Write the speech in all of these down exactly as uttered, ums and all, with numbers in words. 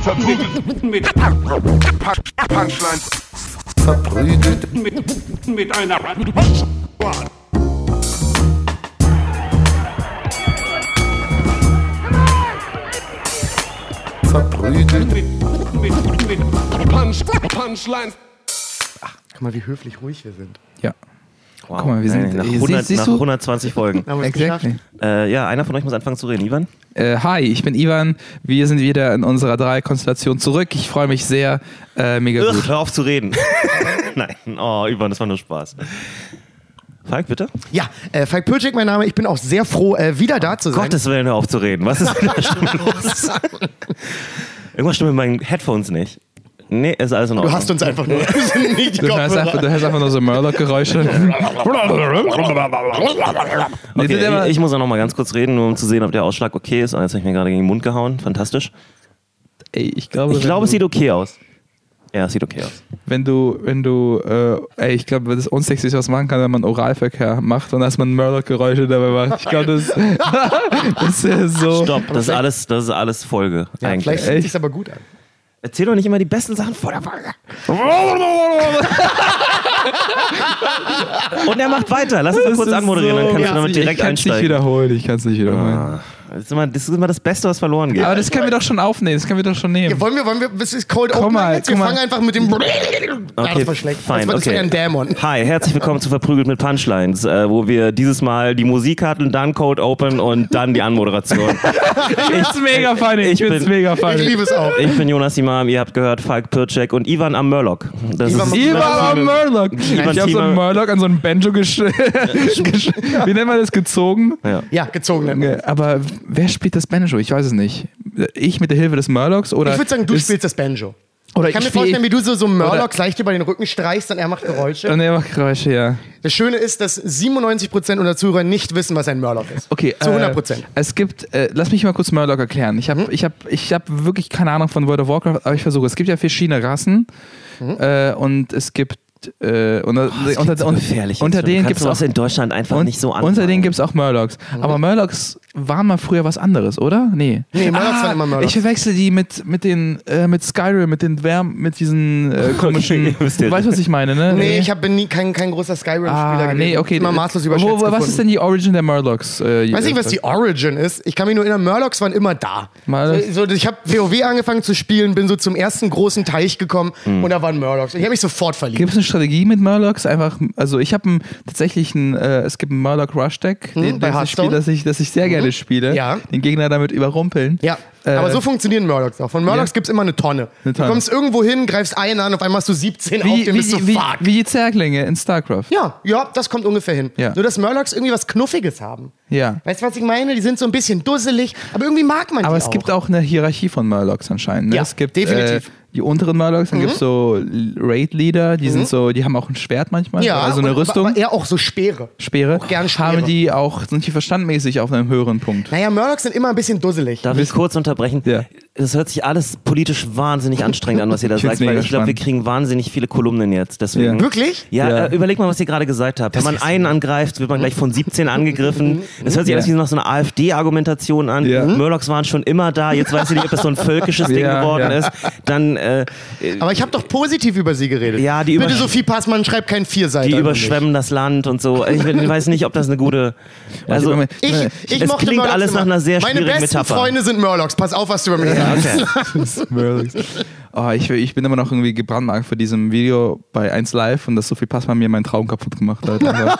Verprügelt mit Punchlines. Verprügelt mit, mit einer Verprügelt mit, mit, mit Punch, Punchlines. Ach, guck mal, wie höflich ruhig wir sind. Ja. Wow. Guck mal, wir sind nach, siehst- hundert, siehst nach du? hundertzwanzig Folgen. Haben wir es Exactly. geschafft? Äh, ja, einer von euch muss anfangen zu reden. Ivan? Äh, hi, ich bin Ivan. Wir sind wieder in unserer Dreierkonstellation zurück. Ich freue mich sehr. Äh, mega Ugh, gut. hör auf zu reden. Nein, oh, Ivan, das war nur Spaß. Falk, bitte? Ja, äh, Falk Pürcek, mein Name. Ich bin auch sehr froh, äh, wieder da zu sein. Gottes Willen, hör auf zu reden. Was ist mit der Stimme los? Irgendwas stimmt mit meinen Headphones nicht. Nee, ist alles in Ordnung. Du hast uns einfach nur nicht die Du hörst, einfach, du hörst einfach nur so Murloc-Geräusche. Nee, Okay, der war- ich, ich muss auch noch mal ganz kurz reden, nur um zu sehen, ob der Ausschlag okay ist. Oh, jetzt habe ich mir gerade gegen den Mund gehauen. Fantastisch. Ey, ich glaube, Ich wenn glaube, es du, sieht okay aus. Ja, es sieht okay aus. wenn du, wenn du, äh, ey, ich glaube, das Unsexy, was man machen kann, wenn man Oralverkehr macht und dass man Murloc-Geräusche dabei macht. Ich glaube, das, das ist so. Stopp, das ist alles, das ist alles Folge Ja, eigentlich. vielleicht fühlt sich's aber gut an. Erzähl doch nicht immer die besten Sachen vor der Folge. Und er macht weiter. Lass uns mal Das kurz ist anmoderieren, dann so- kannst Ja, du damit ich direkt kann's nicht einsteigen. wiederholen, ich kann es nicht wiederholen. Ah, Das ist, immer, das ist immer das Beste, was verloren geht. Aber das können wir doch schon aufnehmen, das können wir doch schon nehmen. Ja, wollen wir, wollen wir, was ist Cold Komm Open mal, jetzt? Wir guck mal. fangen einfach mit dem... Okay, ja, das war schlecht. fein, das war, das war okay. ja ein Dämon. Hi, herzlich willkommen zu Verprügelt mit Punchlines, äh, wo wir dieses Mal die Musik hatten, dann Cold Open und dann die Anmoderation. Ich find's mega funny, ich, ich find's bin- mega Ich funny. liebe es auch. Ich bin Jonas Imam, ihr habt gehört Falk Pürcek und Ivan am Murloc. Das Ivan ist am Ivan am Murloc. Ich Ivan habe so Thiemer. einen Murloc an so einem Banjo gesch... gesch Wie nennt man das? Gezogen? ja. Ja, gezogen. nennt man Ja, es. aber wer spielt das Banjo? Ich weiß es nicht. Ich mit der Hilfe des Murlocs oder... Ich würde sagen, du ist- spielst das Banjo. Oder Ich kann mir spiel- vorstellen, wie du so, so Murlocs leicht über den Rücken streichst und er macht Geräusche. Und er macht Geräusche, ja. Das Schöne ist, dass siebenundneunzig Prozent unserer Zuhörer nicht wissen, was ein Murloc ist. Okay, Zu hundert Prozent. Äh, es gibt, äh, lass mich mal kurz Murloc erklären. Ich habe ich hab, ich hab wirklich keine Ahnung von World of Warcraft, aber ich versuche. Es gibt ja verschiedene Rassen äh, und es gibt äh, unter, unter, so unter, gefährlich jetzt unter schon. denen Du gibt kannst es auch sowas in Deutschland einfach und, nicht so anfangen. unter denen gibt es auch Murlocs. Aber Murlocs waren mal früher was anderes, oder? Nee. Nee, Murlocs waren immer Murlocs. Ich verwechsel die mit, mit den äh, mit Skyrim, mit den Wärm, mit diesen äh, komischen. Okay, wisst ihr. Du weißt, was ich meine, ne? Nee, ich hab, bin nie kein, kein großer Skyrim-Spieler Ah, gewesen. nee, okay. Immer maßlos überschätzt wo, wo, was gefunden. ist denn die Origin der Murlocs? Äh, Ich weiß nicht, was die Origin ist. Ich kann mich nur erinnern, Murlocs waren immer da. Mal- So, so, ich habe WoW angefangen zu spielen, bin so zum ersten großen Teich gekommen und da waren Murlocs. Und ich habe mich sofort verliebt. Gibt es eine Strategie mit Murlocs? Einfach, also ich habe tatsächlich ein, äh, es gibt ein Murloc Rush Deck, den, bei das ich Hearthstone? spiele, das ich, das ich sehr gerne spiele. Ja. Den Gegner damit überrumpeln. Ja, Äh, aber so funktionieren Murlocs auch. Von Murlocs ja. gibt's immer eine Tonne. Eine Tonne. Du kommst irgendwo hin, greifst einen an, auf einmal hast du siebzehn auf Wie, dem, wie, bist du wie, fuck. wie die Zerglinge in StarCraft. Ja, ja, das kommt ungefähr hin. Ja. Nur, dass Murlocs irgendwie was Knuffiges haben. Ja. Weißt du, was ich meine? Die sind so ein bisschen dusselig, aber irgendwie mag man Aber die es auch. gibt auch eine Hierarchie von Murlocs anscheinend. Ne? Ja, es gibt definitiv. Äh, die unteren Murlocs, dann gibt es so Raid-Leader, die sind so, die haben auch ein Schwert manchmal, ja, also eine und- Rüstung, aber eher auch so Speere. Speere. auch gern Speere. Haben die auch, sind die verstandmäßig auf einem höheren Punkt? Naja, Murlocs sind immer ein bisschen dusselig. Darf ich kurz unterbrechen? Ja. Das hört sich alles politisch wahnsinnig anstrengend an, was ihr da Ich find's sagt, weil mega ich glaube, wir spannend. kriegen wahnsinnig viele Kolumnen jetzt. Deswegen. Ja. Wirklich? Ja, Ja. Äh, überleg mal, was ihr gerade gesagt habt. Wenn man einen angreift, wird man gleich von siebzehn angegriffen. Das hört sich Ja. alles wie nach so einer AfD-Argumentation an. Ja. Murlocs waren schon immer da. Jetzt weiß ich nicht, ob das so ein völkisches Ding Ja, geworden ja. ist. Dann äh, Aber ich habe doch positiv über sie geredet. Ja, die Bitte, übersch- Sophie Passmann, schreib kein Vierseiter. die über überschwemmen das Land und so. Ich weiß nicht, ob das eine gute. Also, Moment. mich. Ich, ich Es mochte klingt Murlocs alles immer. nach einer sehr Meine schwierigen besten Metapher. Freunde sind Murlocs. Pass auf, was du über mich sagst. Murlocs. Oh, ich, ich bin immer noch irgendwie gebrandmarkt für diesem Video bei eins Live und dass Sophie Passmann mir meinen Traum kaputt gemacht hat. Aber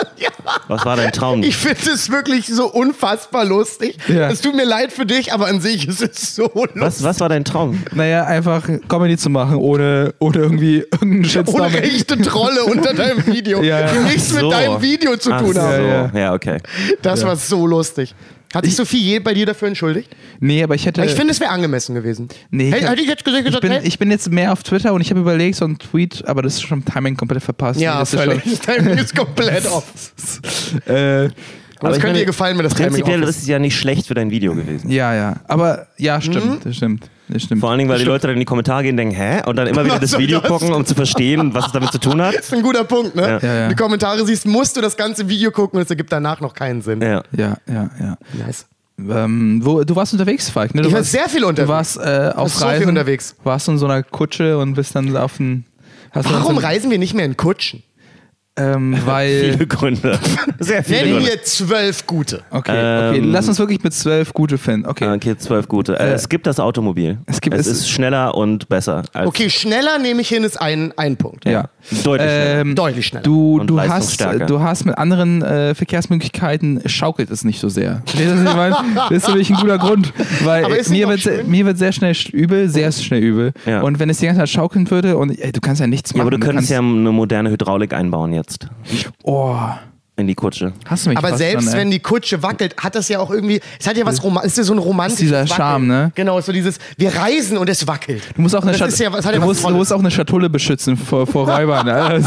was war dein Traum? Ich finde es wirklich so unfassbar lustig. Ja. Es tut mir leid für dich, aber an sich ist es so lustig. Was, was war dein Traum? naja, einfach Comedy zu machen, ohne, ohne irgendwie irgendeinen Shitstorm. Ohne rechte Trolle unter deinem Video, Ja, ja. die nichts So. mit deinem Video zu Ach tun so. haben. Ja, ja. Ja, okay. Das war so lustig. Hat sich Sophie je bei dir dafür entschuldigt? Nee, aber ich hätte... Ich finde, es wäre angemessen gewesen. Nee, Hätte hätte ich jetzt gesagt, ich, gesagt bin, hey? ich bin jetzt mehr auf Twitter und ich habe überlegt, so ein Tweet, aber das ist schon Timing komplett verpasst. Ja, das ist völlig. Das Timing ist komplett off. Schon, äh, Das ich könnte meine, dir gefallen, wenn das Timing Prinzipiell off ist es ja nicht schlecht für dein Video gewesen. ja, ja. Aber ja, stimmt, Mhm. das stimmt. Das stimmt. Vor allen Dingen, weil die Leute dann in die Kommentare gehen und denken, hä? Und dann immer wieder das Was Video soll das? gucken, um zu verstehen, was es damit zu tun hat. Das ist ein guter Punkt, ne? Ja. Ja, ja. Die Kommentare siehst, musst du das ganze Video gucken und es ergibt danach noch keinen Sinn. Ja. Ja, ja, ja. Nice. Ähm, wo, du warst unterwegs, Falk, ne? Du Ich war warst, sehr viel unterwegs. Du warst äh, auf so Reisen. viel unterwegs. Warst du in so einer Kutsche und bist dann auf ein... Hast du Warum dann so, reisen wir nicht mehr in Kutschen? ähm, weil... Viele Gründe. Sehr viele Nenn Gründe. mir zwölf gute. Okay, okay, Ähm, lass uns wirklich mit zwölf gute finden. Okay. Okay, zwölf gute. Äh, es gibt das Automobil. Es gibt- es es- ist schneller und besser. Als Okay, schneller nehme ich hin, ist ein, ein Punkt. Ja. Deutlich schneller. Ähm, Deutlich schneller. Du, Und du, hast, leistungsstärker. du hast mit anderen äh, Verkehrsmöglichkeiten schaukelt es nicht so sehr. Verstehst du, was ich meine? Das ist für mich ein guter Grund. Weil Aber ist mir nicht wird, auch sehr, schön? mir wird sehr schnell sch- übel, sehr schnell übel. Ja. Und wenn es die ganze Zeit schaukeln würde und ey, du kannst ja nichts machen. Ja, aber du könntest kannst, ja eine moderne Hydraulik einbauen jetzt Oh, in die Kutsche. hast du mich Aber fast selbst schon, ey. wenn die Kutsche wackelt, hat das ja auch irgendwie, es hat ja was Roman, es ist ja so ein romantisches dieser Wackeln. Charme, ne? Genau, so dieses, wir reisen und es wackelt. Du musst auch eine, Das Schat ist ja- das hat ja du was musst, du Tolles. musst auch eine Schatulle beschützen vor, vor Räubern. Ne? Also,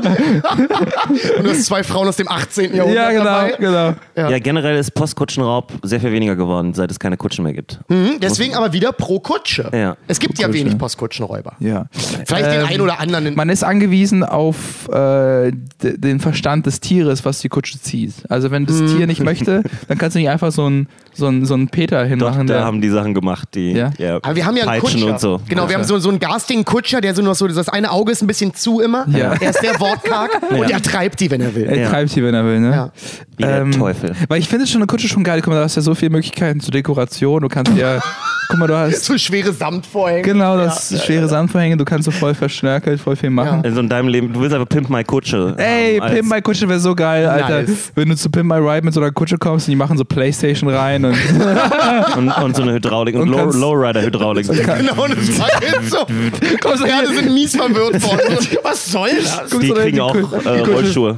Und du hast zwei Frauen aus dem achtzehnten Jahrhundert ja, genau, dabei. genau. Ja. Ja. generell ist Postkutschenraub sehr viel weniger geworden, seit es keine Kutschen mehr gibt. Mhm, deswegen aber wieder pro Kutsche. Ja. Es gibt ja Kutsche. wenig Postkutschenräuber. Ja. Vielleicht den Ähm, einen oder anderen. Man ist angewiesen auf äh, d- den Verstand des Tieres, was die Kutsche zieht. Also wenn das Tier nicht möchte, dann kannst du nicht einfach so einen so einen- so einen Peter Doch, hinmachen. da der- haben die Sachen gemacht, die Ja? Aber wir haben ja einen Peitschen Kutscher. und so. Genau, wir haben so, so einen garstigen Kutscher, der so noch so, das eine Auge ist ein bisschen zu immer. Ja. Er ist sehr wortkarg und er treibt die, wenn er will. er Ja. treibt sie, wenn er will. Ne? Ja. Wie der Teufel. Weil ich finde schon eine Kutsche schon geil. Guck mal, du hast ja so viele Möglichkeiten zur Dekoration. Du kannst ja, guck mal, du hast So schwere Samtvorhänge. genau das schwere Sandvorhänge. Du kannst so voll verschnörkelt, voll viel machen. Also in deinem Leben, du willst aber Pimp My Kutsche. Ey, haben als- Pimp My Kutsche wäre so geil, Alter. Nice. Wenn du zu Pimp My Ride mit so einer Kutsche kommst und die machen so Playstation rein und Und, und so eine Hydraulik und, Und Low, kannst- Lowrider-Hydraulik. Genau, und es wackelt so. kommst du Gerade hier, sind mies verwirrt worden. So, was soll das? Die so kriegen die auch Kutsche- äh, Rollschuhe.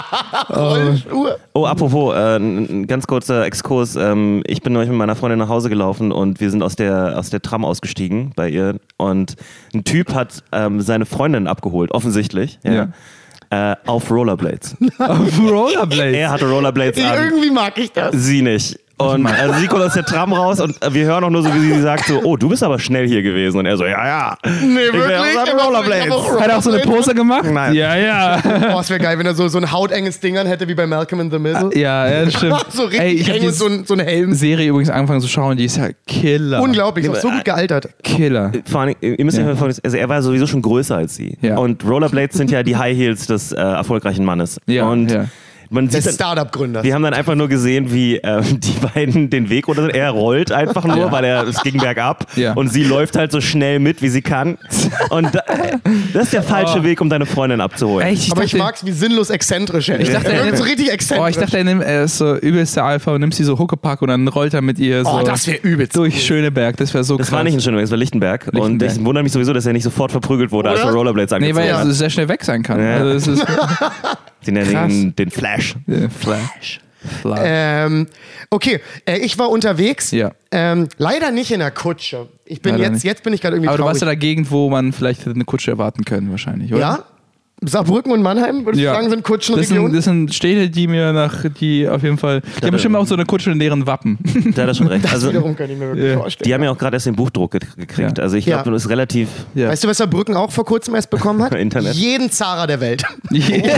Rollschuhe. Oh, apropos, äh, ein ein ganz kurzer Exkurs. Ähm, ich bin neulich mit meiner Freundin nach Hause gelaufen und wir sind aus der, aus der Tram ausgestiegen bei ihr. Und ein Typ hat ähm, seine Freundin abgeholt, offensichtlich. Ja. Äh, auf Rollerblades. auf Rollerblades. Er hatte Rollerblades an, Irgendwie mag ich das. sie nicht. Und also sie kommt aus der Tram raus und wir hören auch nur so, wie sie sagt so, oh, du bist aber schnell hier gewesen. Und er so, ja, ja. Nee, Ich wirklich? wär auf Ich hab Rollerblades. auch Hat er auch so eine Pose gemacht? Nein. Ja, ja. Oh, es wäre geil, wenn er so, so ein hautenges Ding an hätte, wie bei Malcolm in the Middle. Ja, ja, das stimmt. So richtig Ey, ich habe eng und die so ein, so ein Helm. Serie übrigens angefangen zu schauen, die ist ja Killer. Unglaublich, ist auch so gut gealtert. Killer. Vor allem, ihr müsst Ja. ja. folgendes, also er war sowieso schon größer als sie. Ja. Und Rollerblades sind ja die High Heels des äh, erfolgreichen Mannes. Ja, und ja. man Des sieht dann, Startup-Gründers. wir haben dann einfach nur gesehen, wie äh, die beiden den Weg runter sind. Er rollt einfach nur, Ja. weil er, es ging bergab. Ja. Und sie läuft halt so schnell mit, wie sie kann. Und da, das ist der falsche Oh. Weg, um deine Freundin abzuholen. Echt? Aber ich dachte- mag's, wie sinnlos exzentrisch er ist. Ich dachte, er er wirkt so nimmt- richtig Oh, exzentrisch. ich dachte, er, nimmt, er ist so übelster Alpha und nimmt sie so Huckepack und dann rollt er mit ihr so Oh, das wäre übelst. durch Schöneberg. Das wäre so das krass. war nicht in Schöneberg, das war Lichtenberg. Und Lichtenberg. ich wundere mich sowieso, dass er nicht sofort verprügelt wurde, als Oder? er Rollerblades Nee, angezogen weil er hat. sehr schnell weg sein kann. Ja. Also es ist Sie nennen krass. ihn den Flash. Ja, Flash. Flash. Ähm, okay, äh, ich war unterwegs. Ja. Ähm, leider nicht in der Kutsche. Ich bin Leider jetzt, nicht. jetzt bin ich gerade irgendwie Aber du traurig. warst in der Gegend, wo man vielleicht hätte eine Kutsche erwarten können, wahrscheinlich, oder? Ja? Saarbrücken und Mannheim, würde ich sagen, sind Das sind, Kutschenregionen. das sind Städte, die mir nach, die auf jeden Fall, die haben bestimmt auch so eine Kutsche in deren Wappen. Da hat er schon recht. Das Also, wiederum kann ich mir wirklich Ja. vorstellen. die haben ja auch gerade erst den Buchdruck ge- gekriegt. Ja. Also ich glaube, Ja. das ist relativ... Ja. Weißt du, was Saarbrücken auch vor kurzem erst bekommen hat? Internet. Jeden Zara der Welt. Oh. Ich bin,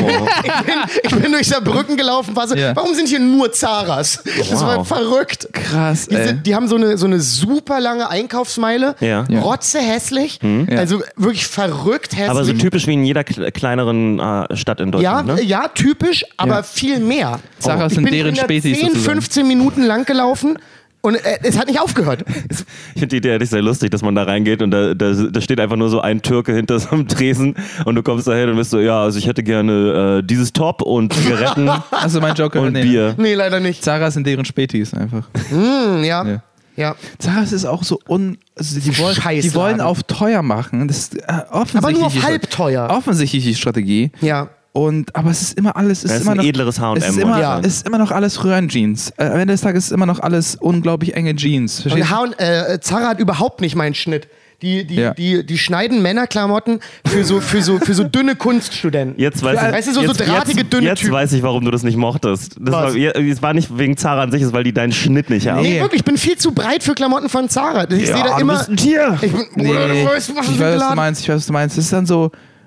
ich bin durch Saarbrücken gelaufen, war so, Ja. warum sind hier nur Zaras? Das war Wow. verrückt. Krass, Die, ey. sind, die haben so eine, so eine super lange Einkaufsmeile. Ja. Ja. Rotzehässlich. Ja. Also wirklich verrückt hässlich. Aber so typisch wie in jeder kle- kleineren äh, Stadt in ja, Deutschland, ne? ja, typisch, aber Ja. viel mehr. Zaras ich sind bin deren in der Spätis zehn, sozusagen. fünfzehn Minuten lang gelaufen und äh, es hat nicht aufgehört. Es, Ich finde die Idee eigentlich sehr lustig, dass man da reingeht und da, da, da steht einfach nur so ein Türke hinter so einem Tresen und du kommst da hin und bist so, ja, also ich hätte gerne äh, dieses Top und Zigaretten Also mein Joker. und nee. Bier. nee, leider nicht. Zara sind deren Spätis einfach. Hm, ja. Ja. ja. Zaras ist auch so un... Also die, wollen, Scheißladen. die wollen auf teuer machen. Das ist äh, offensichtlich Aber nur auf die- halb teuer. Offensichtlich die Strategie. Ja. Und, aber es ist immer alles... Es Das ist, ist immer ein noch, edleres H und es ist M immer, Ja. es ist immer noch alles Röhrenjeans. Äh, am Ende des Tages ist immer noch alles unglaublich enge Jeans. Verstehst Und du? H und, äh, Zara hat überhaupt nicht meinen Schnitt. Die, die, Ja. die, die schneiden Männerklamotten für so, für so, für so dünne Kunststudenten. Jetzt weiß ich, Weißt du, so- so jetzt, drahtige, jetzt, dünne jetzt Typen. weiß ich, warum du das nicht mochtest. Das Was? war, ja, es war nicht wegen Zara an sich, es ist, weil die deinen Schnitt nicht haben. Nee, wirklich, ich bin viel zu breit für Klamotten von Zara. Ich sehe da du immer. bist ein Tier. Ich bin, Nee, Bruder, du weißt, was ich ich weiß, was du geladen. meinst. Ich weiß, was du meinst. Es ist dann so...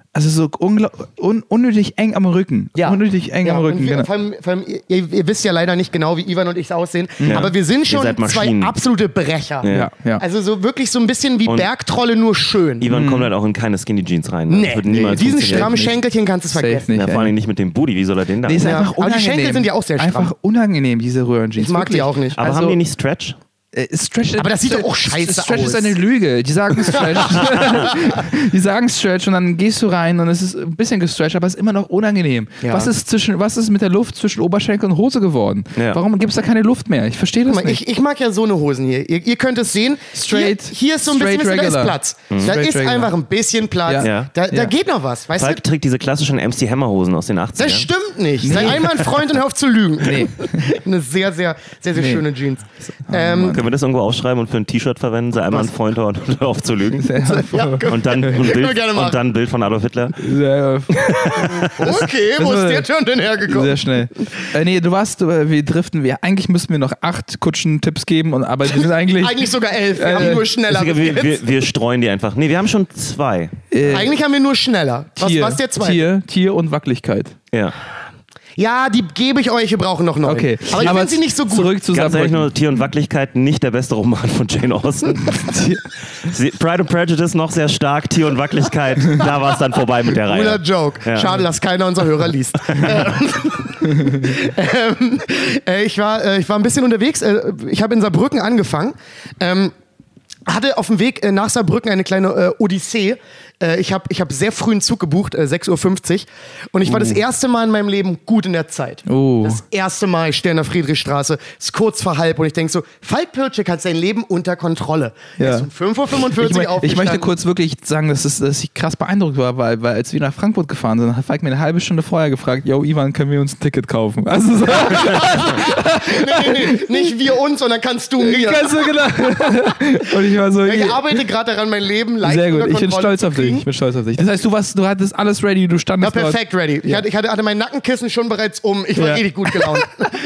Also so ungla- un- unnötig eng am Rücken. Ja. Unnötig eng Ja, am Rücken, und wir, genau. vor allem, vor allem, ihr, ihr wisst ja leider nicht genau, wie Ivan und ich aussehen, aber wir sind schon seid zwei Maschinen. absolute Brecher. Ja, ja. Also so wirklich so ein bisschen wie Und- Bergtrolle, nur schön. Ivan kommt halt auch in keine Skinny Jeans rein. Ne? Nee, Das wird niemals diesen funktionieren. strammen Schenkelchen kannst du Safe vergessen. nicht. Ja, vor ey. allem nicht mit dem Booty, wie soll er den da? Nee, ist Ja, einfach aber die unangenehm. Schenkel sind ja auch sehr stramm. Einfach unangenehm, diese Röhrenjeans. Ich mag die Wirklich. auch nicht. Aber also- haben die nicht Stretch? Äh, Stretch, Aber das sieht doch auch scheiße Stretch aus. ist eine Lüge. Die sagen Stretch. Die sagen Stretch und dann gehst du rein und es ist ein bisschen gestretched, aber es ist immer noch unangenehm. Ja. Was ist zwischen, was ist mit der Luft zwischen Oberschenkel und Hose geworden? Ja. Warum gibt es da keine Luft mehr? Ich verstehe das Guck mal, nicht. ich, ich mag ja so eine Hosen hier. Ihr, ihr könnt es sehen. Straight- Hier, hier ist so ein bisschen, straight da ist regular. Platz. Da Straight ist regular. einfach ein bisschen Platz. Ja. Ja. Da, da Ja. geht noch was, weißt Falk du? trägt diese klassischen M C Hammer Hosen aus den achtzigern. Das stimmt nicht. Sei einmal ein Freund und hör auf zu lügen. Nee. Eine sehr, sehr, sehr, sehr Nee. schöne Jeans. ähm, Können wir das irgendwo aufschreiben und für ein T-Shirt verwenden? Sei einmal ein Freund und hör auf zu lügen. ja, Und dann ein Können wir Bild, gerne machen. und dann ein Bild von Adolf Hitler. Sehr, okay, wo das ist war- der schon denn hergekommen? sehr schnell. Äh, nee, du warst, äh, wir driften, wir, eigentlich müssten wir noch acht Kutschen-Tipps geben, und, aber wir sind eigentlich. Eigentlich sogar elf. Wir Äh, haben nur schneller. Wir, bis wir, jetzt. wir, wir streuen die einfach. Nee, wir haben schon zwei. äh, Eigentlich haben wir nur schneller. Was Tier, was der zweite? Tier, Tier und Wackeligkeit. Ja. Ja, die gebe ich euch. Wir brauchen noch neun. Okay. Aber ich finde sie nicht so gut. Zurück zu Ganz ehrlich, Saarbrücken. nur Tier und Wacklichkeit, nicht der beste Roman von Jane Austen. Sie- Pride and Prejudice noch sehr stark, Tier und Wacklichkeit, da war es dann vorbei mit der Cooler Reihe. Joke. Ja. Schade, dass keiner unserer Hörer liest. ähm, äh, ich, war, äh, ich war ein bisschen unterwegs. Äh, ich habe in Saarbrücken angefangen. Ähm, hatte auf dem Weg äh, nach Saarbrücken eine kleine äh, Odyssee. Äh, ich habe ich hab sehr früh einen Zug gebucht, äh, sechs Uhr fünfzig. Und ich war das erste Mal in meinem Leben gut in der Zeit. Oh. Das erste Mal, ich stehe in der Friedrichstraße, ist kurz vor halb und ich denke so, Falk Pircek hat sein Leben unter Kontrolle. Ja. Er ist um fünf Uhr fünfundvierzig Ich, mein, ich aufgestanden. möchte kurz wirklich sagen, dass, es, dass ich krass beeindruckt war, weil, weil als wir nach Frankfurt gefahren sind, hat Falk mir eine halbe Stunde vorher gefragt, yo Ivan, können wir uns ein Ticket kaufen? Also so, nee, nee, nee, nicht wir uns, sondern kannst du mir. ganz so genau. Und ich war so, Ja, ich arbeite gerade daran, mein Leben leicht sehr gut, unter ich bin Kontrolle stolz auf zu dich. kriegen. Ich bin stolz auf dich. Das heißt, du, warst, du hattest alles ready, du Ja, standest dort. perfekt ready. Ich, hatte, ich hatte, hatte mein Nackenkissen schon bereits um. Ich war Ja. richtig gut gelaunt.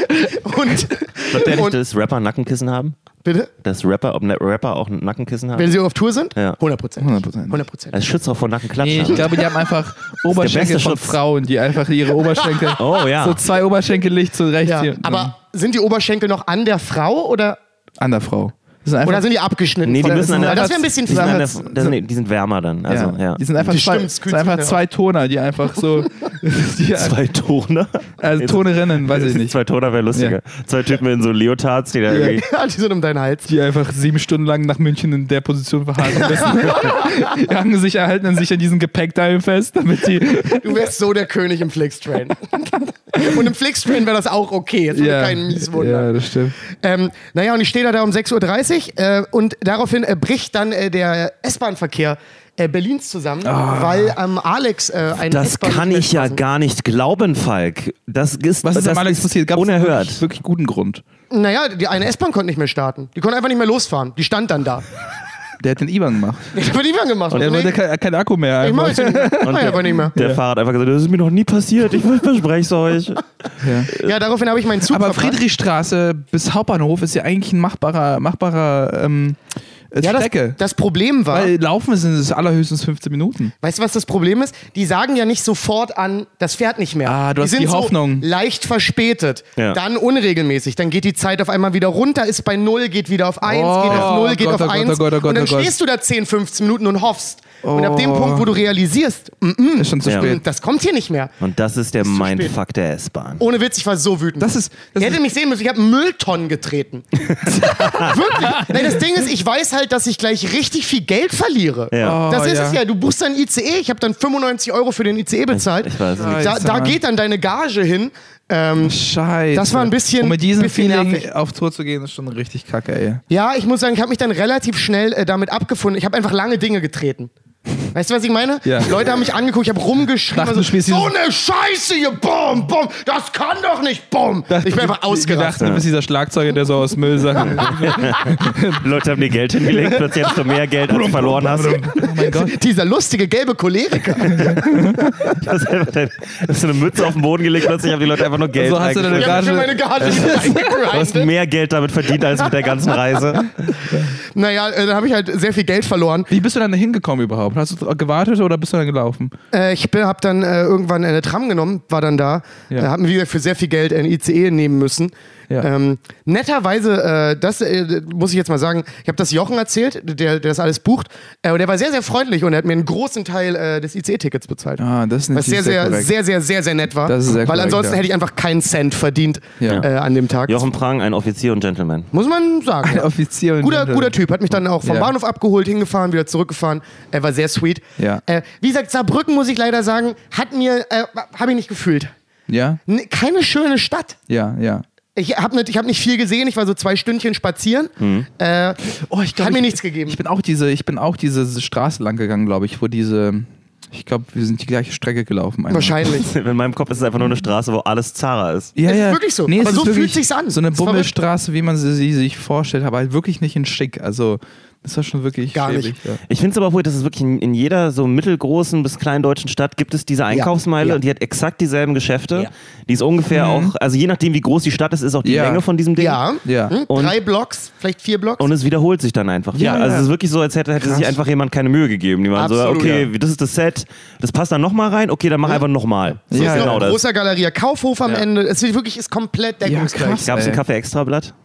und, Glaubt ihr nicht, und dass Rapper Nackenkissen haben? bitte? Dass Rapper, ob ne- Rapper auch ein Nackenkissen haben? Wenn sie auf Tour sind? Ja. hundert Prozent. hundert Prozent. hundert Prozent. Das schützt auch vor Nackenklatschen. Nee, ich glaube, die haben einfach Oberschenkel beste von Schutz. Frauen, die einfach ihre Oberschenkel, Oh, ja. so zwei Oberschenkel Licht zu rechts Ja. hier. Aber sind die Oberschenkel noch an der Frau oder, An der Frau. Das ist einfach, oder sind die abgeschnitten? Nee, die von der- müssen an der- Weil das wäre ein bisschen die, sind an der, viel. das sind, die sind wärmer dann. Also, ja. ja. Die sind einfach, Das zwei, stimmt, das das kühlt sind einfach sich zwei Toner, die einfach so. Die, Zwei Toner? also Tonerinnen, weiß ich nicht. Zwei Toner wäre lustiger. Zwei Typen in so Leotards, die da irgendwie... Ja, die sind um deinen Hals. Die einfach sieben Stunden lang nach München in der Position verharren müssen. Die hangen sich, erhalten sich an diesen Gepäckteilen fest, damit die. Du wärst so der König im Flixtrain. Und im Flixtrain wäre das auch okay. Jetzt würde Ja, keinen mies wundern. ja, das stimmt. Ähm, naja, und ich stehe da, da um sechs Uhr dreißig äh, und daraufhin äh, bricht dann äh, der S-Bahn-Verkehr äh, Berlins zusammen, weil am Alex äh, ein Das S-Bahn kann nicht mehr ich ja passen. gar nicht glauben, Falk. Das ist, Was ist das am Alex ist passiert? Gab's unerhört. Wirklich, wirklich guten Grund. Naja, die eine S-Bahn konnte nicht mehr starten. Die konnte einfach nicht mehr losfahren. Die stand dann da. Der hat den Ivan gemacht. Ich habe die Ivan gemacht. Der nee, wollte kein, kein Akku mehr. ich mach Einfach. jetzt nicht mehr. Mach ich einfach nicht mehr. Der Fahrer hat einfach gesagt, das ist mir noch nie passiert. Ich verspreche es euch. Ja. Ja, daraufhin habe ich meinen Zug Aber verpasst. Friedrichstraße bis Hauptbahnhof ist ja eigentlich ein machbarer, machbarer ähm, äh, Ja, das, Strecke. das Problem war, Weil laufen sind es allerhöchstens fünfzehn Minuten. weißt du, was das Problem ist? Die sagen ja nicht sofort an, das fährt nicht mehr. Ah, du die hast sind die Hoffnung. So leicht verspätet, Ja. dann unregelmäßig. Dann geht die Zeit auf einmal wieder runter, ist bei null, geht wieder auf eins, Oh, geht auf null, geht Gott, auf oh Gott, eins. oh Gott, oh Gott, und dann oh Gott. stehst du da zehn, fünfzehn Minuten und hoffst. Und ab dem Oh. Punkt, wo du realisierst, mm, Ist schon zu Ja. spät. das kommt hier nicht mehr. Und das ist der zu spät. Mindfuck der S-Bahn. Ohne Witz, ich war so wütend. Das ist, das Ihr ist hättet mich sehen müssen, ich habe Mülltonnen getreten. Wirklich. Nein, das Ding ist, ich weiß halt, dass ich gleich richtig viel Geld verliere. Ja. Das Oh, ist ja. es ja. Du buchst dann I C E, ich habe dann fünfundneunzig Euro für den I C E bezahlt. Ich weiß nicht. Da, Scheiße, da Mann. geht dann deine Gage hin. Ähm, Scheiße. Das war ein bisschen- Und mit diesem bisschen Feeling nervig. auf Tour zu gehen, ist schon richtig kacke, ey. ja, ich muss sagen, ich habe mich dann relativ schnell äh, damit abgefunden. Ich habe einfach lange Dinge getreten. Weißt du, was ich meine? Ja. Die Leute haben mich angeguckt, ich habe rumgeschrien. Dachten, Also, du spielst so dieses- eine Scheiße hier, bom, bom, das kann doch nicht, bom. Ich bin einfach Die ausgerastet. dachten, du bist dieser Schlagzeuger, der so aus Müll sagt. Die Leute haben dir Geld hingelegt, plötzlich hast du mehr Geld, als du verloren hast. Oh mein Gott. Dieser lustige gelbe Choleriker. Du hast einfach dein, hast du eine Mütze auf den Boden gelegt, plötzlich haben die Leute einfach nur Geld So hast du deine Ich habe reingesteckt. mir Gage- meine Gage wieder Du hast eingegrindet. mehr Geld damit verdient, als mit der ganzen Reise. Naja, äh, dann habe ich halt sehr viel Geld verloren. Wie bist du dann da hingekommen überhaupt? Hast du gewartet oder bist du dann gelaufen? Äh, ich habe dann äh, irgendwann eine Tram genommen, war dann da. Ja. Äh, hab mir wieder für sehr viel Geld ein I C E nehmen müssen. Ja. Ähm, netterweise, äh, das äh, muss ich jetzt mal sagen, ich habe das Jochen erzählt, der, der das alles bucht. Äh, und der war sehr, sehr freundlich und er hat mir einen großen Teil äh, des I C E-Tickets bezahlt. Ah, das ist Was sehr, sehr, korrekt. sehr, sehr, sehr, sehr nett war. Das ist sehr weil korrekt, ansonsten ja. hätte ich einfach keinen Cent verdient Ja. äh, an dem Tag. Jochen Prang, ein Offizier und Gentleman. Muss man sagen. Ein Ja. Offizier und Guter, Gentleman. guter Typ, hat mich dann auch vom Ja. Bahnhof abgeholt, hingefahren, wieder zurückgefahren. Er war sehr sweet. Ja. Äh, wie gesagt, Saarbrücken, muss ich leider sagen, hat mir, äh, habe ich nicht gefühlt. Ja? N- keine schöne Stadt. Ja, ja. Ich habe nicht, ich hab nicht viel gesehen, ich war so zwei Stündchen spazieren. Äh, Oh, ich glaub, hat mir ich, nichts gegeben. Ich bin auch diese, ich bin auch diese Straße lang gegangen, glaube ich, wo diese, ich glaube, wir sind die gleiche Strecke gelaufen. einmal. Wahrscheinlich. In meinem Kopf ist es einfach nur eine Straße, wo alles Zara ist. Ja, Es ist ja. wirklich so. Nee, Aber es so ist fühlt wirklich sich's an. So eine Es ist verrückt. Bummelstraße, wie man sie, sie sich vorstellt, aber halt wirklich nicht in schick. Also, das war schon wirklich Gar schäbig. nicht. Ja. Ich finde es aber cool, dass es wirklich in, in jeder so mittelgroßen bis kleinen deutschen Stadt gibt es diese Einkaufsmeile ja. und die hat exakt dieselben Geschäfte. Ja. Die ist ungefähr auch, also je nachdem wie groß die Stadt ist, ist auch die Ja. Länge von diesem Ding. Ja. Ja. Hm? Und- Drei Blocks, vielleicht vier Blocks. Und es wiederholt sich dann einfach. Ja, also ja. es ist wirklich so, als hätte, hätte sich einfach jemand keine Mühe gegeben. Die waren Absolut, so, okay, ja. das ist das Set, das passt dann nochmal rein, okay, dann mach einfach nochmal. So Ja, ist ja. genau das. Großer Galeria Kaufhof am Ja. Ende. Es ist wirklich ist komplett deckungsgleich. krass. Gab es ein Ey. Kaffee-Extrablatt?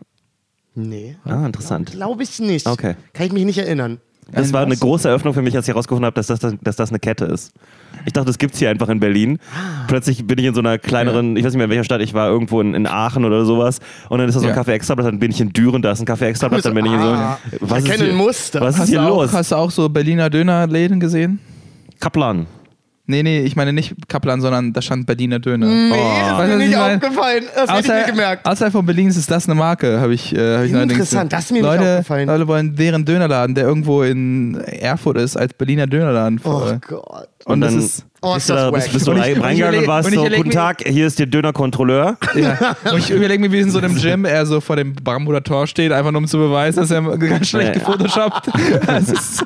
Nee. Ah, interessant. Glaube ich nicht. Okay. Kann ich mich nicht erinnern. Das Ein war eine was? große Eröffnung für mich, als ich herausgefunden habe, dass das, dass das eine Kette ist. Ich dachte, das gibt's hier einfach in Berlin. Plötzlich bin ich in so einer kleineren, ich weiß nicht mehr in welcher Stadt, ich war irgendwo in, in Aachen oder sowas und dann ist da so ein Ja. Kaffee-Extrablatt, dann bin ich in Düren, da ist ein Kaffee-Extrablatt, dann bin ich in so, Ah, was ist erkennen hier, Muster. was ist Hast, hier du auch, los? hast du auch so Berliner Dönerläden gesehen? Kaplan. Nee, nee, ich meine nicht Kaplan, sondern da stand Berliner Döner. Nee, Oh. ist Weißt du, mir was nicht ich mein? aufgefallen. Das hätte ich mir gemerkt. außerhalb von Berlin ist das eine Marke, habe ich, äh, hab ich neuerdings- Interessant, das ist mir nicht Leute, aufgefallen. Leute wollen deren Dönerladen, der irgendwo in Erfurt ist, als Berliner Dönerladen. Oh vor- Gott. Und, Und das dann ist. Oh, bist ist du, da, das bist, wack. bist du Und ich- rein, und ich reingegangen und überleg- warst und ich so, überleg guten mir- Tag, hier ist der Dönerkontrolleur. Ja. Und ich überlege mir, wie in so einem Gym er so vor dem Barmuther Tor steht, einfach nur um zu beweisen, dass er ganz schlecht Ja. gefotoshoppt. Das ist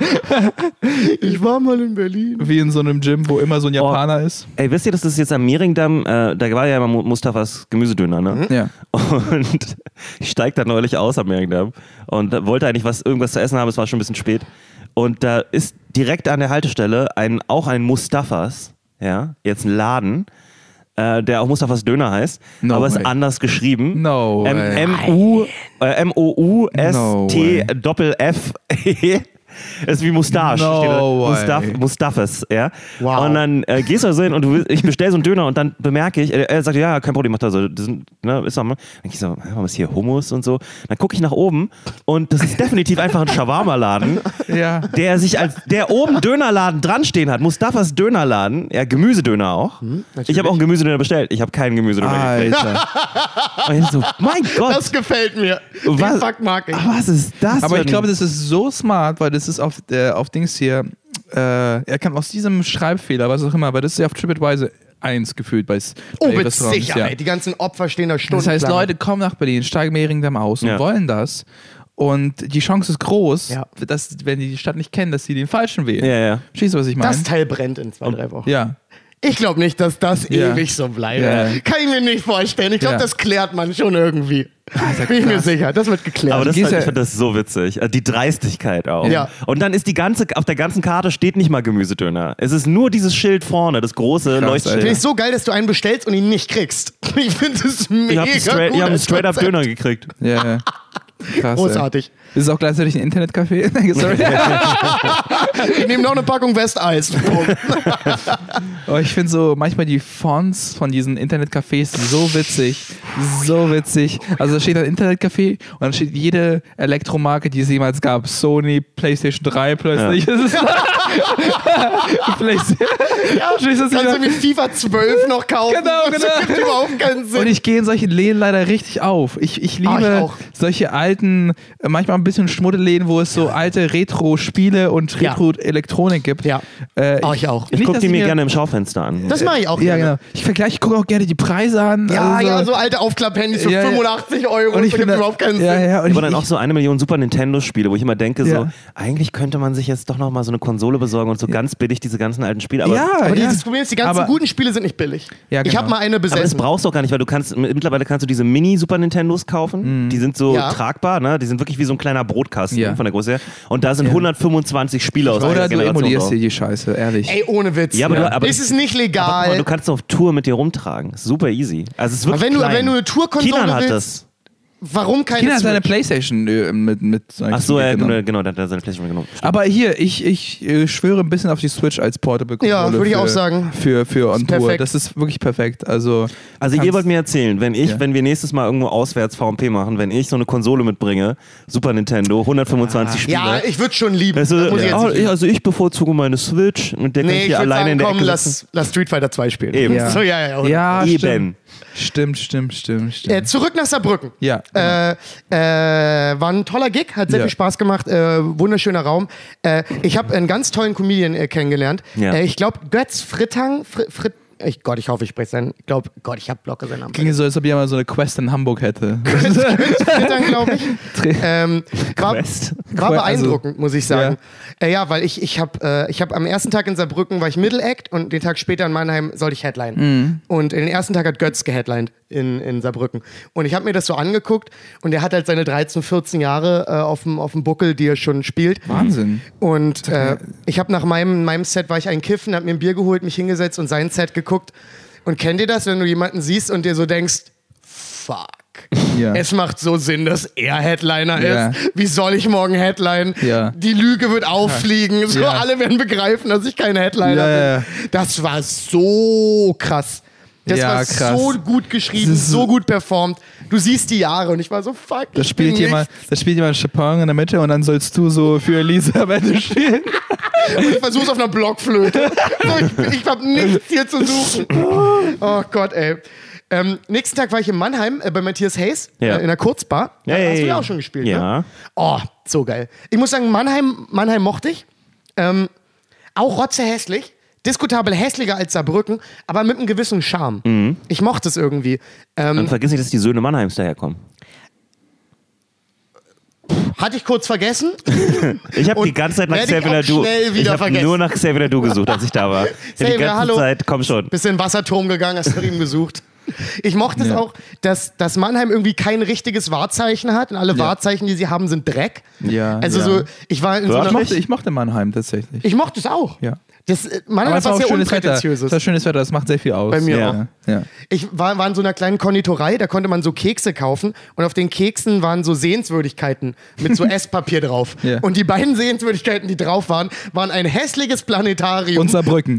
Ich war mal in Berlin. wie in so einem Gym, wo immer so ein Japaner ist. Ey, wisst ihr, dass das jetzt am Mehringdamm, äh, da war ja immer Mu- Mustafas Gemüsedöner, ne? Ja. Und ich steig da neulich aus am Mehringdamm und da wollte eigentlich was, irgendwas zu essen haben, es war schon ein bisschen spät. Und da ist direkt an der Haltestelle ein, auch ein Mustafas, ja, jetzt ein Laden, äh, der auch Mustafas Döner heißt, No aber way. ist anders geschrieben. No M- way. M-U, äh, M O U S T No way. Doppel F E. Ist wie Mustache. No steht da. way. Mustaf, Mustafes, ja. Wow. Und dann äh, gehst du da so hin und du, will- ich bestell so einen Döner und dann bemerke ich, er, er sagt, ja, kein Problem, macht da so, das sind, ne, ist doch mal. Dann denk ich so, hä, was ist hier, Hummus und so. Dann gucke ich nach oben und das ist definitiv einfach ein Shawarma-Laden, Ja. der sich als, der oben Dönerladen dran stehen hat. Mustafas Dönerladen, ja, Gemüsedöner auch. ich habe auch einen Gemüsedöner bestellt, ich habe keinen Gemüsedöner gekriegt. Alter. Und ich so, mein Gott, Das gefällt mir. Den Was? Fakt mag ich. was ist das Aber ich denn? glaube, das ist so smart, weil das ist auf, äh, auf Dings hier, äh, er kann aus diesem Schreibfehler, was auch immer, aber das ist ja auf TripAdvisor eins gefühlt bei, Oh, bei mit Restaurants, Sicherheit. ja. Die ganzen Opfer stehen da Stunden. Das heißt, Leute kommen nach Berlin, steigen Mehringdamm aus und Ja. wollen das. Und die Chance ist groß, Ja. dass, wenn die die Stadt nicht kennen, dass sie den Falschen wählen. Ja, ja. Verstehst du, was ich meine? Das Teil brennt in zwei, drei Wochen. Ja. Ich glaube nicht, dass das Ja. ewig so bleibt. Ja. Kann ich mir nicht vorstellen. Ich glaube, Ja. das klärt man schon irgendwie. Alter, Bin ich mir krass. sicher. Das wird geklärt. Aber das gehst fand, ja- ich finde das so witzig. Also die Dreistigkeit auch. Ja. Und dann ist die ganze, auf der ganzen Karte steht nicht mal Gemüsedöner. Es ist nur dieses Schild vorne, das große Krass, Leuchtschild. Finde ich so geil, dass du einen bestellst und ihn nicht kriegst. Ich finde das mega Ich habe straight, gut. ich hab einen als straight-up Konzept. Döner gekriegt. Ja, ja. Krass. Großartig. Ey. Ist es auch gleichzeitig ein Internetcafé? Sorry. Ich nehme noch eine Packung Westeis. Punkt. Oh, ich finde so manchmal die Fonts von diesen Internetcafés so witzig. So witzig. Also da steht ein Internetcafé und dann steht jede Elektromarke, die es jemals gab. Sony, PlayStation drei plötzlich. Ja. PlayStation. Ja, Verstehst du, was ich kannst du meine? mit FIFA zwölf noch kaufen. Genau, Das genau. gibt überhaupt keinen Sinn. Und ich gehe in solchen Läden leider richtig auf. Ich, ich liebe Ah, ich auch. solche alten, äh, manchmal ein bisschen Schmuddelläden, wo es so alte Retro-Spiele und Ja. Retro-Elektronik gibt. Ja. Äh, Ah, ich auch. Ich nicht, gucke dass die mir mir- gerne im Schaufenster an. Das mache ich auch Ja, gerne. genau. Ich vergleiche, ich gucke auch gerne die Preise an. Ja, also, ja, so alte Aufklapp-Handys für Ja, ja. fünfundachtzig Euro. Und ich das finde, ergibt überhaupt keinen ja, Sinn. ja, und Aber ich, dann auch so eine Million Super Nintendo-Spiele, wo ich immer denke, so, Ja. eigentlich könnte man sich jetzt doch noch mal so eine Konsole besorgen und so ganz billig diese ganzen alten Spiele. Aber, ja, Aber ja. dieses Problem ist, die ganzen Aber- guten Spiele sind nicht billig. Ja, Ich genau. habe mal eine aber das besessen. brauchst du auch gar nicht, weil du kannst, mittlerweile kannst du diese Mini-Super Nintendos kaufen. Die sind so Ja. tragbar, ne? Die sind wirklich wie so ein kleiner Brotkasten Ja. von der Größe her. Und da sind hundertfünfundzwanzig Spiele aus Oder der du Generation emulierst drauf. dir die Scheiße, ehrlich. Ey, ohne Witz. Ja, aber, du, aber ist es nicht aber, legal? guck mal, du kannst es auf Tour mit dir rumtragen. Super easy. Also es ist wirklich Aber wenn du- klein. wenn du eine Tourkonsole Kinan hat willst- das. Warum keine Kinder hat seine Switch? Playstation äh, mit, mit Ach so, ja, genommen. genau, genau, der hat er seine Playstation genommen. Aber hier, ich, ich äh, schwöre ein bisschen auf die Switch als Portable Konsole. Ja, würde ich für, auch sagen. Für, für On Tour. perfekt. Das ist wirklich perfekt. Also, Also du ihr wollt kannst- mir erzählen, wenn ich, Ja. wenn wir nächstes Mal irgendwo auswärts V M P machen, wenn ich so eine Konsole mitbringe, Super Nintendo, hundertfünfundzwanzig Spiele. Ja, ich würde schon lieben. weißt du, Das muss ich jetzt oh, nicht ich, lieben. also ich bevorzuge meine Switch und der kann Nee, ich ich hier würde alleine sagen, in der komm, Ecke sitzen. lass, lass Street Fighter zwei spielen. Eben. Ja. So, ja, ja, ja. Ja, Eben. stimmt. Stimmt, stimmt, stimmt, stimmt. Äh, zurück nach Saarbrücken. Ja, Äh, äh, war ein toller Gig, hat sehr Ja. viel Spaß gemacht, äh, wunderschöner Raum. Äh, ich habe einen ganz tollen Comedian äh, kennengelernt. Ja. Äh, ich glaube, Götz Frittang, Fri Fritt, ich, Gott, ich hoffe, ich spreche seinen, ich glaube, Gott, ich habe Blocke seinen Namen. Ging so, als ob jemand so eine Quest in Hamburg hätte. Götz Frittang, glaube ich. ähm, war, Quest. war Also, beeindruckend, muss ich sagen. Ja, äh, ja weil ich, ich habe äh, ich hab am ersten Tag in Saarbrücken war ich Middle Act und den Tag später in Mannheim sollte ich Headline. Mhm. Und den ersten Tag hat Götz geheadlined in, in Saarbrücken. Und ich habe mir das so angeguckt und er hat halt seine dreizehn, vierzehn Jahre äh, auf dem auf dem Buckel, die er schon spielt. Wahnsinn. Und äh, ich habe nach meinem, meinem Set, war ich ein Kiffen, habe mir ein Bier geholt, mich hingesetzt und sein Set geguckt. Und kennt ihr das, wenn du jemanden siehst und dir so denkst, fuck. Ja. Es macht so Sinn, dass er Headliner Ja. ist. Wie soll ich morgen Headline? Ja. Die Lüge wird auffliegen. So, Ja. alle werden begreifen, dass ich kein Headliner Ja, ja, ja. bin. Das war so krass. Das Ja, war krass. so gut geschrieben, Das ist so so- gut performt. Du siehst die Jahre und ich war so, fuck, Da ich spielt, bin jemand, nichts. da spielt jemand Chopin in der Mitte und dann sollst du so für Elisa am Ende spielen. Und ich versuch's auf einer Blockflöte. So, ich ich habe nichts hier zu suchen. Oh Gott, ey. Ähm, nächsten Tag war ich in Mannheim äh, bei Matthias Hayes Ja. äh, in der Kurzbar. Ja, Da ja, hast du ja. ja auch schon gespielt, Ja. ne? Oh, so geil. Ich muss sagen, Mannheim, Mannheim mochte ich. Ähm, auch rotzehässlich. Diskutabel hässlicher als Saarbrücken, aber mit einem gewissen Charme. Mhm. Ich mochte es irgendwie. Ähm, Und vergiss nicht, dass die Söhne Mannheims daherkommen. hatte ich kurz vergessen. Ich habe Und die ganze Zeit nach werde ich Xavier auch Nadu. schnell Ich wieder habe vergessen. nur nach Xavier Nadu gesucht, als ich da war. Ich hab die Xavier, ganze hallo. Zeit, komm schon. Bist in den Wasserturm gegangen, hast nach ihm gesucht. Ich mochte es Ja. auch, dass, dass Mannheim irgendwie kein richtiges Wahrzeichen hat und alle Ja. Wahrzeichen, die sie haben, sind Dreck. Ja, Also ja. so, ich war in so Ja, einer... Ich mochte, ich mochte Mannheim tatsächlich. Ich mochte es auch. Ja. Das, äh, Mannheim Aber hat es war was auch sehr schönes Wetter. Es Unprätentiöses. war schönes Wetter, das macht sehr viel aus. Bei mir ja. auch. Ja. Ich war, war in so einer kleinen Konditorei, da konnte man so Kekse kaufen und auf den Keksen waren so Sehenswürdigkeiten mit so Esspapier drauf. Ja. Und die beiden Sehenswürdigkeiten, die drauf waren, waren ein hässliches Planetarium Und Saarbrücken.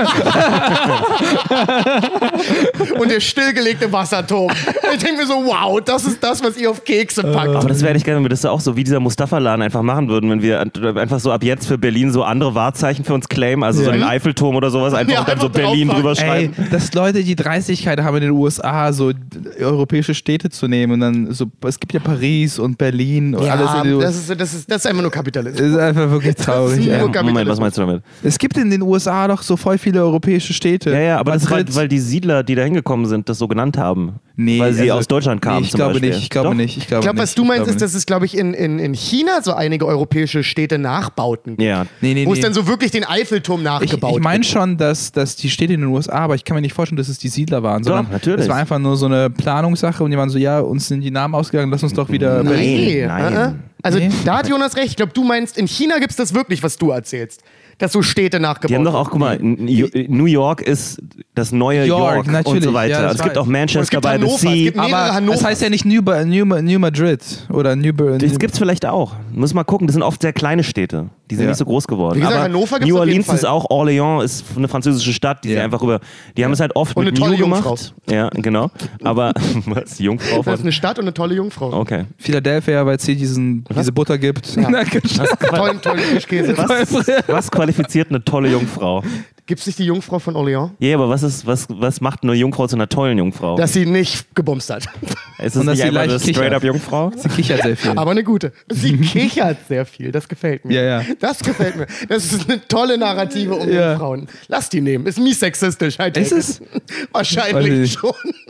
und der stillgelegte Wasserturm. Ich denke mir so, wow, das ist das, was ihr auf Kekse packt. Aber das wäre echt geil, wenn wir das auch so wie dieser Mustafa-Laden einfach machen würden, wenn wir einfach so ab jetzt für Berlin so andere Wahrzeichen für uns claimen, also so Ja. den Eiffelturm oder sowas, einfach Ja, und dann so einfach Berlin draufpacken. drüber Ey, schreiben. dass Leute die Dreistigkeit haben in den U S A, so europäische Städte zu nehmen und dann so, es gibt ja Paris und Berlin und alles in den U S A. das ist, das, ist, das ist einfach nur Kapitalismus. Das ist einfach wirklich traurig. nur ey. Kapitalismus. Moment, was meinst du damit? Es gibt in den U S A doch so voll viele europäische Städte. Ja, ja, aber das ist Madrid. halt, weil die Siedler, die da hingekommen sind, das so genannt haben. Nee, weil sie also- aus Deutschland kamen Nee, ich zum glaube Beispiel. nicht, ich glaube Doch. nicht. Ich glaube, Ich glaube, was nicht, du meinst, glaube ist, dass es, glaube ich, in, in, in China so einige europäische Städte nachbauten. Ja. Nee, nee, Wo es nee. dann so wirklich den Eiffelturm Ich, nachgebaut ich meine wird. schon, dass, dass die Städte in den U S A, aber ich kann mir nicht vorstellen, dass es die Siedler waren, sondern natürlich. es war einfach nur so eine Planungssache und die waren so, ja, uns sind die Namen ausgegangen, lass uns doch wieder Berlin. Nee, Nein. äh, äh. Also Nee. da hat Jonas recht. Ich glaube, du meinst, in China gibt es das wirklich, was du erzählst. Dass so Städte nachgebaut Die haben doch auch, guck mal, N- New York ist das neue York, York, und natürlich, so weiter. ja, das es gibt weiß auch ich. Manchester Es gibt by Hannover, the es Sea. gibt mehrere Aber Hannover. es heißt ja nicht New, Ba- New, New Madrid oder New, Ber- Das gibt's vielleicht auch. Muss mal gucken. Das sind oft sehr kleine Städte. Die sind Ja. nicht so groß geworden. Wie gesagt, Aber Hannover gibt's New auf jeden Orleans ist Fall. auch, Orléans ist eine französische Stadt, die Ja. sie einfach über. Die haben es halt oft Und mit eine tolle New Jungfrau. gemacht. Ja, genau. Aber was? Jungfrau Das ist von. eine Stadt und eine tolle Jungfrau. Okay. Philadelphia, weil es hier diesen, diese Butter gibt. Ja. Tollen, tollen Fischkäse. Was, was qualifiziert eine tolle Jungfrau? Gibt es nicht die Jungfrau von Orléans? Ja, aber was ist, was, was macht eine Jungfrau zu einer tollen Jungfrau? Dass sie nicht gebumst hat. ist es Und dass nicht sie einfach eine leicht kichert. straight-up Jungfrau? Sie kichert sehr viel. Aber eine gute. Sie kichert sehr viel. Das gefällt mir. Ja, ja. Das gefällt mir. Das ist eine tolle Narrative um Ja. Jungfrauen. Lass die nehmen. Ist mies sexistisch. Halt Ist es? Weiß ich Wahrscheinlich nicht. schon. Ich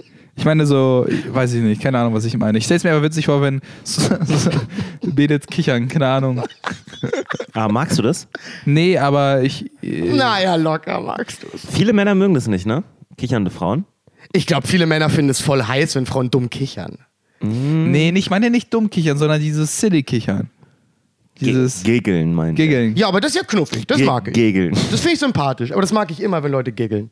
meine so, weiß ich nicht, keine Ahnung, was ich meine. Ich stelle es mir aber witzig vor, wenn so, so, betet kichern, keine Ahnung. Ah, magst du das? Nee, aber ich... Äh, Naja, locker magst du es. Viele Männer mögen das nicht, ne? Kichernde Frauen. Ich glaube, viele Männer finden es voll heiß, wenn Frauen dumm kichern. Nee, ich meine nicht dumm kichern, sondern dieses silly kichern. Dieses Gegeln, mein Giggeln. Ja, aber das ist ja knuffig, das Ge- mag ich. Gegeln. Das finde ich sympathisch, aber das mag ich immer, wenn Leute giggeln.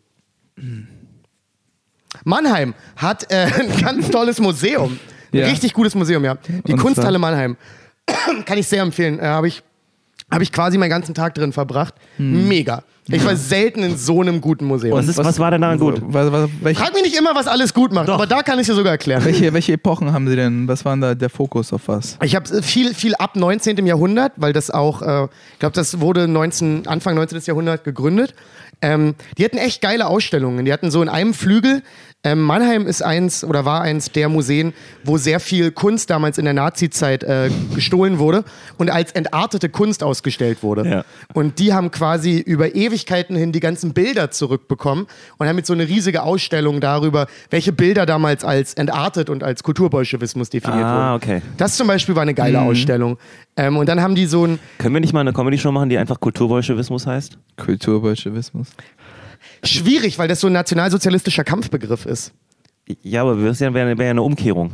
Mannheim hat äh, ein ganz tolles Museum. Ein Ja. richtig gutes Museum, ja. Die Und Kunsthalle zwar? Mannheim. Kann ich sehr empfehlen. Äh, Habe ich, hab ich quasi meinen ganzen Tag drin verbracht. Mega. Ich war selten in so einem guten Museum. Was, ist, was, war denn daran gut? Was, was, welche, Frag mich nicht immer, was alles gut macht, aber da kann ich dir sogar erklären. welche, welche Epochen haben Sie denn? Was war da der Fokus auf was? Ich habe viel, viel ab neunzehnten. Jahrhundert, weil das auch, äh, ich glaube, das wurde neunzehn, Anfang neunzehnten. Jahrhundert gegründet. Ähm, die hatten echt geile Ausstellungen. Die hatten so in einem Flügel, ähm, Mannheim ist eins oder war eins der Museen, wo sehr viel Kunst damals in der Nazi-Zeit äh, gestohlen wurde und als entartete Kunst ausgestellt wurde. Ja. Und die haben quasi über Ewigkeiten hin die ganzen Bilder zurückbekommen und haben jetzt so eine riesige Ausstellung darüber, welche Bilder damals als entartet und als Kulturbolschewismus definiert Ah, wurden. okay. Das zum Beispiel war eine geile Ausstellung. Ähm, und dann haben die so ein, Können wir nicht mal eine Comedy-Show machen, die einfach Kulturbolschewismus heißt? Kulturbolschewismus. schwierig, weil das so ein nationalsozialistischer Kampfbegriff ist. Ja, aber das wäre wär, wär ja eine Umkehrung.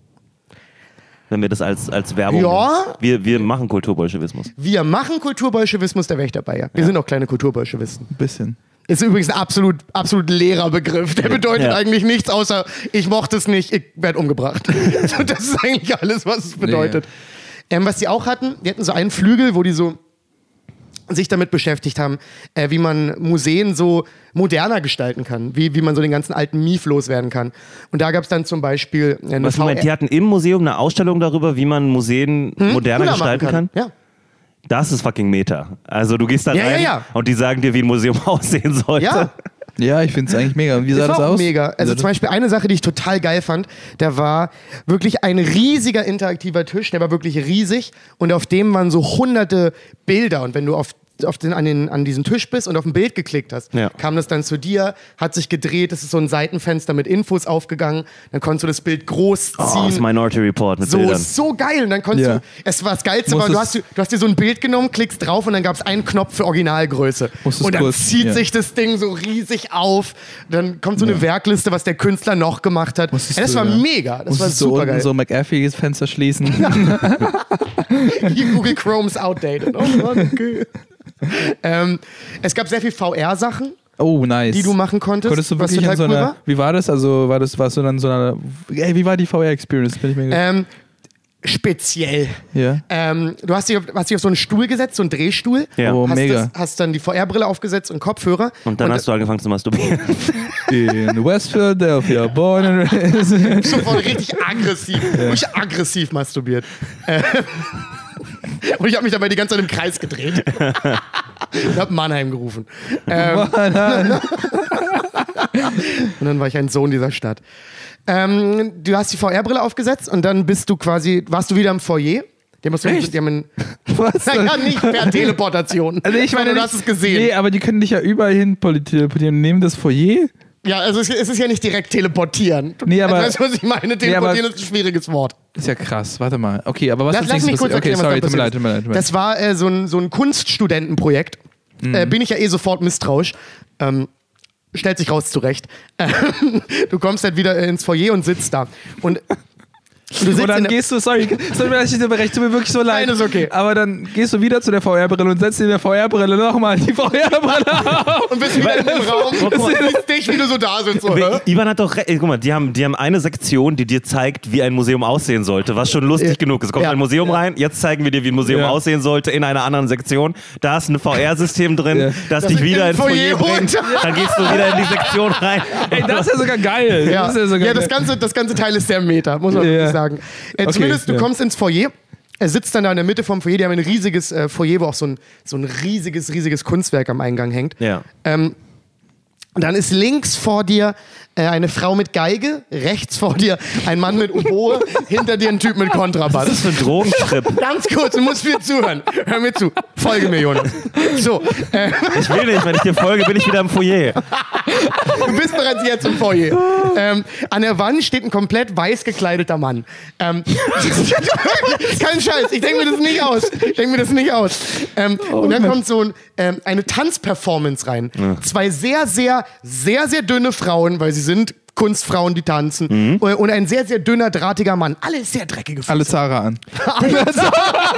Wenn wir das als, als Werbung... Ja. Wir, wir machen Kulturbolschewismus. Wir machen Kulturbolschewismus, da wäre ich dabei. Ja. Wir sind auch kleine Kulturbolschewisten. Ein bisschen. Ist übrigens ein absolut, absolut leerer Begriff. Der bedeutet Ja. eigentlich nichts, außer ich mochte es nicht, ich werde umgebracht. So, das ist eigentlich alles, was es bedeutet. Ähm, was die auch hatten, die hatten so einen Flügel, wo die so sich damit beschäftigt haben, äh, wie man Museen so moderner gestalten kann, wie, wie man so den ganzen alten Mief loswerden kann. Und da gab es dann zum Beispiel eine Was, Moment, die hatten im Museum eine Ausstellung darüber, wie man Museen moderner cooler gestalten machen kann? Ja. Das ist fucking Meta. Also du gehst da Ja, ja, rein ja. und die sagen dir, wie ein Museum aussehen sollte. Ja. Ja, ich finde es eigentlich mega. Und wie sah Das das, war auch aus? mega. Also zum Beispiel eine Sache, die ich total geil fand, da war wirklich ein riesiger interaktiver Tisch, der war wirklich riesig und auf dem waren so hunderte Bilder und wenn du auf auf den, an, den, an diesen Tisch bist und auf ein Bild geklickt hast, Ja. kam das dann zu dir, hat sich gedreht, es ist so ein Seitenfenster mit Infos aufgegangen, dann konntest du das Bild groß Oh, ziehen. das Minority Report mit So, Bildern. so geil. Und dann konntest Ja. du, es war das Geilste, war, Musstest- du hast, du hast dir so ein Bild genommen, klickst drauf und dann gab es einen Knopf für Originalgröße. Musstest Und dann kurz, zieht ja. sich das Ding so riesig auf. Dann kommt so eine Werkliste, was der Künstler noch gemacht hat. Musstest Ja, das du, war ja. mega. Das war Musstest du super unten geil. so McAfee's Fenster schließen. Google Chrome's outdated. Oh Mann, okay. ähm, es gab sehr viel V R-Sachen, Oh, nice. die du machen konntest. Konntest du was wirklich total in so cool einer, war. wie war das? Also war das, warst du dann so einer, ey, wie war die V R-Experience? Bin ich mir Ähm, speziell. ja. Ähm, du hast dich, auf, hast dich auf so einen Stuhl gesetzt, so einen Drehstuhl. Ja. Oh, hast, mega. das, hast dann die V R-Brille aufgesetzt und Kopfhörer. Und dann hast du angefangen zu masturbieren. In West Philadelphia, born and raised. sofort richtig aggressiv, richtig aggressiv masturbiert. Äh, Und ich habe mich dabei die ganze Zeit im Kreis gedreht. Und habe Mannheim gerufen. Ähm, und dann war ich ein Sohn dieser Stadt. Ähm, du hast die V R-Brille aufgesetzt und dann bist du quasi, warst du wieder im Foyer. Die musst du, die haben einen, Was? naja, nicht per Teleportation. Also ich meine, du nicht- hast es gesehen. Nee, aber die können dich ja überall hin teleportieren. Nehmen das Foyer. Ja, also es, es ist ja nicht direkt teleportieren. Nee, aber- Also, weißt du, was ich meine? Teleportieren aber- ist ein schwieriges Wort. Ist ja krass. Warte mal. Okay, aber was Lass, ist lass nächstes mich kurz passiert? Okay, erklären, sorry, was tut mir da leid, tut mir leid. passiert Tut mir leid. ist. Das war äh, so ein, so ein Kunststudentenprojekt. Mhm. Äh, bin ich ja eh sofort misstrauisch. Ähm, stellt sich raus zurecht. Ähm, du kommst halt wieder ins Foyer und sitzt da. Und du sitzt Und dann in der, gehst du, sorry, sorry, dass ich dir berecht, tut mir wirklich so leid. Nein, ist okay. Aber dann gehst du wieder zu der V R-Brille und setzt dir in der V R-Brille nochmal die V R-Brille auf. und bist wieder in dem Raum und siehst dich, wie du so da sitzt. So, hä? Ivan hat doch recht. Guck mal, die haben, die haben eine Sektion, die dir zeigt, wie ein Museum aussehen sollte, was schon lustig Ja. genug ist. Es kommt Ja. ein Museum rein, jetzt zeigen wir dir, wie ein Museum Ja. aussehen sollte in einer anderen Sektion. Da ist ein V R-System drin, Ja. das, Das dich wieder ins ins Foyer Foyer bringt. holt. Dann gehst du wieder in die Sektion rein. Ey, das ist ja sogar geil. Ja, Das ist ja sogar ja das, geil. ganze, das ganze Teil ist sehr meta, muss man Ja. wirklich sagen. Äh, Okay, zumindest, du ja. kommst ins Foyer, er sitzt dann da in der Mitte vom Foyer, die haben ein riesiges äh, Foyer, wo auch so ein, so ein riesiges, riesiges Kunstwerk am Eingang hängt. Ja. Ähm, und dann ist links vor dir äh, eine Frau mit Geige, rechts vor dir ein Mann mit Oboe, hinter dir ein Typ mit Kontrabass. Was ist das für ein Drogentrip? Ganz kurz, du musst viel zuhören. Hör mir zu. Folge mir, Jonas. So, äh, Ich will nicht, wenn ich dir folge, bin ich wieder im Foyer. Du bist bereits jetzt im Foyer. Ähm, an der Wand steht ein komplett weiß gekleideter Mann. Ähm, kein Scheiß, ich denke mir das nicht aus. Ich denke mir das nicht aus. Ähm, oh, und dann Mann. kommt so ein, ähm, eine Tanzperformance rein. Ja. Zwei sehr, sehr, sehr, sehr dünne Frauen, weil sie sind Kunstfrauen, die tanzen. Mhm. Und ein sehr, sehr dünner, drahtiger Mann. Alle sehr dreckige Füße. Alle Zara an. Alle Zara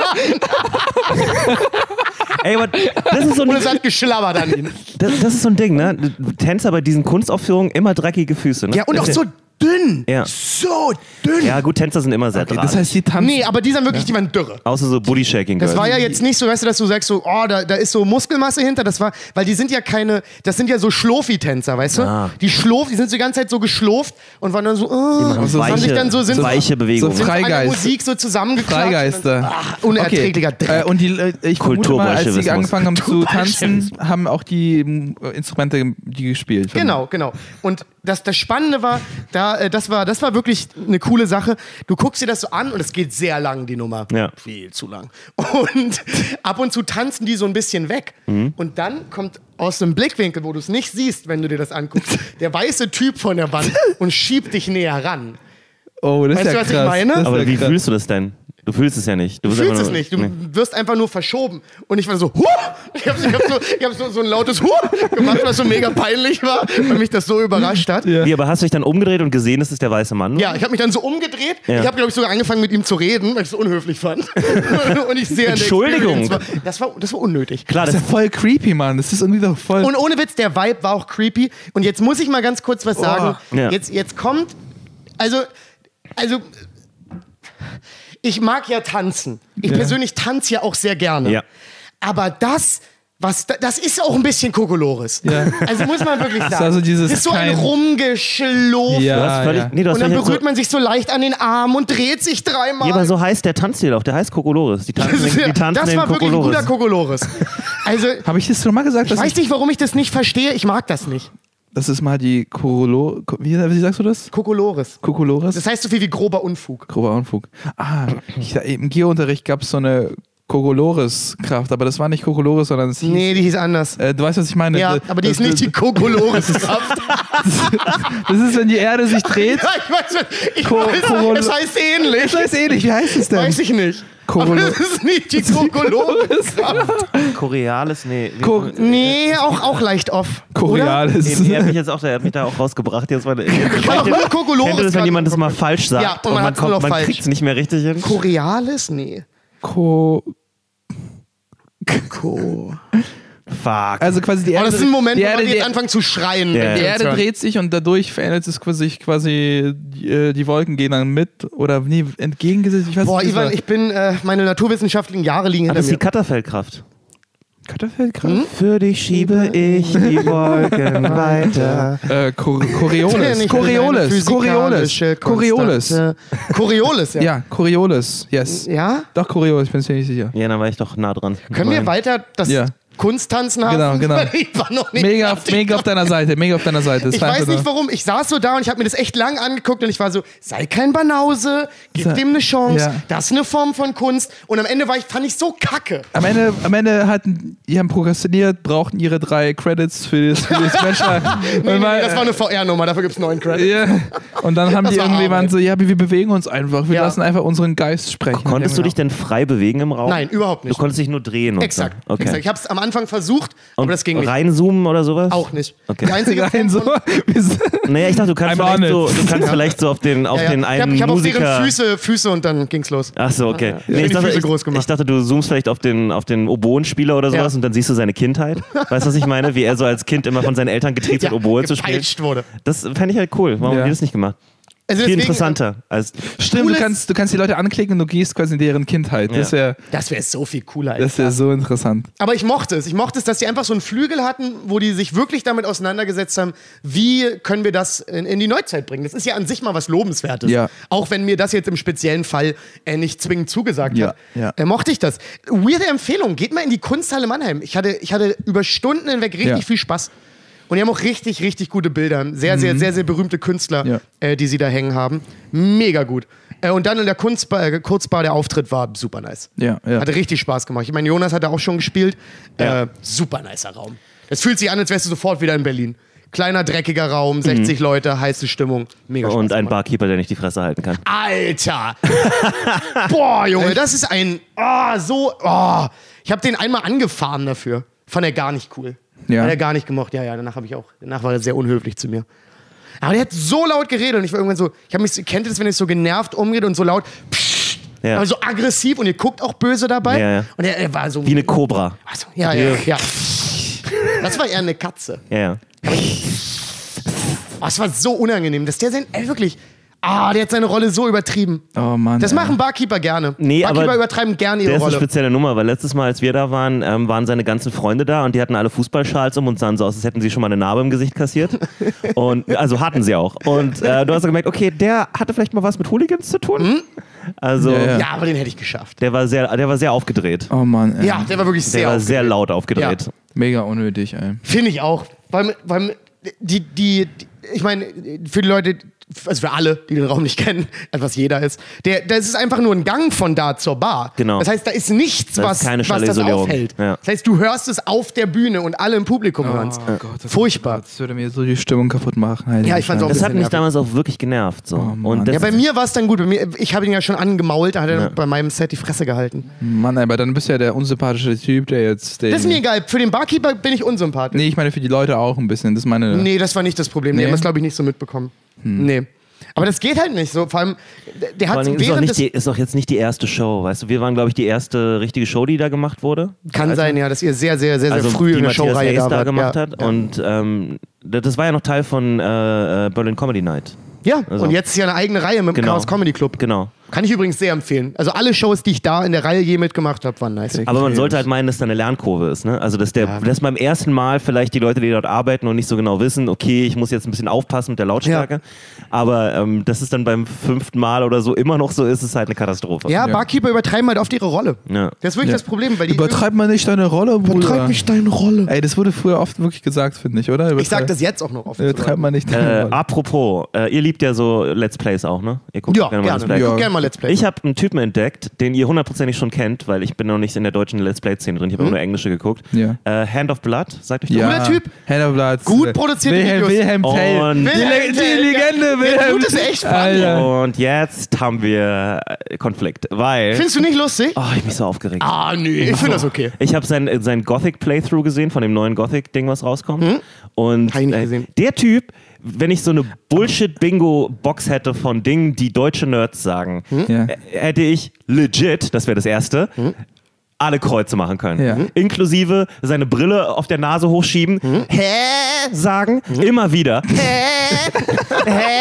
Ey, aber das ist so ein Und es hat geschlabbert an ihn. Das, das ist so ein Ding, ne? Tänzer bei diesen Kunstaufführungen immer dreckige Füße. Ne? Ja, und auch so dünn. Ja. So dünn. Ja, gut, Tänzer sind immer sehr Okay, drahtig. das heißt, die tanzen. Nee, aber die sind wirklich, die waren dürre. Außer so Booty-Shaking. Das war ja jetzt nicht so, weißt du, dass du sagst so, oh, da, da ist so Muskelmasse hinter. Das war, weil die sind ja keine, das sind ja so Schlurfi-Tänzer, weißt du? Ah. Die Schlurf, die sind so die ganze Zeit so geschlurft und waren dann so, oh, so haben sich dann so, sind so weiche Bewegungen. So sind an der Freigeist. Musik so zusammengeklatscht. Freigeister. Ach, unerträglicher Okay. Dreck. Äh, und die, äh, ich vermute mal, als sie Kulturbolschewismus. angefangen haben zu tanzen, haben auch die äh, Instrumente die gespielt. Genau, genau. Und das, das Spannende war, da, äh, das war, das war wirklich eine coole Sache. Du guckst dir das so an und es geht sehr lang, die Nummer. Ja. Viel zu lang. Und ab und zu tanzen die so ein bisschen weg. Mhm. Und dann kommt aus einem Blickwinkel, wo du es nicht siehst, wenn du dir das anguckst, der weiße Typ von der Wand und schiebt dich näher ran. Oh, das Weißt ist ja du, was ich krass. meine? Das ist Aber ja wie krass. fühlst du das denn? Du fühlst es ja nicht. Du, Du bist fühlst einfach es nur- nicht, du Nee. wirst einfach nur verschoben. Und ich war so, huh! Ich habe ich hab so, ich hab so, so ein lautes Huh gemacht, was so mega peinlich war, weil mich das so überrascht hat. Ja. Wie, aber hast du dich dann umgedreht und gesehen, es ist der weiße Mann? Ja, ich habe mich dann so umgedreht. Ja. Ich habe, glaube ich, sogar angefangen mit ihm zu reden, weil ich es so unhöflich fand. Und ich sehe an der Entschuldigung. Experience war, das war, das war unnötig. Klar, Das das ist ja voll creepy, Mann. Das ist irgendwie doch voll. Und ohne Witz, der Vibe war auch creepy. Und jetzt muss ich mal ganz kurz was sagen. Ja. Jetzt, jetzt kommt, also, also, ich mag ja tanzen. Ich Ja. persönlich tanze ja auch sehr gerne. Ja. Aber das, was, das ist auch ein bisschen Kokolores. Ja. Also muss man wirklich sagen. also dieses das ist so ein kein- Rumgeschlurfe. Ja. Du hast völlig, nee, du hast Und dann völlig berührt so, man sich so leicht an den Arm und dreht sich dreimal. ja, aber so heißt der Tanzstil auch. Der heißt Kokolores. Die tanzen, das den- ist- die tanzen das den war wirklich ein guter Kokolores. Kokolores. Also, Habe ich das schon mal gesagt? ich Dass weiß nicht, warum ich das nicht verstehe. Ich mag das nicht. Das ist mal die Korolo... Wie, wie sagst du das? Kokolores. Kokolores? Das heißt so viel wie grober Unfug. Grober Unfug. Ah, ich, im Geounterricht gab es so eine Kokolores-Kraft, aber das war nicht Kokolores, sondern es hieß, Nee, die hieß anders. äh, du weißt, was ich meine? Ja, Das- aber die das, ist nicht die Kokolores-Kraft. Das ist, wenn die Erde sich dreht. Ja, ich weiß, ich Ko- weiß Korolo- es heißt ähnlich. Das heißt ähnlich, wie heißt es denn? Weiß ich nicht. Korolo- Aber das ist nicht die Kokolores-Kraft. Koreales, nee. wie- Ko- Nee, auch, auch leicht off. Koreales. Nee, er, hat mich jetzt auch, er hat mich da auch rausgebracht. Jetzt mal, kann auch nur Kokolores kennt ihr das, wenn gerade jemand das mal kommen. falsch sagt Ja, und man hat's nur noch man falsch. kriegt es nicht mehr richtig hin? Koreales? Nee. Ko Ko. Fuck. also quasi die Aber Erde, das ist ein Moment, die wo Erde, man die, jetzt anfangen zu schreien. Ja. wenn die wir Erde uns hören. dreht sich und dadurch verändert es sich quasi, die, äh, die Wolken gehen dann mit oder nee, entgegengesetzt. Ich weiß Boah, nicht, wie es Ivan, war. ich bin, äh, meine naturwissenschaftlichen Jahre liegen Ah, hinter das ist die mir. Katterfeldkraft. Katterfeldkraft? Hm? Für dich schiebe ich die Wolken weiter. Äh, Chor Nicht Coriolis. eine Coriolis. Coriolis. physikalische Coriolis. Konstante. Coriolis, ja. Ja, Coriolis. Yes. Ja? Doch, Coriolis, ich bin mir nicht sicher. Ja, dann war ich doch nah dran. Können wir weiter das Ja. Kunsttanzen haben? Genau, genau. Weil ich war noch nicht Mega, fertig. mega auf deiner Seite, mega auf deiner Seite. Das Ich war weiß einfach nicht nur- warum. Ich saß so da und ich habe mir das echt lang angeguckt und ich war so, sei kein Banause, gib Sa- dem eine Chance, Ja. das ist eine Form von Kunst. Und am Ende war ich, fand ich so kacke. Am Ende, am Ende hatten, die haben prokrastiniert, brauchten ihre drei Credits für das, für das Special. Nee, nee, nee, das war eine V R-Nummer, dafür gibt es neuen Credit. ja. Und dann haben Das die war irgendwie Arbeit. waren so, ja, wir bewegen uns einfach, wir Ja. lassen einfach unseren Geist sprechen. Konntest du dich denn frei bewegen im Raum? Nein, überhaupt nicht. Du konntest dich nur drehen. Und Exakt. So. Okay. exakt. Ich habe es am Anfang versucht, aber Und das ging nicht. reinzoomen oder sowas? Auch nicht. Okay. Die einzige rein Form so? von- Naja, ich dachte, du kannst, I'm on vielleicht so, it. du kannst vielleicht so auf den, auf Ja, ja. den Ich einen habe ich hab auf Musiker... deren Füße, Füße und dann ging's los. Ach so, okay. Ich hab ich, die dachte, Füße ich, groß gemacht. ich dachte, du zoomst vielleicht auf den, auf den Oboenspieler oder sowas Ja. und dann siehst du seine Kindheit. Weißt du, was ich meine? Wie er so als Kind immer von seinen Eltern getreten Ja, wird, Oboe zu spielen. gepeitscht wurde. Das fände ich halt cool. Warum Ja. haben die das nicht gemacht? Also Viel deswegen, interessanter. Als Stimmt, Cooles- du kannst, du kannst die Leute anklicken und du gehst quasi in deren Kindheit. Das Ja. wäre Das wäre so viel cooler. als das wär so interessant. Aber ich mochte es. Ich mochte es, dass sie einfach so einen Flügel hatten, wo die sich wirklich damit auseinandergesetzt haben, wie können wir das in, in die Neuzeit bringen. Das ist ja an sich mal was Lobenswertes. Ja. Auch wenn mir das jetzt im speziellen Fall äh, nicht zwingend zugesagt Ja, hat, ja. Äh, mochte ich das. Weirde Empfehlung, geht mal in die Kunsthalle Mannheim. Ich hatte, ich hatte über Stunden hinweg richtig Ja. viel Spaß. Und die haben auch richtig, richtig gute Bilder. Sehr, sehr, sehr, sehr berühmte Künstler, Ja. äh, die sie da hängen haben. Mega gut. Äh, und dann in der Kunstbar, äh, Kurzbar, der Auftritt war super nice. Ja, ja. Hatte richtig Spaß gemacht. Ich meine, Jonas hat da auch schon gespielt. Ja. Äh, super nicer Raum. Das fühlt sich an, als wärst du sofort wieder in Berlin. Kleiner, dreckiger Raum, sechzig Leute, heiße Stimmung. Mega Spaß Und ein gemacht. Barkeeper, der nicht die Fresse halten kann. Alter! Boah, Junge, das ist ein. Oh, so. Oh. Ich habe den einmal angefahren dafür. Fand er gar nicht cool. Ja. Hat er gar nicht gemocht. Ja, ja, danach habe ich auch. Danach war er sehr unhöflich zu mir. Aber der hat so laut geredet und ich war irgendwann so. Ich habe mich. Kennt ihr das, wenn ihr so genervt umgeht und so laut. Pssst, Ja. aber so aggressiv und ihr guckt auch böse dabei. Ja, ja. Und er, er war so. Wie eine Kobra. Also, ja, ja, ja. Das war eher eine Katze. Ja, ja. Oh, es war so unangenehm, dass der sein. Ey, wirklich. Ah, der hat seine Rolle so übertrieben. Oh Mann. Das ey. machen Barkeeper gerne. Nee, Barkeeper aber übertreiben gerne ihre Der ist eine Rolle. spezielle Nummer, weil letztes Mal, als wir da waren, ähm, waren seine ganzen Freunde da und die hatten alle Fußballschals um und sahen so aus, als hätten sie schon mal eine Narbe im Gesicht kassiert. Und, also hatten sie auch. Und äh, du hast gemerkt, okay, der hatte vielleicht mal was mit Hooligans zu tun. Hm? Also, Ja, ja. Ja, aber den hätte ich geschafft. Der, war sehr, der war sehr aufgedreht. Oh Mann, ey. Ja, der war wirklich Der sehr war aufgeregt. sehr laut aufgedreht. Ja. Mega unnötig, ey. Finde ich auch. Weil, weil die, die, die ich meine, für die Leute, also für alle, die den Raum nicht kennen, was jeder ist, der, das ist einfach nur ein Gang von da zur Bar. Genau. Das heißt, da ist nichts, Da ist was, keine was das Schallisolierung. aufhält. Ja. Das heißt, du hörst es auf der Bühne und alle im Publikum hören es. Oh Gott, oh Furchtbar. Gott, das würde mir so die Stimmung kaputt machen. Heilige Ja, ich fand's auch- Das hat mich nervig. damals auch wirklich genervt. So. Mann. und das, Ja, bei mir war es dann gut. Bei mir, ich habe ihn ja schon angemault, da hat er Ja. bei meinem Set die Fresse gehalten. Mann, aber dann bist du ja der unsympathische Typ, der jetzt... Den Das ist mir egal. Für den Barkeeper bin ich unsympathisch. Nee, ich meine für die Leute auch ein bisschen. Das ist meine... Nee, das war nicht das Problem. Die Nee? haben das, glaube ich, nicht so mitbekommen. Nee. Aber das geht halt nicht so. Vor allem, der- der vor hat allen Dingen ist, auch während nicht des... die, ist auch jetzt nicht die erste Show, weißt du? Wir waren, glaube ich, die erste richtige Show, die da gemacht wurde. Kann sein, ja, dass ihr sehr, sehr, sehr, sehr Also früh die in der Matthias Showreihe Hayes da da wart. gemacht ja. hat. Und ähm, das das war ja noch Teil von äh, äh, Berlin Comedy Night. Ja, Also- und jetzt ist ja eine eigene Reihe mit dem Genau. Chaos Comedy Club. Genau. Kann ich übrigens sehr empfehlen. Also alle Shows, die ich da in der Reihe je mitgemacht habe, waren nice. Aber man sollte halt meinen, dass da eine Lernkurve ist. Ne? Also, dass, der, Ja. dass beim ersten Mal vielleicht die Leute, die dort arbeiten und nicht so genau wissen, okay, ich muss jetzt ein bisschen aufpassen mit der Lautstärke. Aber ähm, dass es dann beim fünften Mal oder so immer noch so ist, ist halt eine Katastrophe. Ja, Barkeeper übertreiben halt oft ihre Rolle. Ja. Das ist wirklich Ja. das Problem. Weil die Übertreib mal nicht deine Rolle, Bruder. Übertreib nicht deine Rolle. Ey, das wurde früher oft wirklich gesagt, finde ich, oder? Ich sag das jetzt auch noch oft. Übertreib mal nicht deine Äh, Rolle. apropos, äh, ihr liebt ja so Let's Plays auch, ne? Ihr guckt Ja, gerne gerne. mal Let's Plays. Ich Ja. guck gerne mal Let's Play. Ich habe einen Typen entdeckt, den ihr hundertprozentig schon kennt, weil ich bin noch nicht in der deutschen Let's Play-Szene drin. Ich habe Hm? immer nur englische geguckt. Ja. Äh, Hand of Blood, sagt euch das? Cooler Typ. Hand of Blood. Gut produzierte Wilhelm, Videos. Wilhelm Tell. Und- Die, Wilhelm Le die Tell, Legende, ja. Wilhelm. Der Dude ist echt funny. Alter. Und jetzt haben wir äh, Konflikt, weil... Findest du nicht lustig? Oh, ich hab mich so aufgeregt. Ah, nee. Ich finde das okay. Ich habe sein, sein Gothic-Playthrough gesehen, von dem neuen Gothic-Ding, was rauskommt. Und Hab ich nicht äh, gesehen. der Typ, wenn ich so eine Bullshit-Bingo-Box hätte von Dingen, die deutsche Nerds sagen, Ja. äh, hätte ich legit, das wäre das Erste, alle Kreuze machen können. Ja. Inklusive seine Brille auf der Nase hochschieben, hä sagen, immer wieder. Hä? Hä?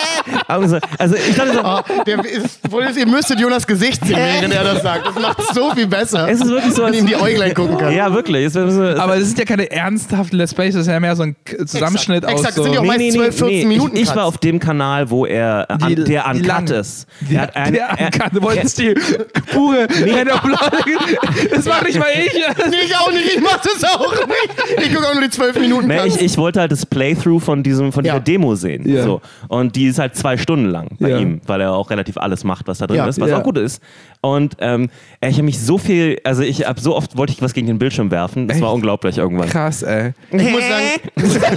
Also, also ich dachte so, Ah, der ist, ihr müsstet Jonas Gesicht sehen, während er das sagt. Das macht so viel besser. es ist wirklich so, wenn als ihm die Äuglein gucken kann. ja, wirklich. Es, es, es, Aber das sind ja keine ernsthaften Let's Plays, das ist ja mehr so ein K- Zusammenschnitt Exakt, aus exakt. so... Das sind ja auch meist zwölf, vierzehn Minuten Ich, ich Cuts. war auf dem Kanal, wo er äh, Die- an, der die uncut langen. ist. Die, Er hat ein- der er- Ankan, du wolltest die pure Hand of Blood. Das mach nicht mal ich. Nee, ich auch nicht, ich mach das auch nicht. Ich gucke auch nur die zwölf Minuten Nee, Cuts. ich, ich wollte halt das Playthrough von, diesem, von dieser Ja. Demo sehen. Ja. So. Und die ist halt zwei Stunden lang bei Ja. ihm, weil er auch relativ alles macht, was da drin Ja. ist, was Ja. auch gut ist. Und ähm, ich habe mich so viel, also ich habe so oft wollte ich was gegen den Bildschirm werfen, das war Echt? unglaublich irgendwann. Krass, ey. Ich muss sagen,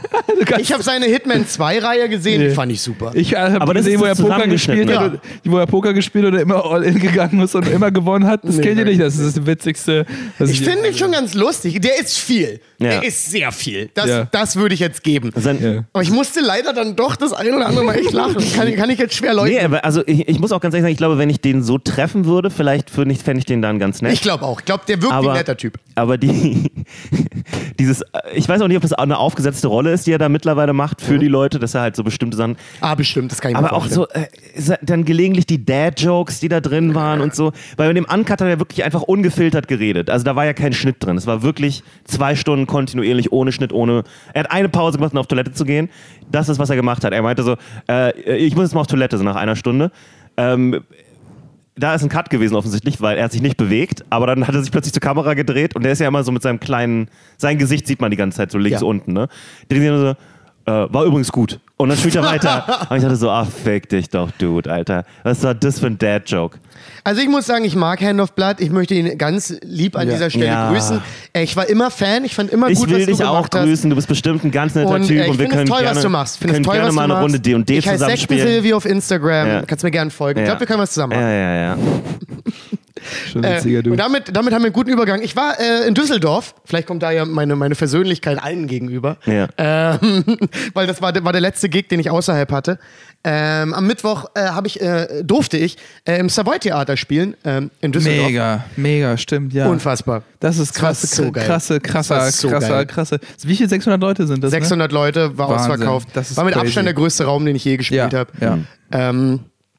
ich habe seine Hitman zwei Reihe gesehen, die Nee. fand ich super. Ich habe Aber das gesehen, ist wo er das Poker gespielt zusammengeschnittene. hat, und- wo er Poker gespielt und immer all in gegangen ist und immer gewonnen hat. Das Nee, kennt ihr nee. nicht, das ist das Witzigste. Was Ich finde ihn schon ganz lustig. Der ist viel. Ja. Der ist sehr viel. Das, Ja. das würde ich jetzt geben. Sein, Ja. Aber ich musste leider dann doch das eine oder andere Mal echt lachen. Kann, kann ich jetzt schwer Nee, leugnen. aber also ich, ich muss auch ganz ehrlich sagen, ich glaube, wenn ich den so treffen würde, vielleicht fände ich, fänd ich den dann ganz nett. Ich glaube auch. Ich glaube, der wirkt wie aber, ein netter Typ. Aber die, dieses, ich weiß auch nicht, ob das eine aufgesetzte Rolle ist, die er da mittlerweile macht für die Leute, dass er halt so bestimmte Sachen. Ah, bestimmt, das kann ich mir Aber auch vorstellen. so, äh, dann gelegentlich die Dad-Jokes, die da drin waren und so. Weil bei dem Uncut hat er wirklich einfach ungefiltert geredet. Also da war ja kein Schnitt drin. Es war wirklich zwei Stunden kontinuierlich, ohne Schnitt, ohne. Er hat eine Pause gemacht, um auf Toilette zu gehen. Das ist, was er gemacht hat. Er meinte so, äh, ich muss jetzt mal auf Toilette, so nach einer Stunde. Ähm, Da ist ein Cut gewesen offensichtlich, weil er hat sich nicht bewegt, aber dann hat er sich plötzlich zur Kamera gedreht und der ist ja immer so mit seinem kleinen, sein Gesicht sieht man die ganze Zeit so links Ja. unten, ne? Der ist so, äh, war übrigens gut. Und dann spielt er weiter. Und ich dachte so, ah, fick dich doch, Dude, Alter. Was war das für ein Dad-Joke? Also ich muss sagen, ich mag Hand of Blood. Ich möchte ihn ganz lieb an Ja. dieser Stelle Ja. grüßen. Ey, ich war immer Fan, ich fand immer Ich gut, will was du dich auch gemacht hast. grüßen, du bist bestimmt ein ganz netter Und Typ äh, ich und wir finde können es toll, gerne, was du machst. Finde es können toll, gerne was mal du eine machst. Runde D und D ich heiße zusammen spielen. Sektensilvi auf Instagram. Ja. Kannst mir gerne folgen. Ich Ja. glaube, wir können was zusammen machen. Ja, ja, ja. Schon Äh, witziger, du. und damit, damit haben wir einen guten Übergang. Ich war äh, in Düsseldorf. Vielleicht kommt da ja meine, meine Versöhnlichkeit allen gegenüber. Ja. Ähm, weil das war, der- war der letzte Gig, den ich außerhalb hatte. Ähm, am Mittwoch äh, hab ich, äh, durfte ich äh, im Savoy Theater spielen ähm, in Düsseldorf. Mega, mega, stimmt, ja. Unfassbar. Das ist krass, Das war so geil. krasse, krasser, Das war so krasser, geil. krasse. Wie viele sechshundert Leute sind das? sechshundert Leute, war Wahnsinn. ausverkauft. Das ist war mit crazy. Abstand der größte Raum, den ich je Ne? gespielt Ja, habe. ja. Ähm,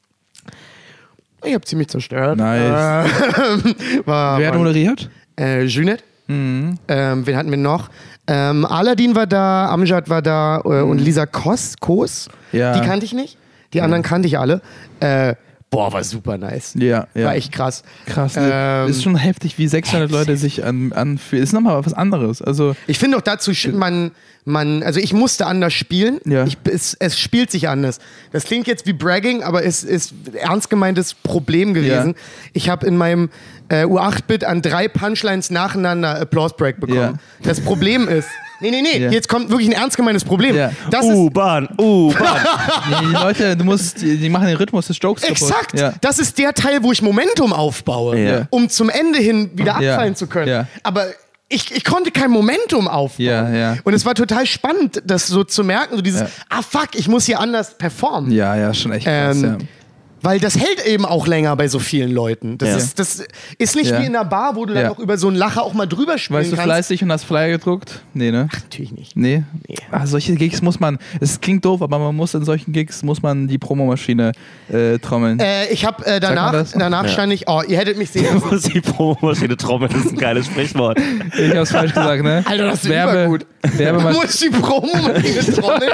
ich habe ziemlich zerstört. Nice. Äh, war, Wer hat war, moderiert? Äh, Junet. Mhm. Ähm, wen hatten wir noch? Ähm, Aladdin war da, Amjad war da äh, und Lisa Kos, Kos. Mhm. Ja. Die kannte ich nicht. Die anderen kannte ich alle. Äh, boah, war super nice. Ja, ja. War echt krass. Krass. Ähm, ist schon heftig, wie sechshundert Leute sich an, anfühlen. Ist nochmal was anderes. Also, Ich finde auch dazu, sch- man, man, also ich musste anders spielen. Ja. Ich, es, es spielt sich anders. Das klingt jetzt wie Bragging, aber es ist ernst gemeintes Problem gewesen. Ja. Ich habe in meinem äh, U acht Bit an drei Punchlines nacheinander Applause Break bekommen. Ja. Das Problem ist, nee, nee, nee, Ja. jetzt kommt wirklich ein ernst gemeintes Problem. Ja. Das ist U-Bahn, U-Bahn. die Leute, du musst, die, die machen den Rhythmus des Jokes kaputt. exakt. Ja. Das ist der Teil, wo ich Momentum aufbaue, Ja. um zum Ende hin wieder Ja. abfallen zu können. Ja. Aber ich, ich konnte kein Momentum aufbauen. Ja, ja. Und es war total spannend, das so zu merken, so dieses, Ja. ah fuck, ich muss hier anders performen. Ja, ja, schon echt krass, Ähm, ja. Weil das hält eben auch länger bei so vielen Leuten. Das, Ja. ist, das ist nicht Ja. wie in einer Bar, wo du dann Ja. auch über so einen Lacher auch mal drüber spielen Warst du kannst. fleißig und hast Flyer gedruckt? Nee, ne? Natürlich nicht. Nee. Nee. Ah, solche Gigs muss man, es klingt doof, aber man muss in solchen Gigs, muss man die Promomaschine äh, trommeln. Äh, ich habe äh, man danach, das? danach Ja. stand ich, oh, ihr hättet mich sehen müssen. Muss die Promomaschine trommeln, das ist ein geiles Sprichwort. Ich hab's falsch gesagt, ne? Alter, das ist Werbe, übergut. Werbemaschine. Muss die Promomaschine trommeln.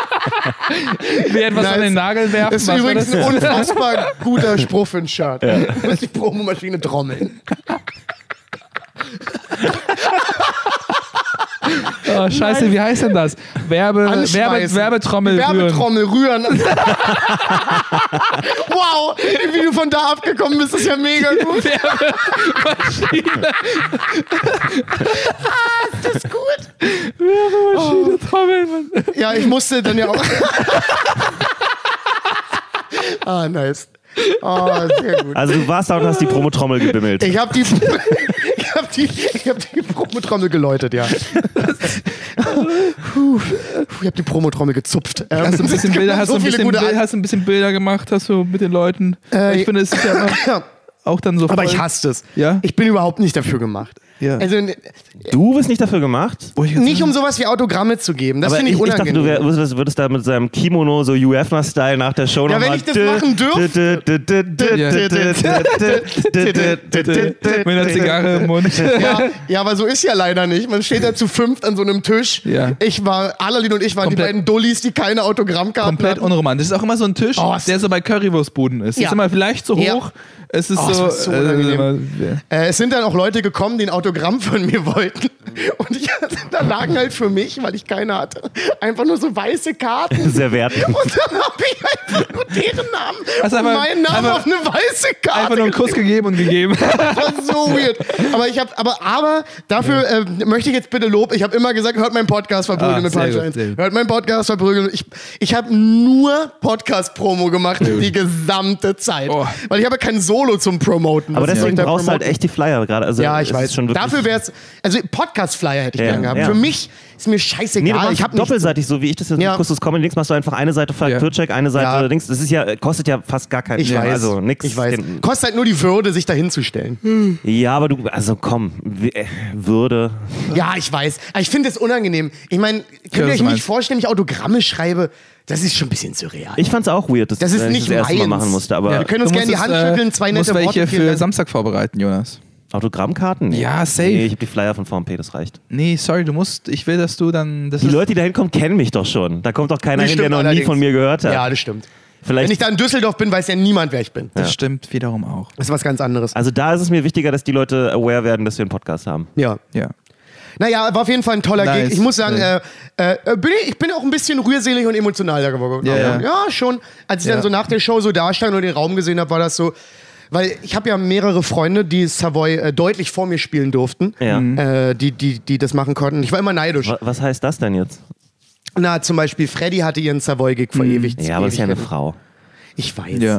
Wer etwas Nice. an den Nagel werfen? Das ist was war übrigens das? ein unfassbar guter Spruch für einen Shirt. Muss die Promomaschine trommeln. Oh, scheiße, wie heißt denn das? Werbe, Werbe, Anschmeißen. Werbetrommel rühren. Werbetrommel rühren. Wow, wie du von da abgekommen bist, ist ja mega gut. Werbemaschine. Das ist gut. Werbemaschine, Trommel. Mann. Ja, ich musste dann ja auch. Ah, nice. Oh, sehr gut. Also du warst da und hast die Promotrommel gebimmelt. Ich habe die, ich hab die, ich hab die Promotrommel geläutet, ja. Puh, ich habe die Promotrommel gezupft. Ähm, Hast du ein bisschen Bilder, hast, so du ein viele bisschen, gute Bild, An- hast du ein bisschen Bilder gemacht, hast du mit den Leuten? Äh, ich finde, es ist ja immer Ja, auch dann so voll. aber ich hasse es. Ja? Ich bin überhaupt nicht dafür gemacht. Ja. Also Du bist nicht dafür gemacht? Wo ich jetzt- nicht um sowas wie Autogramme zu geben. Das Aber finde ich, ich ich dachte, unangenehm. du wär, würdest, würdest da mit seinem Kimono so U F N-Style nach der Show Ja, nochmal... wenn ich das machen dürf. mit einer Zigarre im Mund. Ja, ja, aber so ist ja leider nicht. Man steht da zu fünft an so einem Tisch. Ja. Ich war, Aladdin und ich waren Komplett- die beiden Dullis, die keine Autogrammkarten Komplett hatten. unromantisch. Es ist auch immer so ein Tisch, Oh, es- der so bei Currywurstbuden ist. Ja. Ist immer vielleicht so Ja. hoch. Es ist Oh, es so. war so äh, unangenehm. immer- Äh, es sind dann auch Leute gekommen, die ein Autogramm von mir wollten. Und ich, da lagen halt für mich, weil ich keine hatte, einfach nur so weiße Karten. Sehr wertend. Und dann habe ich einfach nur deren Namen Hast und einfach- meinen Namen einfach- auf eine weiße Karte. Einfach nur einen Kuss gegeben und gegeben. Das war so weird. Aber ich habe, aber, aber dafür äh, möchte ich jetzt bitte Lob. Ich habe immer gesagt, hört meinen Podcast verprügeln Ah, mit sehr gut, Punchlines. sehr gut. Hört meinen Podcast verprügeln. Ich, ich habe nur Podcast-Promo gemacht die gesamte Zeit. Oh. Weil ich habe kein Solo zum Promoten. Aber Was soll ich deswegen da brauchst du halt promoten? echt die Flyer gerade. Also Ja, ich es weiß. Ist schon wirklich Dafür wäre es, also Podcast-Flyer hätte ich Ja, gern gehabt. ja. Für mich ist mir Nee, du scheißegal. machst ich habe nicht. doppelseitig, so wie ich das jetzt Ja. mit Kustus Comedy Links machst du einfach eine Seite Falk Ja. Türcek, eine Seite Ja. links. Das ist ja, kostet ja fast gar keinen Ich weiß. Also nix. Ich weiß. hinten. Kostet halt nur die Würde, sich da hinzustellen. Ja, aber du, also komm, w- äh, Würde. Ja, ich weiß. Aber ich finde es unangenehm. Ich meine, könnt was ihr du euch nicht meinst. vorstellen, ich Autogramme schreibe? Das ist schon ein bisschen surreal. Ich fand's auch weird, dass Das ist ich nicht das erste Mal meins. machen musste, aber Ja, wir können uns Du gerne die musst Hand es, äh, schütteln, zwei musst nette welche Worte. vielen für Dank. Samstag vorbereiten, Jonas. Autogrammkarten? Nee. Ja, safe. Nee, ich habe die Flyer von V M P, das reicht. Nee, sorry, du musst, ich will, dass du dann. Das Die ist, Leute, die da hinkommen, kennen mich doch schon. Da kommt doch keiner Das hin, der stimmt noch nie allerdings. von mir gehört hat. Ja, das stimmt. Vielleicht, Wenn ich da in Düsseldorf bin, weiß ja niemand, wer ich bin. das stimmt wiederum auch. Das ist was ganz anderes. also da ist es mir wichtiger, dass die Leute aware werden, dass wir einen Podcast haben. Ja. Ja. Naja, war auf jeden Fall ein toller Nice. Gig. Ich muss sagen, Ja. äh, äh, bin ich, ich bin auch ein bisschen rührselig und emotional da geworden. Ja, ja. ja, schon. Als ich Ja. dann so nach der Show so da stand und den Raum gesehen habe, war das so, Weil ich habe ja mehrere Freunde, die Savoy äh, deutlich vor mir spielen durften, Ja. äh, die, die, die das machen konnten. Ich war immer neidisch. Wa- Was heißt das denn jetzt? Na, zum Beispiel Freddy hatte ihren Savoy-Gig vor ewig. Ja, aber ist ja eine Ewigkeiten. Frau. Ich weiß. Ja.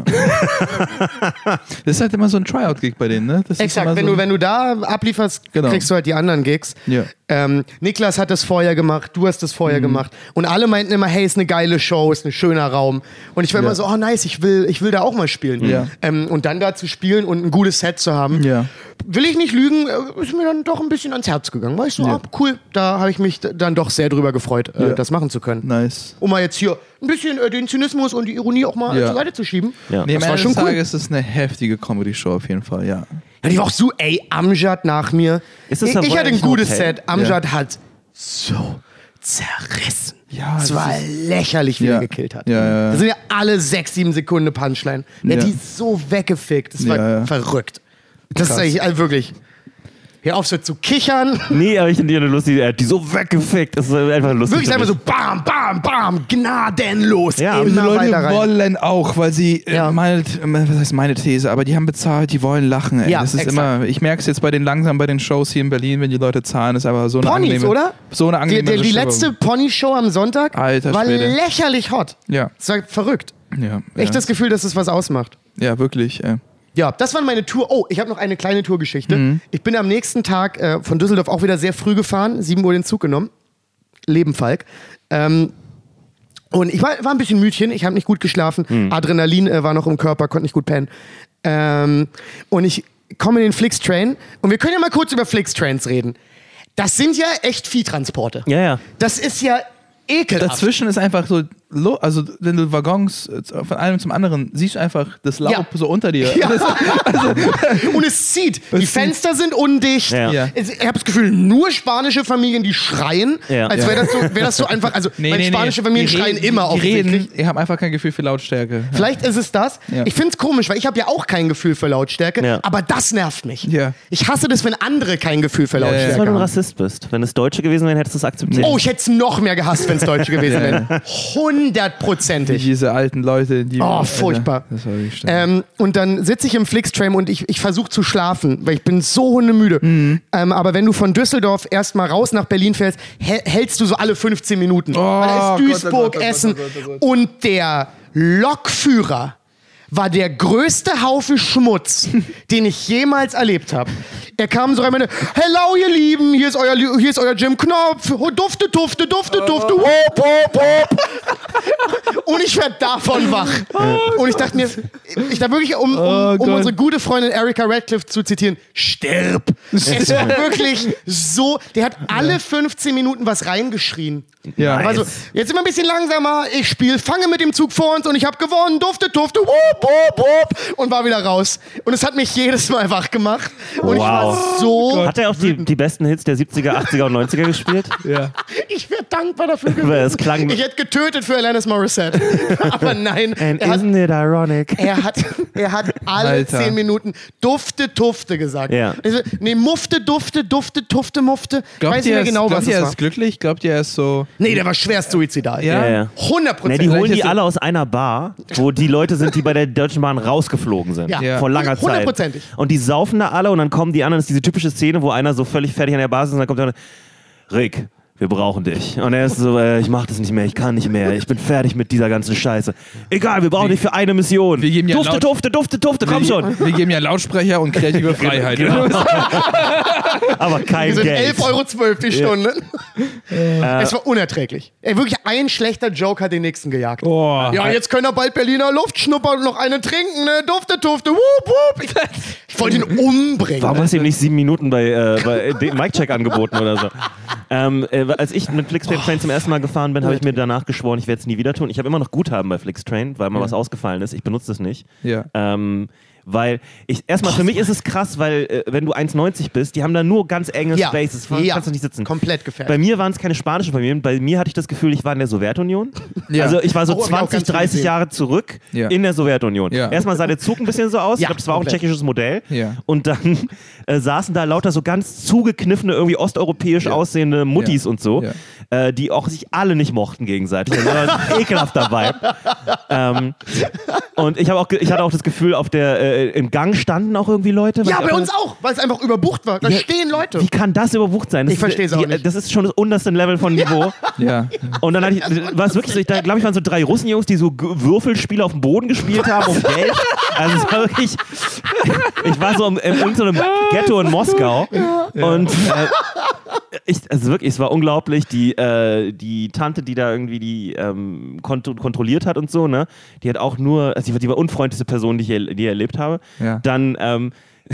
Das ist halt immer so ein Tryout-Gig bei denen, ne? Das ist Exakt, immer wenn, so du, wenn du da ablieferst, Genau. kriegst du halt die anderen Gigs. Ja. Ähm, Niklas hat das vorher gemacht, du hast das vorher gemacht. Und alle meinten immer, hey, ist eine geile Show, ist ein schöner Raum. Und ich war Ja. immer so, oh nice, ich will, ich will da auch mal spielen. Ja. Ähm, und dann da zu spielen und ein gutes Set zu haben, Ja. will ich nicht lügen, äh, ist mir dann doch ein bisschen ans Herz gegangen. Weißt du, Ja. ah, cool, da habe ich mich d- dann doch sehr drüber gefreut, äh, Ja. das machen zu können. nice. Um mal jetzt hier ein bisschen äh, den Zynismus und die Ironie auch mal Ja. zur Seite zu schieben. Ja. Nee, am Das war Ende schon des cool. Tages ist es eine heftige Comedy-Show auf jeden Fall, ja. Ja, die war auch so, ey, Amjad nach mir. Ist das ich, Savoy ich hatte ein eigentlich ein gutes Hotel? Set. Amjad hat so zerrissen. Ja, es das war ist- lächerlich, wie Ja. er gekillt hat. Ja, ja, ja. Das sind ja alle sechs, sieben Sekunden Punchline. Der Ja. hat die so weggefickt. Das war Ja, ja. verrückt. Das Krass. ist eigentlich also wirklich. Hör auf so zu kichern. Nee, aber ich finde die eine lustige, er hat die so weggefickt. Das ist einfach lustig. Wirklich für einfach mich. so bam, bam, bam, gnadenlos. Ja, immer Diese Leute weiter rein. wollen auch, weil sie, äh, Ja. meine, was heißt meine These, aber die haben bezahlt, die wollen lachen. Ey. Ja, das ist exakt. immer, ich merke es jetzt bei den langsam bei den Shows hier in Berlin, wenn die Leute zahlen, ist einfach so eine Ponys, angenehme, oder? So eine Die, angenehme die, die Stimmung. letzte Pony-Show am Sonntag Alter war Schwede. lächerlich hot. Ja, Es war verrückt. ja, Echt ja. das Gefühl, dass es was ausmacht. Ja, wirklich. Äh. Ja, das war meine Tour. Oh, ich habe noch eine kleine Tourgeschichte. Mhm. Ich bin am nächsten Tag äh, von Düsseldorf auch wieder sehr früh gefahren, sieben Uhr den Zug genommen. Leben Falk. Ähm, und ich war, war ein bisschen müdchen, ich habe nicht gut geschlafen. Mhm. Adrenalin äh, war noch im Körper, konnte nicht gut pennen. Ähm, und ich komme in den Flixtrain. Und wir können ja mal kurz über Flixtrains reden. Das sind ja echt Viehtransporte. Ja, ja. Das ist ja ekelhaft. Dazwischen ist einfach so, lo- also wenn du Waggons äh, von einem zum anderen siehst, du einfach das Laub Ja. so unter dir. Ja. Und es zieht. Die zieht. Fenster sind undicht. Ja. Ja. Es- Ich habe das Gefühl, nur spanische Familien, die schreien, Ja. als wäre das, so, wär das so einfach. Also, Nee, weil nee, spanische nee. Familien Die schreien reden, immer die offensichtlich. reden, die haben einfach kein Gefühl für Lautstärke. Vielleicht ist es das. Ja. Ich finde es komisch, weil ich habe ja auch kein Gefühl für Lautstärke, Ja. aber das nervt mich. Ja. Ich hasse das, wenn andere kein Gefühl für Ja, ja. Das ist, Lautstärke weil du ein haben. Rassist bist. Wenn es Deutsche gewesen wären, hättest du es akzeptiert. Oh, ich hätte es noch mehr gehasst, wenn es Deutsche gewesen wären. Hundertprozentig. Diese alten Leute, die. Oh, furchtbar. Das war wirklich schlimm. Ähm, und dann sitze ich im Flixtram und ich, ich versuche zu schlafen, weil ich bin so hundemüde. Mhm. Ähm, aber wenn du von Düsseldorf erstmal raus nach Berlin fährst, hä- hältst du so alle fünfzehn Minuten. weil da ist Gott, oh Duisburg, Gott, oh Gott, Essen. oh Gott, oh Gott. Und der Lokführer war der größte Haufen Schmutz, den ich jemals erlebt habe. Er kam so rein und meinte, hello ihr Lieben, hier ist euer, hier ist euer Jim Knopf, dufte, dufte, dufte, dufte, wop, wop, wop. Und ich werde davon wach. Und ich dachte mir, ich dachte wirklich, um, um, Oh um Gott. unsere gute Freundin Erika Radcliffe zu zitieren, stirb. Es war wirklich so, der hat alle fünfzehn Minuten was reingeschrien. Ja. Aber so, jetzt immer ein bisschen langsamer, ich spiele, fange mit dem Zug vor uns und ich habe gewonnen, dufte, dufte, wup, wup, wup, und war wieder raus. Und es hat mich jedes Mal wach gemacht. Und ich war Wow. so, Hat er auch die, die besten Hits der siebziger, achtziger und neunziger gespielt? Ja. ich wäre dankbar dafür Weil es gewesen. klang. Ich hätte getötet für Alanis Morissette. Aber nein, And er hat, isn't it ironic? er hat, er hat alle Alter. zehn Minuten dufte, tufte gesagt. Ja. Also, nee, mufte, dufte, dufte, tufte, mufte. Ich Glaubt weiß ihr, nicht mehr er ist- genau, glaubt was ihr, es er war. ist glücklich? Glaubt ihr, er ist so. Nee, der war schwerst suizidal. Ja? Ja, ja. hundert Ne, Prozent. die holen Vielleicht die ist er- alle aus einer Bar, wo die Leute sind, die bei der Deutschen Bahn rausgeflogen sind. Ja. Ja. Vor langer Zeit. Hundertprozentig. Und die saufen da alle und dann kommen die anderen. Das ist diese typische Szene, wo einer so völlig fertig an der Basis ist und dann kommt der andere, Rick, wir brauchen dich. Und er ist so, äh, ich mach das nicht mehr, ich kann nicht mehr, ich bin fertig mit dieser ganzen Scheiße. Egal, wir brauchen dich für eine Mission. wir geben ja dufte, laut- dufte, dufte, dufte, komm wir, schon. Wir geben ja Lautsprecher und kreative Freiheit. Genau. Aber kein Die sind Geld. elf Euro zwölf die Stunde. Es war unerträglich. Ey, wirklich ein schlechter Joke hat den nächsten gejagt. Oh. Ja, jetzt können wir bald Berliner Luft schnuppern und noch eine trinken, ne? Dufte, dufte, wup, wup. Ich, ich wollte ihn umbringen. Warum hast du ihm nicht sieben Minuten bei, äh, bei dem Mic-Check angeboten oder so? Ähm, äh, als ich mit Flixtrain zum ersten Mal gefahren bin, habe ich mir danach geschworen, ich werde es nie wieder tun. Ich habe immer noch Guthaben bei Flixtrain, weil mal was ausgefallen ist. Ich benutze das nicht. Ja. Ähm, weil ich, erstmal für mich ist es krass, weil äh, wenn du eins neunzig bist, die haben da nur ganz enge Ja. Spaces, Ja. kannst du nicht sitzen. Komplett Bei gefährlich. mir waren es keine spanischen Familien, bei mir hatte ich das Gefühl, ich war in der Sowjetunion. Ja. Also ich war so Oh, hab ich auch zwanzig, ganz viel dreißig gesehen. Jahre zurück Ja. in der Sowjetunion. Ja. Erstmal sah der Zug ein bisschen so aus, ich Ja, glaube, das war auch ein komplett. tschechisches Modell. Ja. Und dann äh, saßen da lauter so ganz zugekniffene, irgendwie osteuropäisch Ja. aussehende Muttis Ja. und so. Ja. äh, die auch sich alle nicht mochten gegenseitig. Das war ein ekelhafter Vibe. ähm, und ich, hab auch, ge- ich hatte auch das Gefühl, auf der, äh, im Gang standen auch irgendwie Leute. Ja, weil- bei uns auch, weil es einfach überbucht war. Da Ja, stehen Leute. Wie kann das überbucht sein? Das Ich versteh's ist, auch die- nicht. Das ist schon das unterste Level von Niveau. Ja. Und dann hatte ich, war es wirklich so, ich glaube ich, waren so drei Russenjungs, die so G- Würfelspiele auf dem Boden gespielt haben um Geld. Also es war wirklich, ich war so im, in irgendeinem Ghetto in Moskau und äh, ich, also wirklich, es war unglaublich, die, äh, die Tante, die da irgendwie die ähm, kont- kontrolliert hat und so, ne, die hat auch nur, also die war die war unfreundlichste Person, die ich, je- die ich erlebt habe. Ja. Dann ähm,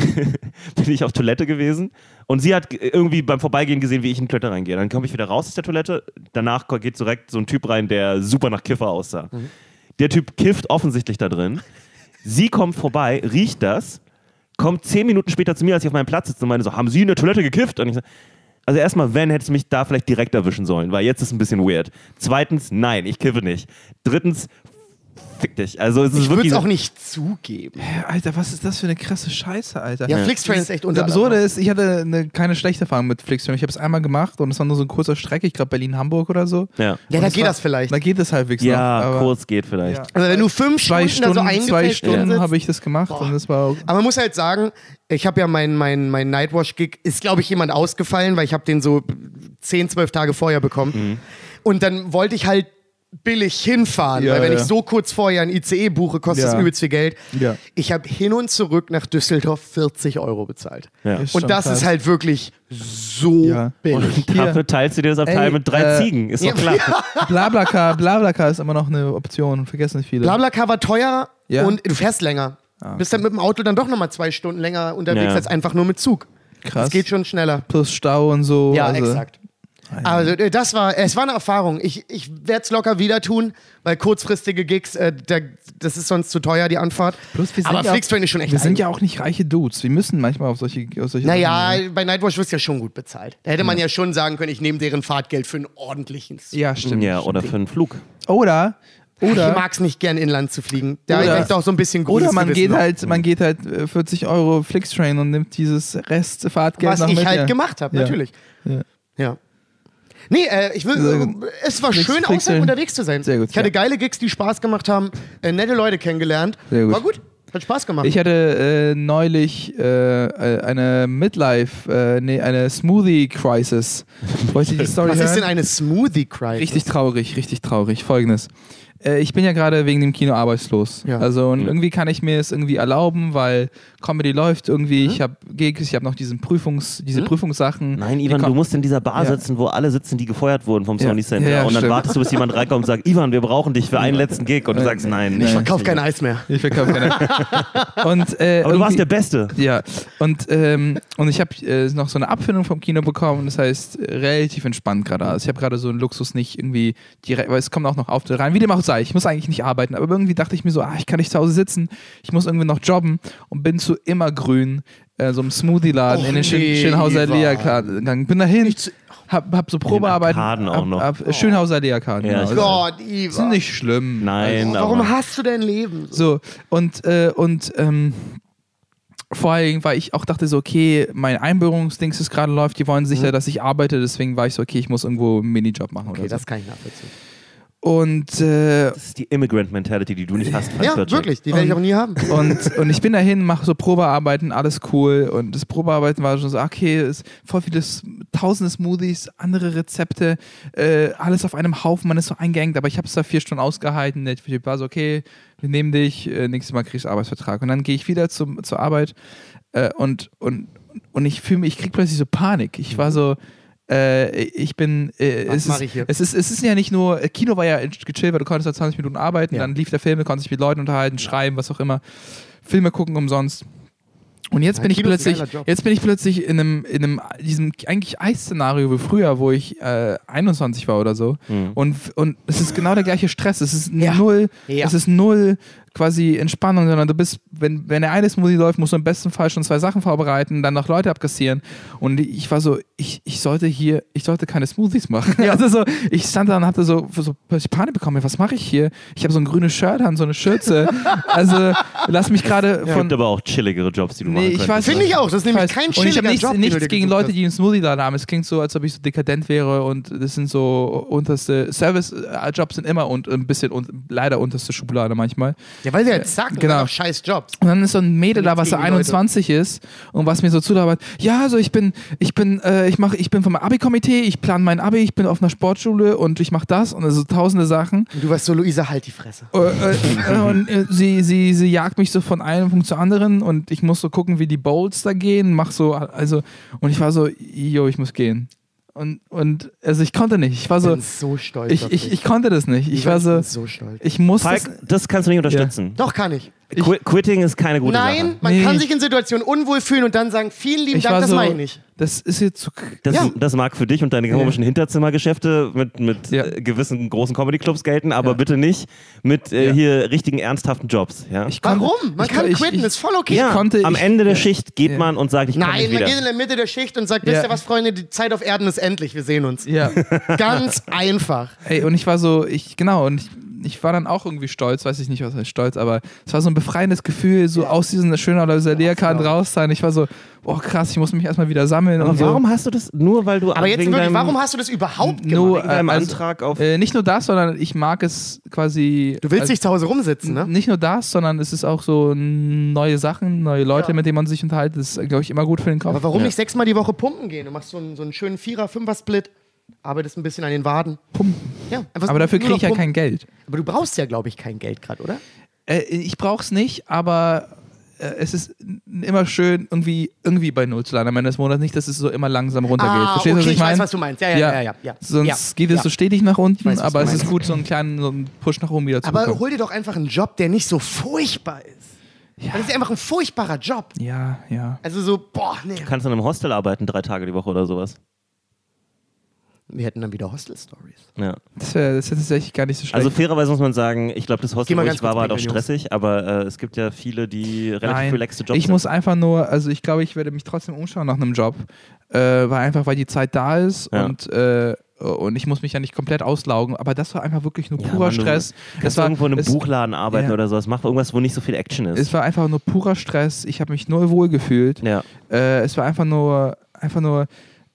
bin ich auf Toilette gewesen und sie hat irgendwie beim Vorbeigehen gesehen, wie ich in die Toilette reingehe. Dann komme ich wieder raus aus der Toilette, danach geht direkt so ein Typ rein, der super nach Kiffer aussah. Mhm. Der Typ kifft offensichtlich da drin. Sie kommt vorbei, riecht das, kommt zehn Minuten später zu mir, als ich auf meinem Platz sitze und meine so, haben Sie in der Toilette gekifft? Und ich so, also erstmal, wenn, hättest du mich da vielleicht direkt erwischen sollen, weil jetzt ist es ein bisschen weird. Zweitens, nein, ich kiffe nicht. Drittens, fick dich. Also es ist Ich würde wirklich es auch nicht zugeben. Alter, was ist das für eine krasse Scheiße, Alter. Ja, Flixtrain ist echt Das unter. Absurde ist, ich hatte eine, keine schlechte Erfahrung mit Flixtrain. Ich habe es einmal gemacht und es war nur so eine kurze Strecke, ich glaube Berlin-Hamburg oder so. Ja, Ja, da Und es geht war- das vielleicht. Da geht es halbwegs ja noch. aber kurz geht vielleicht. Ja. Also wenn du fünf Zwei Stunden, Stunden, da so zwei eingefällt Stunden sitzt- habe ich das gemacht Boah. und das war auch Aber man muss halt sagen, ich habe ja mein, mein, mein Nightwatch-Gig, ist glaube ich jemand ausgefallen, weil ich habe den so zehn, zwölf Tage vorher bekommen. Mhm. Und dann wollte ich halt billig hinfahren, Ja, weil wenn ja. ich so kurz vorher ein I C E buche, kostet Ja. das übelst viel Geld. Ja. Ich habe hin und zurück nach Düsseldorf vierzig Euro bezahlt. Ja. Ist Und schon das krass. ist halt wirklich so Ja. billig. Und dafür teilst du dir das Abteil Ey, mit drei äh, Ziegen, ist doch Ja. klar. Blablacar, Blablacar ist immer noch eine Option, vergessen nicht viele. Blablacar war teuer Ja. und du fährst länger. Ah, Bist dann mit dem Auto dann doch nochmal zwei Stunden länger unterwegs Ja. als einfach nur mit Zug. Krass. Das geht schon schneller. Plus Stau und so. Ja, also, exakt. Also äh, das war, es war eine Erfahrung. Ich, ich werde es locker wieder tun, weil kurzfristige Gigs, äh, der, das ist sonst zu teuer, die Anfahrt. Plus wir sind Aber ja Flixtrain ist schon echt Wir sind ein- ja auch nicht reiche Dudes. Wir müssen manchmal auf solche, auf solche Naja, Sachen- bei Nightwatch wirst du ja schon gut bezahlt. Da hätte man ja schon sagen können, ich nehme deren Fahrtgeld für einen ordentlichen Zug. Ja, stimmt. Ja, oder für einen Flug. Oder, Ich oder, mag es nicht gern, inland zu fliegen. Da Oder- habe ich auch so ein bisschen grünes oder man Gewissen geht noch. halt, man geht halt äh, vierzig Euro Flixtrain und nimmt dieses Restfahrtgeld Was noch ich mit. halt ja. gemacht habe, Ja. natürlich. Ja. Ja. Nee, äh, ich will, Sehr äh, gut. es war Flix- schön, Flixtrain. außerhalb unterwegs zu sein. Sehr gut, Ich hatte ja. geile Gigs, die Spaß gemacht haben, äh, nette Leute kennengelernt. Sehr gut. War gut, hat Spaß gemacht. Ich hatte äh, neulich äh, äh, eine Midlife, äh, nee, eine Smoothie-Crisis. Wollt ihr die Story Was hören? ist denn eine Smoothie-Crisis? Richtig traurig, richtig traurig. Folgendes. Äh, ich bin ja gerade wegen dem Kino arbeitslos. Ja. Also und irgendwie kann ich mir es irgendwie erlauben, weil Comedy läuft irgendwie. Ich habe Gigs, ich habe noch diesen Prüfungs, diese Mhm. Prüfungssachen. Nein, Die Ivan, kom- du musst in dieser Bar Ja. sitzen, wo alle sitzen, die gefeuert wurden vom Ja. Sony Center. Ja, ja, und dann stimmt. wartest du, bis jemand reinkommt und sagt, Ivan, wir brauchen dich für einen letzten Gig. Und du Äh, sagst, nein, nein. nicht. Ich verkaufe kein Eis mehr. Ich verkaufe keine. und, äh, Aber du warst irgendwie- der Beste. Ja, und, ähm, und ich habe äh, noch so eine Abfindung vom Kino bekommen. Das heißt, äh, relativ entspannt gerade. Also ich habe gerade so einen Luxus nicht irgendwie direkt, weil es kommen auch noch Auftritte rein. Wie dem auch sei, ich muss eigentlich nicht arbeiten. Aber irgendwie dachte ich mir so, ah, ich kann nicht zu Hause sitzen. Ich muss irgendwie noch jobben und bin zu Immergrün, äh, so einem Smoothie-Laden Och, in den Schön nee, Schönhauser Ivan. Allee gegangen. Bin dahin, hab, hab so Probearbeiten. Arkaden auch ab, noch. Ab, ab, Schönhauser Allee Arkaden. Ja, genau. ich Das Gott, ist Ivan. nicht schlimm. Nein, Warum aber hast du dein Leben? So, und, äh, und ähm, vor allem, weil ich auch dachte so, okay, mein Einbürgerungsdings ist gerade läuft, die wollen sicher, dass ich arbeite, deswegen war ich so, okay, ich muss irgendwo einen Minijob machen Okay, oder so. das kann ich nachvollziehen. Und, äh, das ist die Immigrant-Mentality, die du nicht hast. Franz Ja, Birczek. wirklich, die werde ich auch nie haben. und, und ich bin dahin, mache so Probearbeiten, alles cool. Und das Probearbeiten war schon so, okay, es ist voll viele, S- tausende Smoothies, andere Rezepte, äh, alles auf einem Haufen, man ist so eingeengt, aber ich habe es da vier Stunden ausgehalten. Ich war so, okay, wir nehmen dich, äh, nächstes Mal kriegst du Arbeitsvertrag. Und dann gehe ich wieder zum, zur Arbeit äh, und, und, und ich fühle mich, ich krieg plötzlich so Panik. Ich war so, äh, ich bin, äh, Was es, mach ist, ich hier? es ist, es ist ja nicht nur, äh, Kino war ja gechillt, weil du konntest da zwanzig Minuten arbeiten, Ja. dann lief der Film, du konntest dich mit Leuten unterhalten, schreiben, was auch immer, Filme gucken umsonst. Und jetzt Ja, bin ich Kino ist ein plötzlich, geiler Job. jetzt bin ich plötzlich in einem, in einem, diesem eigentlich Eis-Szenario wie früher, wo ich äh, einundzwanzig war oder so. Mhm. Und, und es ist genau der gleiche Stress. Es ist Ja. null, Ja. es ist null quasi Entspannung, sondern du bist, wenn, wenn der eine Smoothie läuft, musst du im besten Fall schon zwei Sachen vorbereiten, dann noch Leute abkassieren. Und ich war so, ich, ich sollte hier, ich sollte keine Smoothies machen. Ja. Also so, ich stand da und hatte so, so plötzlich Panik bekommen, was mache ich hier? Ich habe so ein grünes Shirt an, so eine Schürze. Also lass mich gerade Es von... gibt aber auch chilligere Jobs, die du Nee, machen ich könntest. weiß- Finde ich auch, das ist nämlich weiß. kein Und ich habe chilliger nichts, Job, den du nichts dir gegen gesucht Leute, hast. die einen Smoothie-Laden haben. Es klingt so, als ob ich so dekadent wäre und das sind so unterste Service-Jobs sind immer und ein bisschen und leider unterste Schublade manchmal. Ja, weil sie jetzt sagen, Genau. genau. scheiß Jobs. Und dann ist so ein Mädel da, was so Gegen die einundzwanzig ist und was mir so zulabert, ja, also ich bin, ich bin, äh, ich mache, ich bin vom Abi-Komitee, ich plane mein Abi, ich bin auf einer Sportschule und ich mache das und also tausende Sachen. Und du warst so, Luisa, halt die Fresse. Äh, äh, und äh, sie, sie, sie jagt mich so von einem Punkt zu anderen und ich muss so gucken, wie die Bowls da gehen, mach so, also, und ich war so, jo, ich muss gehen. Und, und also ich konnte nicht. Ich war Ich so, bin so stolz ich, auf ich, dich. ich konnte das nicht. Ich war so, bin so stolz. ich muss das, Falk, das kannst du nicht unterstützen. Doch, kann ich. Qui Quitting ist keine gute Nein, Sache. man Nee. kann sich in Situationen unwohl fühlen und dann sagen, vielen lieben ich Dank, war das so, meine ich nicht. das ist jetzt zu, Das, Ja. das mag für dich und deine komischen Hinterzimmergeschäfte mit, mit Ja. äh, gewissen großen Comedy-Clubs gelten, aber Ja. bitte nicht mit äh, Ja. hier richtigen, ernsthaften Jobs. Ja? ich konnte- Warum? Man ich, kann ich, quitten, ich, ist voll okay. ja, konnte- am ich- Ende der ja. Schicht geht Ja. man und sagt, ich komme Nein, nicht man wieder. geht in der Mitte der Schicht und sagt, wisst Ja. ihr was, Freunde, die Zeit auf Erden ist endlich, wir sehen uns. Ja. Ganz einfach. Ey, und ich war so, ich, genau, und ich, ich war dann auch irgendwie stolz, weiß ich nicht, was heißt stolz, aber es war so ein befreiendes Gefühl, so aus diesen schönen Laserlehrkarten raus sein. Ich war so, boah krass, ich muss mich erstmal wieder sammeln. Aber und warum so. hast du das nur, weil du Aber jetzt wegen wirklich, deinem, warum hast du das überhaupt gemacht? Nur, wegen deinem äh, also, Antrag auf... Äh, nicht nur das, sondern ich mag es quasi. Du willst also, nicht zu Hause rumsitzen, ne? Nicht nur das, sondern es ist auch so neue Sachen, neue Leute, Ja. mit denen man sich unterhält. Das ist, glaube ich, immer gut für den Kopf. Aber warum Ja. nicht sechsmal die Woche pumpen gehen? Du machst so einen, so einen schönen Vierer-, Fünfer-Split, arbeitest ein bisschen an den Waden. Pumpen. Ja, einfach Aber dafür nur kriege ich noch ja pumpen. kein Geld. Aber du brauchst ja, glaube ich, kein Geld gerade, oder? Äh, ich brauche es nicht, aber äh, es ist n- immer schön, irgendwie, irgendwie bei Null zu landen am Ende des Monats. Nicht, dass es so immer langsam runtergeht. Ah, Verstehst du, okay, was ich ich weiß, meine? was du meinst. Ja, ja, ja, ja, ja. Sonst Ja, geht es ja. so stetig nach unten, weiß, was aber du es ist meinst. gut, so einen kleinen so einen Push nach oben wieder zu Aber bekommen. hol dir doch einfach einen Job, der nicht so furchtbar ist. Ja. Das ist einfach ein furchtbarer Job. Ja, ja. Also so, boah, nee. Du kannst in einem Hostel arbeiten, drei Tage die Woche oder sowas. Wir hätten dann wieder Hostel-Stories. Ja. Das wäre das wär tatsächlich gar nicht so schlecht. Also fairerweise muss man sagen, ich glaube, das Hostel, Geh mal wo ganz ich war, kurz war halt auch pinkeln, Jungs. stressig, aber äh, es gibt ja viele, die relativ Nein, relaxte Jobs ich muss einfach nur, also ich glaube, ich werde mich trotzdem umschauen nach einem Job, äh, weil einfach, weil die Zeit da ist Ja. und äh, und ich muss mich ja nicht komplett auslaugen, aber das war einfach wirklich nur Ja, purer Mann, du Stress. Kannst Es war, irgendwo in einem es, Buchladen arbeiten ja. oder sowas. Mach irgendwas, wo nicht so viel Action ist. es war einfach nur purer Stress. Ich habe mich null wohl gefühlt. ja. Äh, es war einfach nur, einfach nur,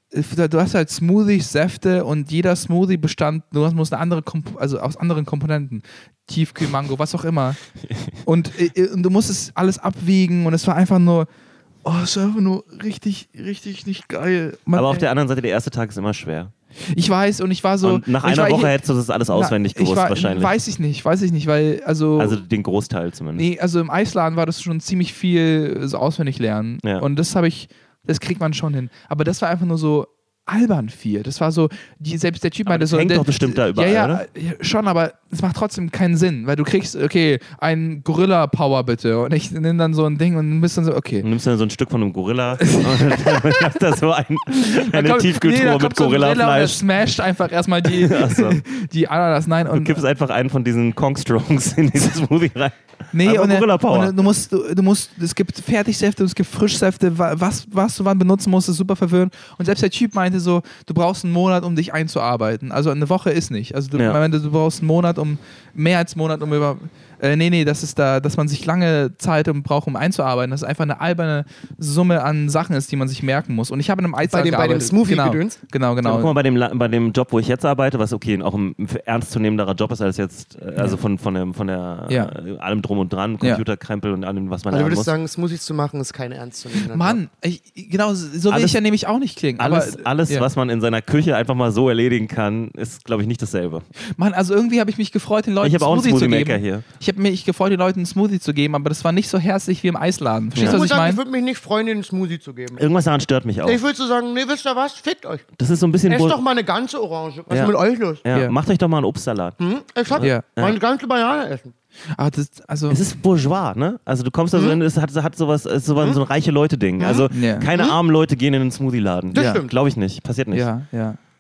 du hast halt Smoothies, Säfte und jeder Smoothie bestand, du hast musst eine andere, Komp also aus anderen Komponenten, Tiefkühlmango, was auch immer. Und, äh, und du musstest alles abwiegen und es war einfach nur, oh, es war einfach nur richtig, richtig nicht geil. Man, Aber auf ey, der anderen Seite, der erste Tag ist immer schwer. ich weiß und ich war so. Und nach ich einer war, Woche ich, hättest du das alles auswendig na, ich gewusst war, wahrscheinlich. Weiß ich nicht, weiß ich nicht, weil, also. Also den Großteil zumindest. Nee, also im Eisladen war das schon ziemlich viel so auswendig lernen. Ja. Und das habe ich, das kriegt man schon hin. Aber das war einfach nur so albern viel. Das war so, die, selbst der Typ Aber meinte das so. hängt der, doch bestimmt da überall, ja, ja, oder? ja, schon, aber es macht trotzdem keinen Sinn, weil du kriegst, okay, ein Gorilla-Power bitte. Und ich nehme dann so ein Ding und bist dann so, okay. Du nimmst dann so ein Stück von einem Gorilla und hast da so ein, eine kommt- Tiefkühltruhe da mit kommt so ein Gorilla und der Gorillafleisch. smasht einfach erstmal die, Ach so. die Ananas. Nein, Du und kippst einfach einen von diesen Kong-Strongs in dieses Smoothie rein. Nee, Einfach und, äh, Gorilla Power. und du musst, du, du musst, es gibt Fertigsäfte, es gibt Frischsäfte, wa- was, was du wann benutzen musst, ist super verwirrend. Und selbst der Typ meinte so, du brauchst einen Monat, um dich einzuarbeiten. Also eine Woche ist nicht. Also du, Ja. meinte, du brauchst einen Monat, um, mehr als einen Monat, um über, äh, nee, nee, das ist da, dass man sich lange Zeit um, braucht, um einzuarbeiten. Das ist einfach eine alberne Summe an Sachen ist, die man sich merken muss. Und ich habe in einem Bei Eisladen dem, bei dem gearbeitet. Smoothie-Gedöns? Genau, genau, Guck genau. mal, bei dem, La- bei dem Job, wo ich jetzt arbeite, was okay, auch ein ernstzunehmenderer Job ist als jetzt, äh, also von, von, dem, von der, Ja. äh, allem drum und dran, Ja. Computerkrempel und allem, was man Also du lernen würdest muss. sagen, Smoothies zu machen ist keine ernstzunehmende. Mann, ich, genau, so will Alles- ich ja nämlich auch nicht klingen. Alles, aber, alles ja. was man in seiner Küche einfach mal so erledigen kann, ist, glaube ich, nicht dasselbe. Mann, also irgendwie habe ich mich gefreut, den Leuten Ich habe auch einen Smoothie zu Smoothie-Maker geben. hier. Ich habe mich gefreut, den Leuten einen Smoothie zu geben, aber das war nicht so herzlich wie im Eisladen. Verstehst Ich du, muss was ich sagen, ich meine? würde mich nicht freuen, ihnen einen Smoothie zu geben. Irgendwas daran stört mich auch. Ich würde so sagen, nee, wisst ihr was? Fickt euch. Das ist so ein bisschen... Esst Bull- doch mal eine ganze Orange. Was Ja. ist mit euch los? ja, Ja. Macht euch doch mal einen Obstsalat. Hm? Ich hab Ja. mal eine ganze Banane essen. Aber das, also, Es ist bourgeois, ne? Also du kommst da Hm? so hin, es hat, hat sowas, es ist sowas, so ein reiche Leute-Ding. Also Ja. keine armen Leute gehen in den Smoothie-Laden. Das Ja. stimmt. Glaube ich nicht. Passiert nicht. ja, ja.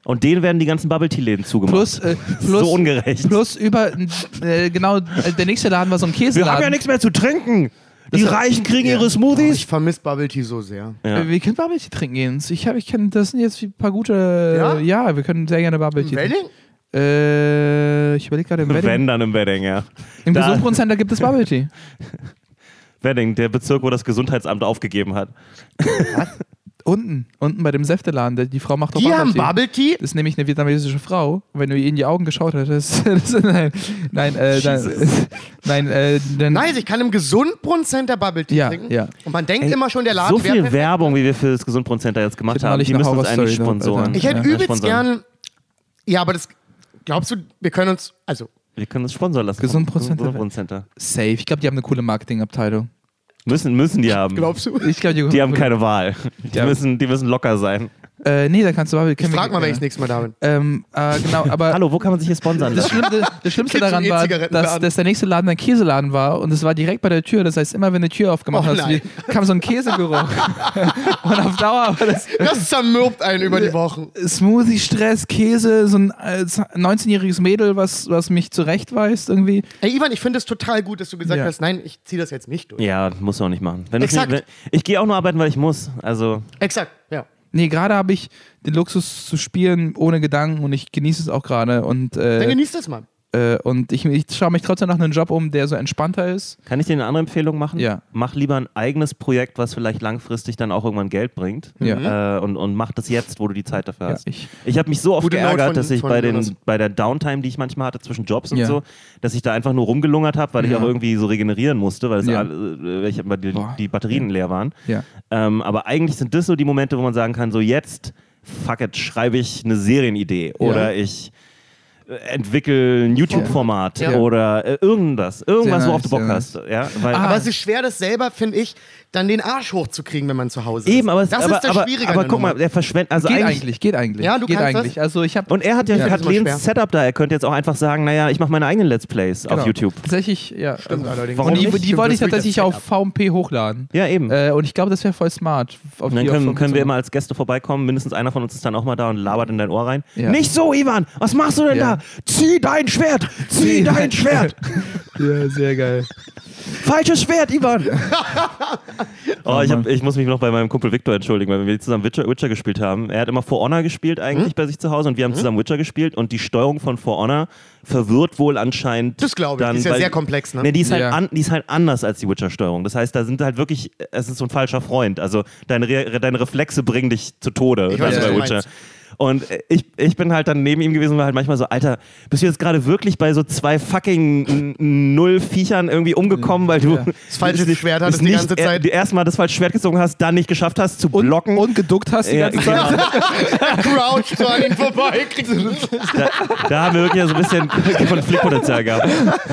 Und denen werden die ganzen Bubble-Tea-Läden zugemacht. Plus, äh, plus, so ungerecht. Plus über, äh, genau, äh, der nächste Laden war so ein Käseladen. Wir haben ja nichts mehr zu trinken. Die Das- Reichen kriegen Ja. ihre Oh, Smoothies. ich vermisse Bubble Tea so sehr. Ja. Äh, Wir können Bubble Tea trinken gehen. Ich habe, ich kenn, das sind jetzt ein paar gute. Ja? Ja, wir können sehr gerne Bubble Im Tea. Wedding? Äh, ich überlege gerade im Wedding. Wenn dann im Wedding, ja. Im Da- Gesundbrunnen-Center gibt es Bubble Tea. Wedding, der Bezirk, wo das Gesundheitsamt aufgegeben hat. Unten, unten bei dem Säfteladen. Der- Die Frau macht auch Die Bubble haben Tea. Bubble Tea? Das ist nämlich eine vietnamesische Frau. Wenn du ihr in die Augen geschaut hättest. Das, nein, nein, äh, dann, nein, äh, dann. Nice, ich kann im Gesundbrunnen-Center Bubble Tea Ja, trinken. ja. Und man denkt Ey, immer schon, der Laden So wäre viel perfekt. Werbung, wie wir für das Gesundbrunnen-Center jetzt gemacht Ich hätte haben. neulich Die eine müssen uns eigentlich Horrorstory noch, sponsoren. Alter. Ich hätte Ja, übelst sponsern. gern... Ja, aber das... Glaubst du, wir können uns... Also, Wir können uns sponsern lassen. Gesundbrunnen-Center. Gesundbrunnen-Center. Safe. Ich glaube, die haben eine coole Marketingabteilung. Müssen, müssen die haben. glaubst du? Ich glaube, Die haben keine Wahl. Die, Ja. müssen, die müssen locker sein. Äh, nee, da kannst du Bubble. Ich frag mal, wenn ich das nächste Mal da bin. Ähm, äh, genau, aber. Hallo, wo kann man sich hier sponsern Das lassen? Schlimmste, das Schlimmste Gibt's daran einen war, E-Zigarettenladen? dass, dass der nächste Laden ein Käseladen war und es war direkt bei der Tür. Das heißt, immer wenn du die Tür aufgemacht Oh hast, nein. wie- kam so ein Käsegeruch. Und auf Dauer war das Das zermürbt einen über die Wochen. Smoothie, Stress, Käse, so ein äh, neunzehnjähriges Mädel, was, was mich zurechtweist irgendwie. Ey, Ivan, ich finde es total gut, dass du gesagt Ja. hast, nein, ich ziehe das jetzt nicht durch. Ja, muss man auch nicht machen. Wenn du's Exakt. nicht, wenn, ich gehe auch nur arbeiten, weil ich muss. Also, Exakt, ja. Nee, gerade habe ich den Luxus zu spielen ohne Gedanken und ich genieße es auch gerade. Und, Dann äh, genießt das mal. äh, und ich, ich schaue mich trotzdem nach einem Job um, der so entspannter ist. kann ich dir eine andere Empfehlung machen? Ja. Mach lieber ein eigenes Projekt, was vielleicht langfristig dann auch irgendwann Geld bringt. Ja. Äh, und, und mach das jetzt, wo du die Zeit dafür Ja, hast. ich- ich habe mich so oft Gute Note geärgert, von- dass ich von bei, den, Jonas. bei der Downtime, die ich manchmal hatte zwischen Jobs und Ja. so, dass ich da einfach nur rumgelungert habe, weil ich Ja. auch irgendwie so regenerieren musste, weil, es Ja. alle, äh, ich, weil die, Boah. die Batterien leer waren. Ja. Ähm, aber eigentlich sind das so die Momente, wo man sagen kann, so jetzt, fuck it, schreibe ich eine Serienidee oder ich äh, entwickle ein YouTube-Format Ja. oder äh, irgendwas, irgendwas, Sehr worauf du nice, Bock sehr hast. Ja? Weil, Aber es ist schwer, das selber, finde ich, dann den Arsch hochzukriegen, wenn man zu Hause ist. Eben, aber, es- das aber, ist das aber, Schwierige. aber an der guck mal, Nummer. der verschwendet, also Geht eigentlich, eigentlich, geht eigentlich. Ja, du geht kannst eigentlich. Also ich habe und er hat ja, Ja, hat das ist immer Lebens Setup da, er könnte jetzt auch einfach sagen, naja, ich mache meine eigenen Let's Plays auf Genau. YouTube. Tatsächlich, ja. Stimmt also, allerdings. Warum und die, nicht? die Stimmt, wollte ich das ist tatsächlich das auf Setup. V M P hochladen. Ja, eben. Äh, und ich glaube, das wäre voll smart. Auf Und dann die können, auf können wir so- immer als Gäste vorbeikommen, mindestens einer von uns ist dann auch mal da und labert in dein Ohr rein. Ja. Nicht so, Ivan, was machst du denn Ja. da? Zieh dein Schwert, zieh dein Schwert. Ja, sehr geil. Falsches Schwert, Ivan! oh, ich, hab, Mann. ich muss mich noch bei meinem Kumpel Victor entschuldigen, weil wir zusammen Witcher, Witcher gespielt haben. Er hat immer For Honor gespielt eigentlich Hm? bei sich zu Hause und wir haben zusammen Witcher gespielt und die Steuerung von For Honor verwirrt wohl anscheinend. Das glaube ich, dann, die ist ja weil- sehr komplex, ne? Nee, die ist, halt Ja. an, die ist halt anders als die Witcher-Steuerung. Das heißt, da sind halt wirklich, es ist so ein falscher Freund. Also deine, Re deine Reflexe bringen dich zu Tode. Ich weiß, also was bei du Witcher. meinst. Und ich, ich bin halt dann neben ihm gewesen und war halt manchmal so, Alter, bist du jetzt gerade wirklich bei so zwei fucking null Viechern irgendwie umgekommen, weil du Ja. Das falsche Schwert hattest es die nicht, ganze Zeit. Äh, erstmal das falsche Schwert gezogen hast, dann nicht geschafft hast zu Und, blocken. und geduckt hast die Ja, ganze Zeit. genau. Crouch so an ihn vorbei. Kriegst du da, da haben wir wirklich so ein bisschen Konfliktpotenzial gehabt.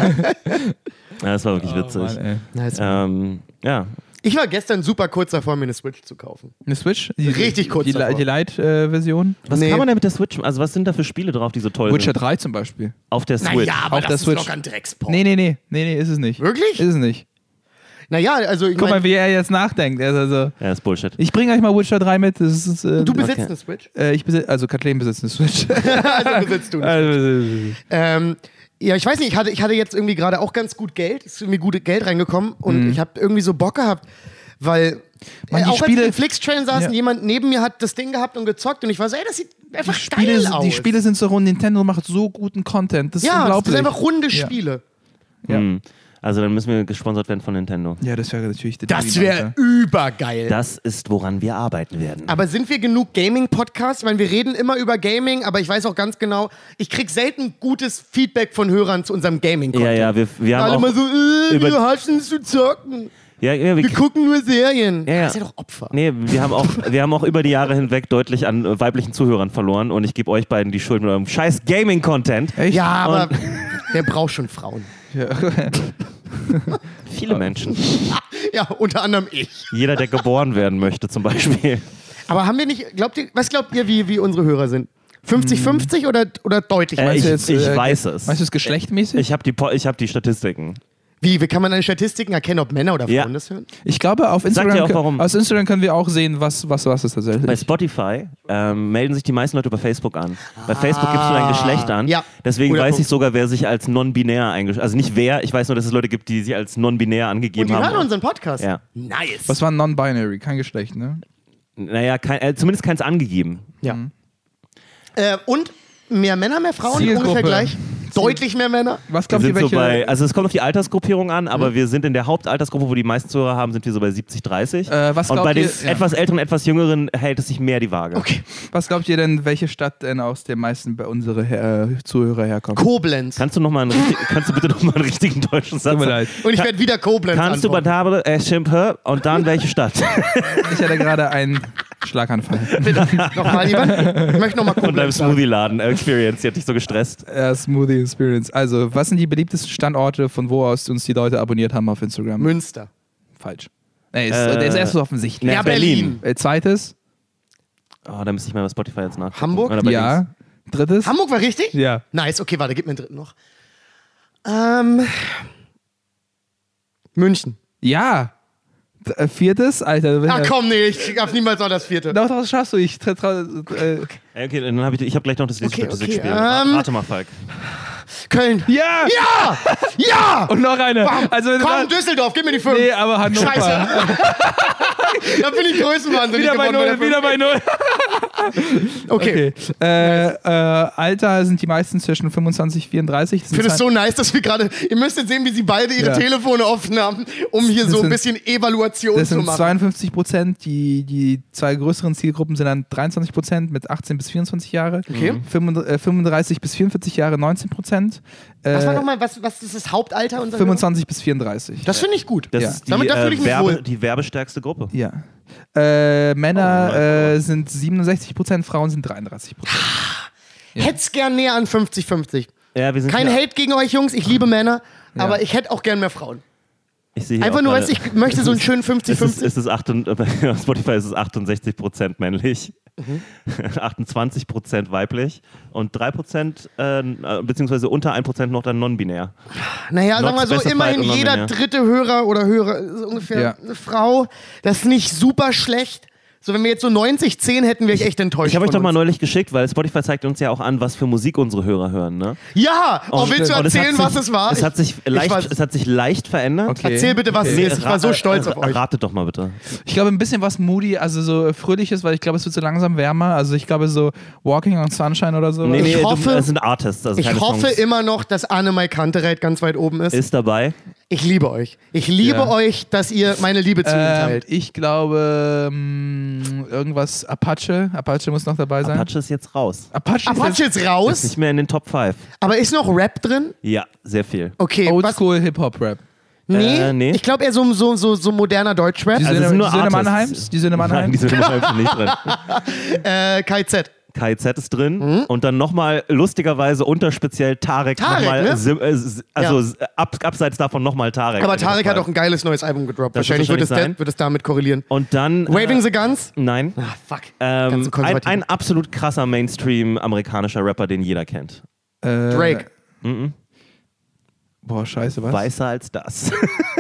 Ja, das war wirklich witzig. Mann, ey. nice. ähm, ja. Ich war gestern super kurz davor, mir eine Switch zu kaufen. Eine Switch? Die, Richtig kurz Die, davor. die Lite-Version? Was Nee. kann man denn mit der Switch? Also was sind da für Spiele drauf, die so toll Witcher sind? drei zum Beispiel. Auf der Switch. Naja, aber Auf das der ist Switch. doch ein Drecksport. Nee, nee, nee, nee, nee, ist es nicht. Wirklich? Ist es nicht. Naja, also ich Guck mein, mal, wie er jetzt nachdenkt. Er ist also, Ja, ist Bullshit. ich bringe euch mal Witcher drei mit. Das ist, äh, du besitzt Okay. eine Switch? äh, ich besitze, also Kathleen besitzt eine Switch. Also besitzt du eine Also, Ähm, ja, ich weiß nicht, ich hatte, ich hatte jetzt irgendwie gerade auch ganz gut Geld, ist irgendwie gut Geld reingekommen und ich habe irgendwie so Bock gehabt, weil Mann, äh, die auch Spiele- als wir im Flix-Train saßen, Ja. jemand neben mir hat das Ding gehabt und gezockt und ich war so, ey, das sieht einfach die, Spiele, geil sind- aus. die Spiele sind so rund. Nintendo macht so guten Content. Das ist ja, das unglaublich. sind einfach runde Ja. Spiele. Ja. Hm. Also dann müssen wir gesponsert werden von Nintendo. Ja, das wäre natürlich der Das Dream, wäre Alter. übergeil. Das ist, woran wir arbeiten werden. Aber sind wir genug Gaming-Podcasts? Ich meine, wir reden immer über Gaming, aber ich weiß auch ganz genau, ich krieg selten gutes Feedback von Hörern zu unserem Gaming-Content. ja, ja, wir, wir haben Alle auch... mal so, äh, über- wir hassen es zu zocken. ja, ja, wir, Wir gucken nur Serien. Ja, ja. Das ist ja doch Opfer. nee, wir haben, auch, wir haben auch über die Jahre hinweg deutlich an äh, weiblichen Zuhörern verloren und ich gebe euch beiden die Schuld mit eurem scheiß Gaming-Content. Echt? Ja, aber wer braucht schon Frauen? Viele Menschen. Ja, unter anderem ich. Jeder, der geboren werden möchte zum Beispiel. Aber haben wir nicht, glaubt ihr, was glaubt ihr, wie, wie unsere Hörer sind? fünfzig fünfzig oder, oder deutlich? Äh, meinst ich du? jetzt, ich äh, weiß es. Meinst du es geschlechtmäßig? Ich habe die, Po- ich hab die Statistiken. Wie, wie kann man an den Statistiken erkennen, ob Männer oder Frauen Ja. das hören? Ich glaube, auf Sag dir Instagram, auch, warum. aus Instagram können wir auch sehen, was, was, was ist tatsächlich. Bei Spotify ähm, melden sich die meisten Leute über Facebook an. Bei Facebook gibst du dein Geschlecht an. Ja. Deswegen Guter weiß Punkt. ich sogar, wer sich als non-binär eingeschrieben hat. Also nicht wer, ich weiß nur, dass es Leute gibt, die sich als non-binär Und angegeben die haben. hören unseren Podcast. Ja. Nice. Was war non-binary? Kein Geschlecht, ne? Naja, kein, äh, zumindest keins angegeben. Ja. Äh, und mehr Männer, mehr Frauen, Zielgruppe. ungefähr gleich. Deutlich mehr Männer. Was Wir glaubt ihr, sind so welche... bei, also es kommt auf die Altersgruppierung an, Mhm. aber wir sind in der Hauptaltersgruppe, wo die meisten Zuhörer haben, sind wir so bei siebzig dreißig. Äh, was Und glaubt bei den ihr- ja. etwas älteren, etwas jüngeren hält es sich mehr die Waage. Okay. Was glaubt ihr denn, welche Stadt denn aus den meisten bei unsere äh, Zuhörer herkommt? Koblenz. Kannst du noch mal einen, richtig- kannst du bitte noch mal einen richtigen deutschen Satz Tut mir sagen? leid. Und ich werde wieder Koblenz Kannst du antworten. Batable, äh, Schimpe und dann welche Stadt? Ich hatte gerade einen Schlaganfall. Nochmal, Ivan? Ich möchte nochmal Von deinem Koblenz sagen. Smoothie-Laden Experience, die hat dich so gestresst. Äh, Smoothie Experience. Also, was sind die beliebtesten Standorte, von wo aus uns die Leute abonniert haben auf Instagram? Münster. Falsch. Nee, ist, Äh, der ist erst so offensichtlich. Ja, Berlin. Äh, zweites? Oh, da müsste ich mal bei Spotify jetzt nach. Hamburg? Ja. Drittes? Hamburg war richtig? Ja. Nice, okay, warte, gib mir einen dritten noch. Ähm. München. Ja. D- äh, Viertes? Alter. Wenn Ach komm, nee, ich darf niemals noch das vierte. Doch, doch, das schaffst du. Ich tra tra äh, Ey, okay, dann habe ich, ich habe gleich noch das Okay, nächste okay, Spiel. ähm, Rate mal, Falk. Köln. ja! Ja! Ja! Und noch eine. Bam. Also, wenn du Komm, da- Düsseldorf, gib mir die fünf. Nee, aber Hannover. Scheiße. Da bin ich größenwahnsinnig Wieder bei geworden. Null, der wieder bei Null. fünf. Okay. Okay. Äh, äh, Alter sind die meisten zwischen fünfundzwanzig und vierunddreißig. Das Ich sind finde es zwei- so nice, dass wir gerade, ihr müsst jetzt sehen, wie sie beide ihre Ja. Telefone offen haben, um hier Das so ein sind- bisschen Evaluation Das zu sind machen. zweiundfünfzig Prozent. Die, die zwei größeren Zielgruppen sind dann dreiundzwanzig Prozent mit achtzehn bis vierundzwanzig Jahre. Okay. fünfunddreißig, äh, fünfunddreißig bis vierundvierzig Jahre neunzehn Prozent. Äh, Was war nochmal, was, was ist das Hauptalter unserer fünfundzwanzig bis vierunddreißig. Das finde ich gut. Das Ja. ist die, Damit- da fühle ich äh, mich wohl. Werbe, die werbestärkste Gruppe. Ja. Äh, Männer Oh mein äh, sind siebenundsechzig Prozent, Frauen sind dreiunddreißig Prozent. Hätt's gern näher an fünfzig fünfzig. Ja, wir sind Kein ja, Hate gegen euch Jungs, ich liebe Männer, Ja. aber ich hätte auch gern mehr Frauen. Ich sehe hier Einfach auch nur, gerade- weil ich möchte so einen schönen fünfzig Es ist, fünfzig. es ist achtund- bei Spotify ist es achtundsechzig Prozent männlich, Mhm. achtundzwanzig Prozent weiblich und drei Prozent, äh, beziehungsweise unter ein Prozent noch dann non-binär. Naja, Not sag mal so, specified immerhin und jeder non-binär. dritte Hörer oder Hörer ist ungefähr Ja. eine Frau. Das ist nicht super schlecht. So, wenn wir jetzt so neunzig zehn hätten, wäre ich echt enttäuscht. Ich habe euch von doch mal uns. neulich geschickt, weil Spotify zeigt uns ja auch an, was für Musik unsere Hörer hören. Ne? Ja! Oh, Und- willst du und es hat erzählen, sich, was es war? Es hat sich leicht, weiß. es hat sich leicht verändert. Okay. Erzähl bitte, was Okay. es ist. Ich war so Ra- stolz äh, auf euch. Ratet doch mal bitte. Ich glaube, ein bisschen was moody, also so fröhliches, weil ich glaube, es wird so langsam wärmer. Also ich glaube, so Walking on Sunshine oder so. Nee, nee, Ich hoffe- du, es sind Artists. Also Ich keine hoffe Songs. immer noch, dass Anne-Mai Kantereit ganz weit oben ist. Ist dabei. Ich liebe euch. Ich liebe Ja. euch, dass ihr meine Liebe zu ihm Ähm, teilt. ich glaube, mh, irgendwas Apache. Apache muss noch dabei sein. Apache ist jetzt raus. Apache, Apache ist Ist raus, nicht mehr in den Top fünf. aber ist noch Rap drin? Ja, sehr viel. Okay, ist was? Oldschool Hip-Hop-Rap. Nee, Äh, nee. ich glaube eher so, so, so, so moderner Deutschrap. Die Also Söhne, es sind nur die Söhne Artists. Mannheims? Die Söhne Nein, Mannheim? die sind im Film nicht drin. Äh, K Z. K I Z ist drin Mhm. und dann nochmal lustigerweise unter speziell Tarek, Tarek, nochmal, ne? sim- äh, s- also s- ab, abseits davon nochmal Tarek. Aber in dem Tarek hat Fall. auch ein geiles neues Album gedroppt. Das wird Wahrscheinlich wird es, wahrscheinlich de- wird es damit korrelieren. Und dann. Waving äh, the Guns? Nein. Ah, fuck. Ganz Ähm, so ein, konservativ. ein absolut krasser Mainstream-amerikanischer Rapper, den jeder kennt. Äh, Drake. Mhm. Boah, scheiße, was? Weißer als das.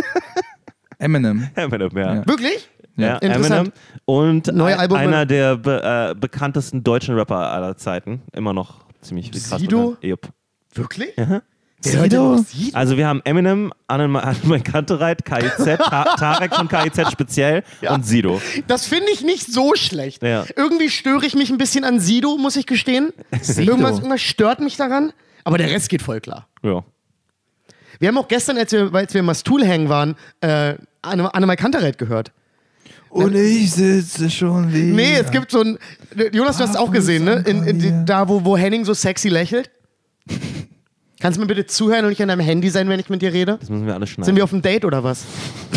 Eminem. Eminem, ja. Ja. Wirklich? Ja, Interessant. Eminem. Und Neue ein, Album- einer der be äh, bekanntesten deutschen Rapper aller Zeiten. Immer noch ziemlich krass. Sido? bekannt. Jupp. Wirklich? Ja. Wer Sido? hört denn noch Sido? Also wir haben Eminem, Annemann Kantereit, K I Z, Ta Tarek von K I Z speziell und Sido. Das finde ich nicht so schlecht. Ja. Irgendwie störe ich mich ein bisschen an Sido, muss ich gestehen. Irgendwas, irgendwas stört mich daran, aber der Rest geht voll klar. Ja. Wir haben auch gestern, als wir, als wir im Mastul hängen waren, äh, Anne- Annemai Kantereit gehört. Und ich sitze schon wieder. Nee, es gibt so ein. Jonas, du hast es auch gesehen, ne? In, in die, da, wo, wo Henning so sexy lächelt. Kannst du mir bitte zuhören und nicht an deinem Handy sein, wenn ich mit dir rede? Das müssen wir alles schneiden. Sind wir auf einem Date oder was?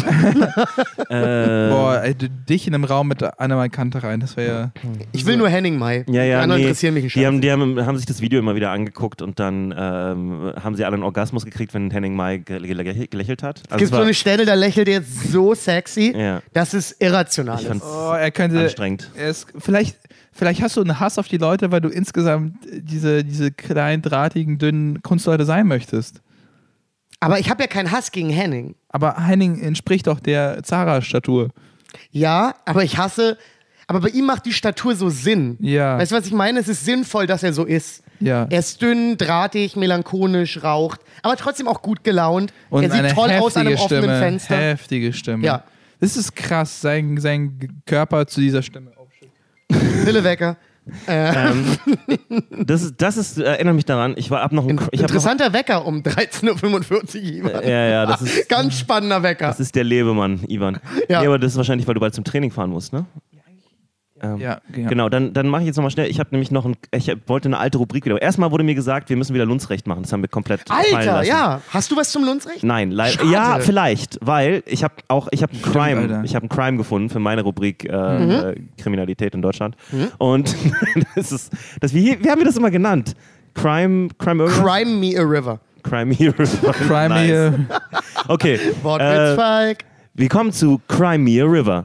äh, Boah, ey, du- dich in einem Raum mit einer meiner Kante rein, das wäre ja. Ich will nur Henning Mai. ja, ja, Die anderen nee. interessieren mich die, haben, nicht. die haben, haben sich das Video immer wieder angeguckt und dann ähm, haben sie alle einen Orgasmus gekriegt, wenn Henning Mai ge ge gelächelt hat. Es Also gibt es so war eine Stelle, da lächelt er jetzt so sexy, Ja. dass es irrational Ich ist. fand's Oh, er könnte. anstrengend. Er ist, vielleicht, vielleicht hast du einen Hass auf die Leute, weil du insgesamt diese, diese kleinen, drahtigen, dünnen Kunstleute sein möchtest. Aber ich habe ja keinen Hass gegen Henning. Aber Henning entspricht doch der Zara-Statur. Ja, aber ich hasse. Aber bei ihm macht die Statur so Sinn. Ja. Weißt du, was ich meine? Es ist sinnvoll, dass er so ist. Ja. Er ist dünn, drahtig, melancholisch, raucht, aber trotzdem auch gut gelaunt. Und er sieht eine toll heftige aus an einem offenen Stimme. Fenster. Heftige Stimme. Ja. Das ist krass, sein, sein Körper zu dieser Stimme. Oh, shit. Pillewecker. Ähm, das ist, das ist, erinnere mich daran, ich war ab noch ein, ich hab Interessanter Wecker um dreizehn Uhr fünfundvierzig. noch, ja, ja, das ist, Ganz spannender Wecker. das ist der Lebemann, Ivan. Ja. Nee, aber das ist wahrscheinlich, weil du bald zum Training fahren musst, ne? Ähm, Ja, ja. Genau, dann, dann mache ich jetzt nochmal schnell. Ich habe nämlich noch ein, ich wollte eine alte Rubrik wieder. Erstmal wurde mir gesagt, wir müssen wieder Lunzrecht machen. Das haben wir komplett fallen Alter, lassen. ja. Hast du was zum Lunzrecht? Nein, leider. Schade. Ja, vielleicht, weil ich habe auch, ich habe einen Crime, Alter. ich habe einen Crime gefunden für meine Rubrik äh, Mhm. äh, Kriminalität in Deutschland. Und das ist, das, wie, wie haben wir das immer genannt? Crime, Crime irgendwas? Crime me a river. Crime Hero. Crime Nice. hier. Okay. Wortwitz, Äh, Falk. wir kommen zu Crime Me a River.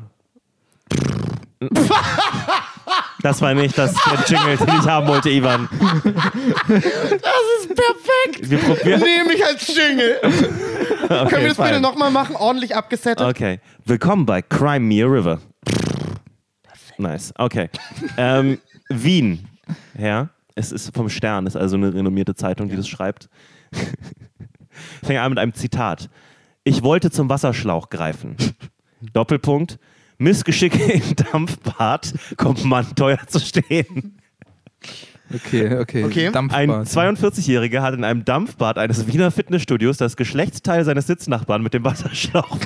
Das war nicht das der Jingle, den ich haben wollte, Ivan. Das ist perfekt. Wir probieren. Nehme ich als Jingle. Okay, Können wir das bitte fine. nochmal machen? Ordentlich abgesettet? Okay. Willkommen bei Crime Me a River. Nice. Okay. Ähm, Wien. Ja. Es ist vom Stern, ist also eine renommierte Zeitung, die das schreibt. Ich fange an mit einem Zitat. Ich wollte zum Wasserschlauch greifen. Doppelpunkt. Missgeschicke im Dampfbad kommt man teuer zu stehen. Okay, okay. Okay. Dampfbad. Ein zweiundvierzigjähriger hat in einem Dampfbad eines Wiener Fitnessstudios das Geschlechtsteil seines Sitznachbarn mit dem Wasserschlauch.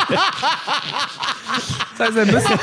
Das heißt, ein bisschen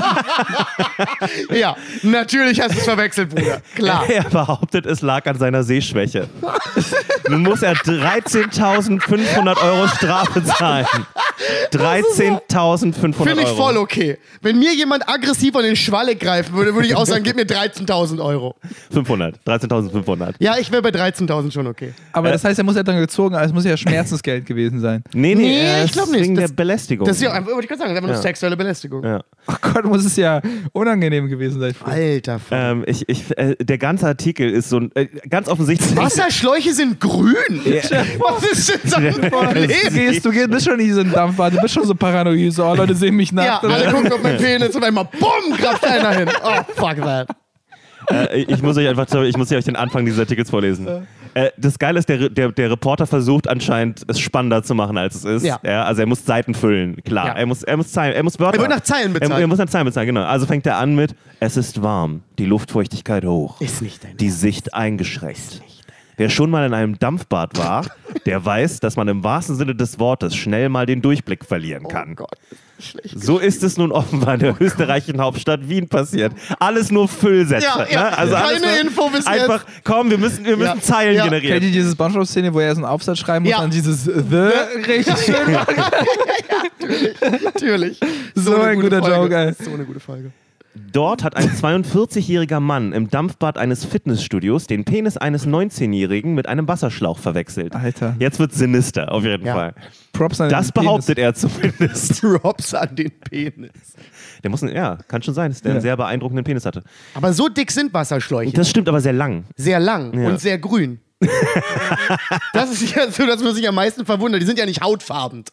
Ja, natürlich hast du es verwechselt, Bruder. Klar. Er behauptet, es lag an seiner Sehschwäche. Nun muss er dreizehntausendfünfhundert Euro Strafe zahlen. dreizehntausendfünfhundert Finde Euro. ich voll okay. Wenn mir jemand aggressiv an den Schwalle greifen würde, würde ich auch sagen, gib mir dreizehntausend Euro. fünfhundert. dreizehntausendfünfhundert. Ja, ich wäre bei dreizehntausend schon okay. Aber das heißt, er muss ja dann gezogen, also es muss ja Schmerzensgeld gewesen sein. Nee, nee, Nee, er ich ist glaub nicht. wegen Das- der Belästigung. Das ist ja einfach, wollte ich gerade sagen, das ist einfach nur Ja. sexuelle Belästigung. ja. Oh Gott, muss es ja unangenehm gewesen sein. Alter, Fuck. ähm, ich, ich, äh, der ganze Artikel ist so ein, äh, ganz offensichtlich. Wasserschläuche sind grün. Was ist denn sein Du Problem? gehst, du gehst, bist schon in diesem Dampfbad, du bist schon so paranoid, so, oh, Leute sehen mich Ja, nackt. alle gucken auf meinen Penis und einmal BUM, greift einer hin. Oh, fuck that. Äh, ich muss euch einfach, ich muss euch den Anfang dieses Artikels vorlesen. Äh, das Geile ist, der, der, der Reporter versucht anscheinend, es spannender zu machen, als es ist. Ja. Also er muss Seiten füllen, klar. Ja. Er muss, er muss Zeilen, er muss Wörter. Er wird nach Zeilen bezahlt. Er, er muss nach Zeilen bezahlen, genau. Also fängt er an mit: Es ist warm, die Luftfeuchtigkeit hoch, Ist nicht dein die Sicht eingeschränkt. Wer schon mal in einem Dampfbad war, der weiß, dass man im wahrsten Sinne des Wortes schnell mal den Durchblick verlieren kann. Oh Gott, schlecht. So ist es nun offenbar in der österreichischen Hauptstadt Wien passiert. Alles nur Füllsätze. Ja, ja. Ne? Also alles Keine nur Info bis einfach, komm, wir müssen, wir müssen Ja. Zeilen Ja. generieren. Kennt ihr diese Spongebob-Szene, wo er so einen Aufsatz schreiben muss Ja. und dann dieses The richtig schön macht? Natürlich. So eine ein gute guter Folge. Joke, ey. So eine gute Folge. Dort hat ein zweiundvierzigjähriger Mann im Dampfbad eines Fitnessstudios den Penis eines neunzehnjährigen mit einem Wasserschlauch verwechselt. Alter. Jetzt wird sinister, auf jeden Ja. Fall. Props an Das den Penis. behauptet er zumindest. Drops an den Penis. Der muss, ein- ja, kann schon sein, dass der Ja. einen sehr beeindruckenden Penis hatte. Aber so dick sind Wasserschläuche. Das stimmt aber sehr lang. Sehr lang Ja. und sehr grün. Das ist ja so, dass man sich am meisten verwundert. Die sind ja nicht hautfarben.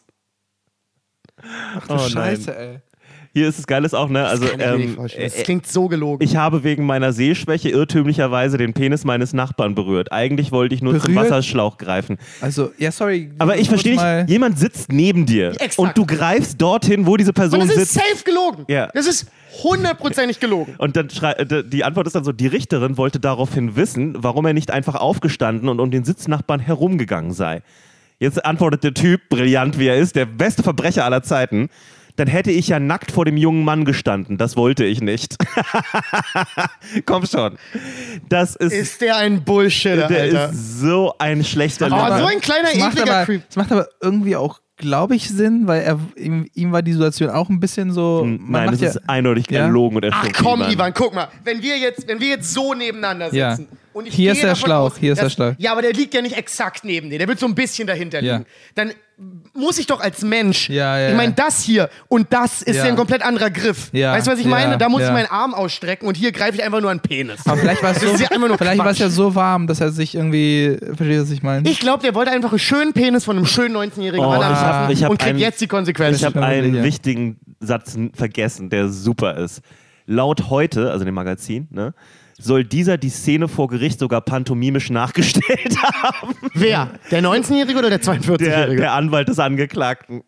Oh Scheiße, ey. Hier ist es Geiles auch, ne? Also, Kann ich mir nicht ähm, vorstellen. Das äh, klingt so gelogen. ich habe wegen meiner Sehschwäche irrtümlicherweise den Penis meines Nachbarn berührt. Eigentlich wollte ich nur zum Berührt? Wasserschlauch greifen. Also, ja, sorry. Aber ich verstehe mal- nicht, jemand sitzt neben dir Exakt. und du greifst dorthin, wo diese Person Und das ist sitzt. safe gelogen. Ja. Das ist hundertprozentig gelogen. Und dann schrei- äh, die Antwort ist dann so, die Richterin wollte daraufhin wissen, warum er nicht einfach aufgestanden und um den Sitznachbarn herumgegangen sei. Jetzt antwortet der Typ, brillant wie er ist, der beste Verbrecher aller Zeiten: Dann hätte ich ja nackt vor dem jungen Mann gestanden. Das wollte ich nicht. Komm schon. Das ist, Ist der ein Bullshitter, der Alter. ist so ein schlechter Oh, Lügner. so ein kleiner, Das macht, ekliger aber, Creep. das macht aber irgendwie auch, glaube ich, Sinn, weil er, ihm, ihm war die Situation auch ein bisschen so. man Nein, macht das ja, ist eindeutig Ja? gelogen und Ach erfunden. komm, Ivan, guck mal. Wenn wir jetzt, wenn wir jetzt so nebeneinander Ja. sitzen und ich Hier gehe ist der davon Schlauch, aus, hier ist der dass- Schlauch. Ja, aber der liegt ja nicht exakt neben dir, der wird so ein bisschen dahinter Ja. liegen. Dann muss ich doch als Mensch, Ja, ja, ich meine, ja. das hier und das ist ja, Ja. ein komplett anderer Griff. Ja, Weißt du, was ich ja, meine? Da muss ja. ich meinen Arm ausstrecken und hier greife ich einfach nur an den Penis. Aber vielleicht war es Das so, ist ja einfach nur vielleicht war es Quatsch. ja so warm, dass er sich irgendwie, verstehst du, was ich meine? Ich glaube, der wollte einfach einen schönen Penis von einem schönen neunzehnjährigen Oh, Mann ich hab- anschaffen ich hab und kriegt einen- jetzt die Konsequenzen. Ich habe stimmt, einen ja. wichtigen Satz vergessen, der super ist. Laut heute, also dem Magazin, ne, soll dieser die Szene vor Gericht sogar pantomimisch nachgestellt haben. Wer? Der neunzehnjährige oder der Der, zweiundvierzigjährige? der Anwalt des Angeklagten.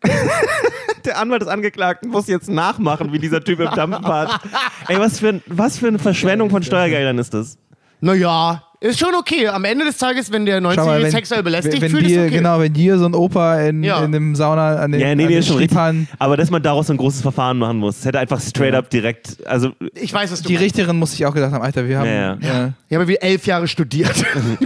Der Anwalt des Angeklagten muss jetzt nachmachen, wie dieser Typ im Dampfbad. Ey, was für, ein, was für eine Verschwendung von Steuergeldern ist das? Naja, ist schon okay. Am Ende des Tages, wenn der Schau mal, neunzehnjährige wenn, sexuell belästigt wenn fühlt, ist dir, okay. genau, wenn dir so ein Opa in, Ja. in dem Sauna an den, Ja, nee, an nee, den ist schon richtig. Skipaaren- Aber dass man daraus so ein großes Verfahren machen muss. Das hätte einfach straight up direkt, also Ich weiß, was du die meinst. Richterin muss sich auch gedacht haben, Alter, wir haben... Ja, ja. äh, Ich habe wie elf Jahre studiert.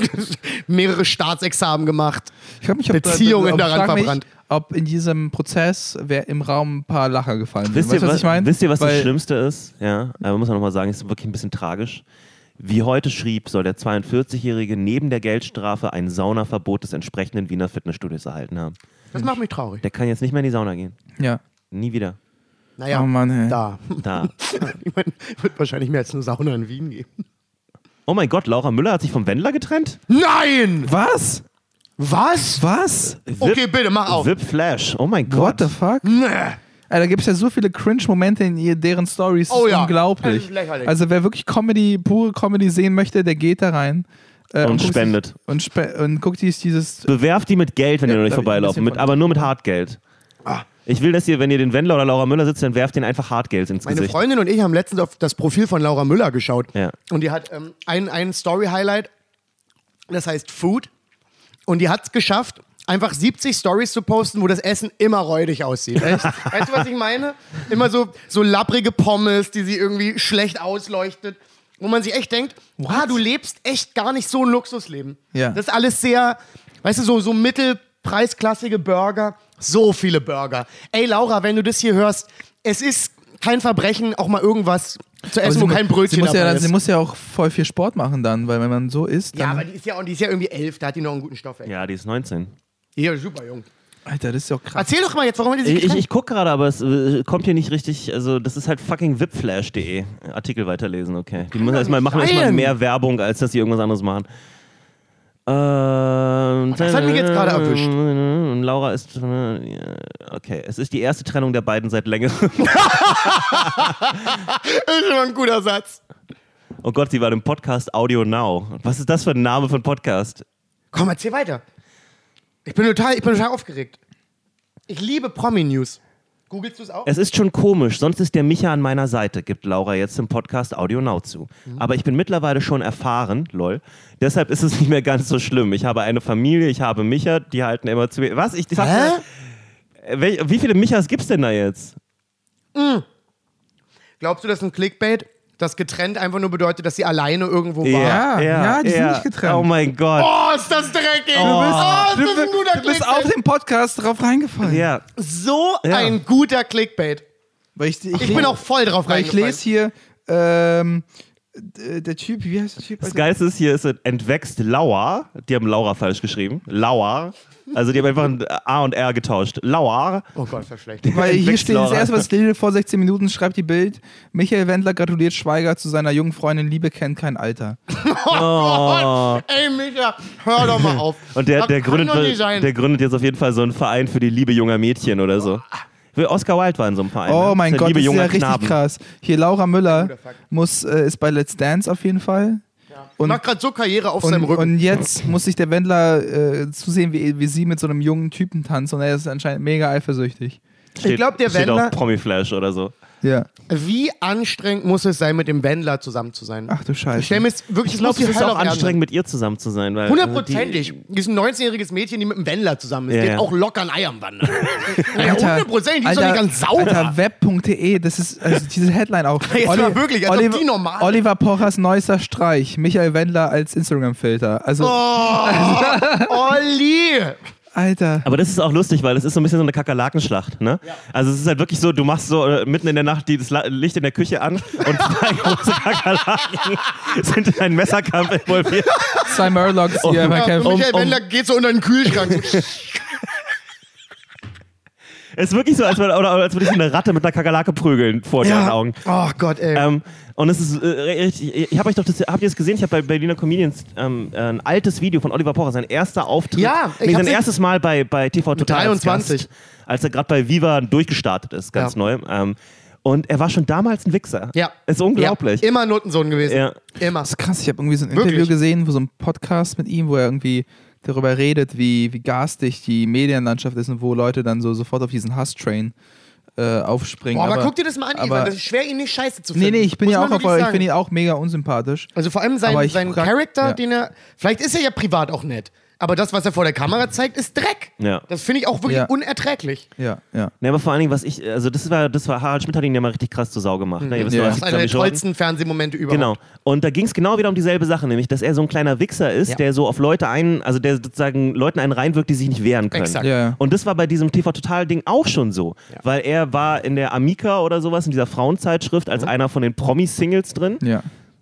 Mehrere Staatsexamen gemacht. Ich frag mich, ob Beziehungen ob, daran frag mich, verbrannt. ob in diesem Prozess wer im Raum ein paar Lacher gefallen sind. Wisst ihr, Weißt du, was was, ich meine? wisst ihr, was das Weil- Schlimmste ist? Ja, aber muss man nochmal sagen, es ist wirklich ein bisschen tragisch. Wie heute schrieb, soll der zweiundvierzigjährige neben der Geldstrafe ein Saunaverbot des entsprechenden Wiener Fitnessstudios erhalten haben. Das macht mich traurig. Der kann jetzt nicht mehr in die Sauna gehen. Ja. Nie wieder. Naja, Oh Mann, ey. da. Da. Ich meine, wird wahrscheinlich mehr als eine Sauna in Wien geben. Oh mein Gott, Laura Müller hat sich vom Wendler getrennt? Nein! Was? Was? Was? Okay, bitte, mach auf. Vip Flash. Oh mein What Gott. the fuck? Nee. Alter, da gibt es ja so viele Cringe-Momente in ihr, deren Stories. Oh Das ist ja, unglaublich. das ist lächerlich. Also wer wirklich Comedy, pure Comedy sehen möchte, der geht da rein. äh, Und guckt spendet. Sich, und, spe und guckt sich dieses... Bewerft die mit Geld, wenn Ja, ihr noch nicht da hab ich ein vorbeilaufen. bisschen Mit, von. aber nur mit Hartgeld. Ah. Ich will, dass ihr, wenn ihr den Wendler oder Laura Müller sitzt, dann werft ihnen einfach Hartgeld ins Meine Gesicht. Freundin und ich haben letztens auf das Profil von Laura Müller geschaut. Ja. Und die hat ähm, ein, ein Story-Highlight, das heißt Food. Und die hat es geschafft, einfach siebzig Stories zu posten, wo das Essen immer räudig aussieht. Echt? Weißt du, was ich meine? Immer so, so labbrige Pommes, die sie irgendwie schlecht ausleuchtet. Wo man sich echt denkt, ah, du lebst echt gar nicht so ein Luxusleben. Ja. Das ist alles sehr, weißt du, so, so mittelpreisklassige Burger. So viele Burger. Ey, Laura, wenn du das hier hörst, es ist kein Verbrechen, auch mal irgendwas zu Aber essen, sie wo mu- kein Brötchen sie muss, dabei ja, ist. sie muss ja auch voll viel Sport machen dann, weil wenn man so isst, ja, dann... aber die ist ja, und die ist ja irgendwie elf, da hat die noch einen guten Stoff. Ey. Ja, die ist neunzehn. Ja, super jung. Alter, das ist ja auch krass. Erzähl doch mal jetzt, warum hat die sich Ich, ich, getrennt? ich gucke gerade, aber es äh, kommt hier nicht richtig. Also, das ist halt fucking vipflash punkt de. Artikel weiterlesen, okay. Die müssen doch erstmal, nicht machen erstmal sein. mehr Werbung, als dass sie irgendwas anderes machen. Ähm, das hat mich jetzt gerade erwischt. Und Laura ist. äh, Okay, es ist die erste Trennung der beiden seit längerem. Das ist schon mal ein guter Satz. Oh Gott, sie war im Podcast Audio Now. Was ist das für ein Name von Podcast? Komm, erzähl weiter. Ich bin total, ich bin total aufgeregt. Ich liebe Promi-News. Googlest du es auch? Es ist schon komisch, sonst ist der Micha an meiner Seite, gibt Laura jetzt im Podcast Audio Now zu. Aber ich bin mittlerweile schon erfahren, lol. Deshalb ist es nicht mehr ganz so schlimm. Ich habe eine Familie, ich habe Micha, die halten immer zu mir. Was? Ich sag Hä? mal, Wel- wie viele Michas gibt's denn da jetzt? Glaubst du, das ist ein Clickbait, das getrennt einfach nur bedeutet, dass sie alleine irgendwo war? Ja, ja, die sind nicht getrennt. Oh mein Gott. Oh, ist das dreckig! Oh. Oh, ist das ein guter Du bist Clickbait! auf dem Podcast drauf reingefallen. Ja. So Ja. ein guter Clickbait. Weil ich, ich, Ich bin auch voll drauf Weil ich reingefallen. lese hier, ähm, d- der Typ, wie heißt der Typ? Das Geilste ist, hier ist es entwächst Lauer. Die haben Laura falsch geschrieben. Lauer. Also die haben einfach ein A und R getauscht. Lauer. Oh Gott, das war schlecht. Weil hier Entwächst steht, das Laura. erste, was ich lese, vor sechzehn Minuten schreibt die Bild, Michael Wendler gratuliert Schweiger zu seiner jungen Freundin, Liebe kennt kein Alter. Oh. Ey, Micha, hör doch mal auf. Und der, Das der, kann gründet, doch nicht sein. der gründet jetzt auf jeden Fall so einen Verein für die Liebe junger Mädchen oder so. Oscar Wilde war in so einem Verein. Oh ne? mein Für Gott, Liebe das ist ja junger richtig Knaben. krass. Hier Laura Müller guter Fakt. muss, äh, ist bei Let's Dance auf jeden Fall. Und macht gerade so Karriere auf Und, seinem Rücken. und jetzt muss sich der Wendler äh, zusehen, wie, wie sie mit so einem jungen Typen tanzt und er ist anscheinend mega eifersüchtig. Steht, Ich glaub, der steht Wendler- auf Promiflash oder so. Ja. Wie anstrengend muss es sein, mit dem Wendler zusammen zu sein? Ach du Scheiße. Ich stell mir jetzt wirklich, Ich glaube, muss die es ist Hölle auch auf Erden anstrengend, mit ihr zusammen zu sein. weil, sein. äh, Hundertprozentig. Die ist ein neunzehnjähriges Mädchen, die mit dem Wendler zusammen ist. Ja, Die ja. hat auch locker ein Ei am Wandern. Ja, hundertprozentig, die ist doch nicht ganz sauber. Alter, web punkt de, das ist also diese Headline auch. Jetzt mal wirklich, als ob die normal- Oliver Pochers neuester Streich, Michael Wendler als Instagram-Filter. Also, Oh, Olli! Alter. Aber das ist auch lustig, weil es ist so ein bisschen so eine Kakerlakenschlacht, ne? Ja. Also es ist halt wirklich so, du machst so äh, mitten in der Nacht die, das La- Licht in der Küche an und zwei große Kakerlaken sind in einen Messerkampf involviert. Zwei Murlocs, die Um- einfach Ja, kämpfen. und Michael um- Wendler geht so unter den Kühlschrank. Es ist wirklich so, als, würde- oder, als würde ich eine Ratte mit einer Kakerlake prügeln vor deinen Augen. Oh Gott, ey. Ähm, und es ist äh, richtig, ich habe euch doch das, habt ihr es gesehen? Ich habe bei Berliner Comedians ähm, ein altes Video von Oliver Pocher, sein erster Auftritt, Ja, ich nee, hab sein sie- erstes Mal bei, bei T V Total als dreiundzwanzig. Gast, als er gerade bei Viva durchgestartet ist, ganz Ja. neu. Ähm, und er war schon damals ein Wichser. ja. Ist unglaublich. Ja, immer Notensohn gewesen. Ja. Immer. Das ist krass, ich habe irgendwie so ein Wirklich? Interview gesehen, wo so ein Podcast mit ihm, wo er irgendwie darüber redet, wie, wie garstig die Medienlandschaft ist und wo Leute dann so sofort auf diesen Hass-Train äh, aufspringen. Boah, aber, aber guck dir das mal an, aber- Ivan. Das ist schwer, ihn nicht scheiße zu Nee, finden. nee, ich bin Muss ja man auch auf, wirklich ich sagen. finde ihn auch mega unsympathisch. Also vor allem sein, Aber ich sein frag- Charakter, ja. den er. Vielleicht ist er ja privat auch nett. Aber das, was er vor der Kamera zeigt, ist Dreck. Ja. Das finde ich auch wirklich Ja. unerträglich. Ja, ja. Nee, aber vor allen Dingen, was ich, also das war, das war Harald Schmidt hat ihn ja mal richtig krass zur Sau gemacht. Ne? Ihr wisst Ja. noch, Das ist was einer der die Show hatten. tollsten Fernsehmomente überhaupt. Genau. Und da ging es genau wieder um dieselbe Sache, nämlich, dass er so ein kleiner Wichser ist, Ja. der so auf Leute ein, also der sozusagen Leuten einen reinwirkt, die sich nicht wehren können. Exakt. Ja, ja. Und das war bei diesem T V-Total-Ding auch schon so. Ja. Weil er war in der Amica oder sowas, in dieser Frauenzeitschrift, als einer von den Promi-Singles drin. Ja.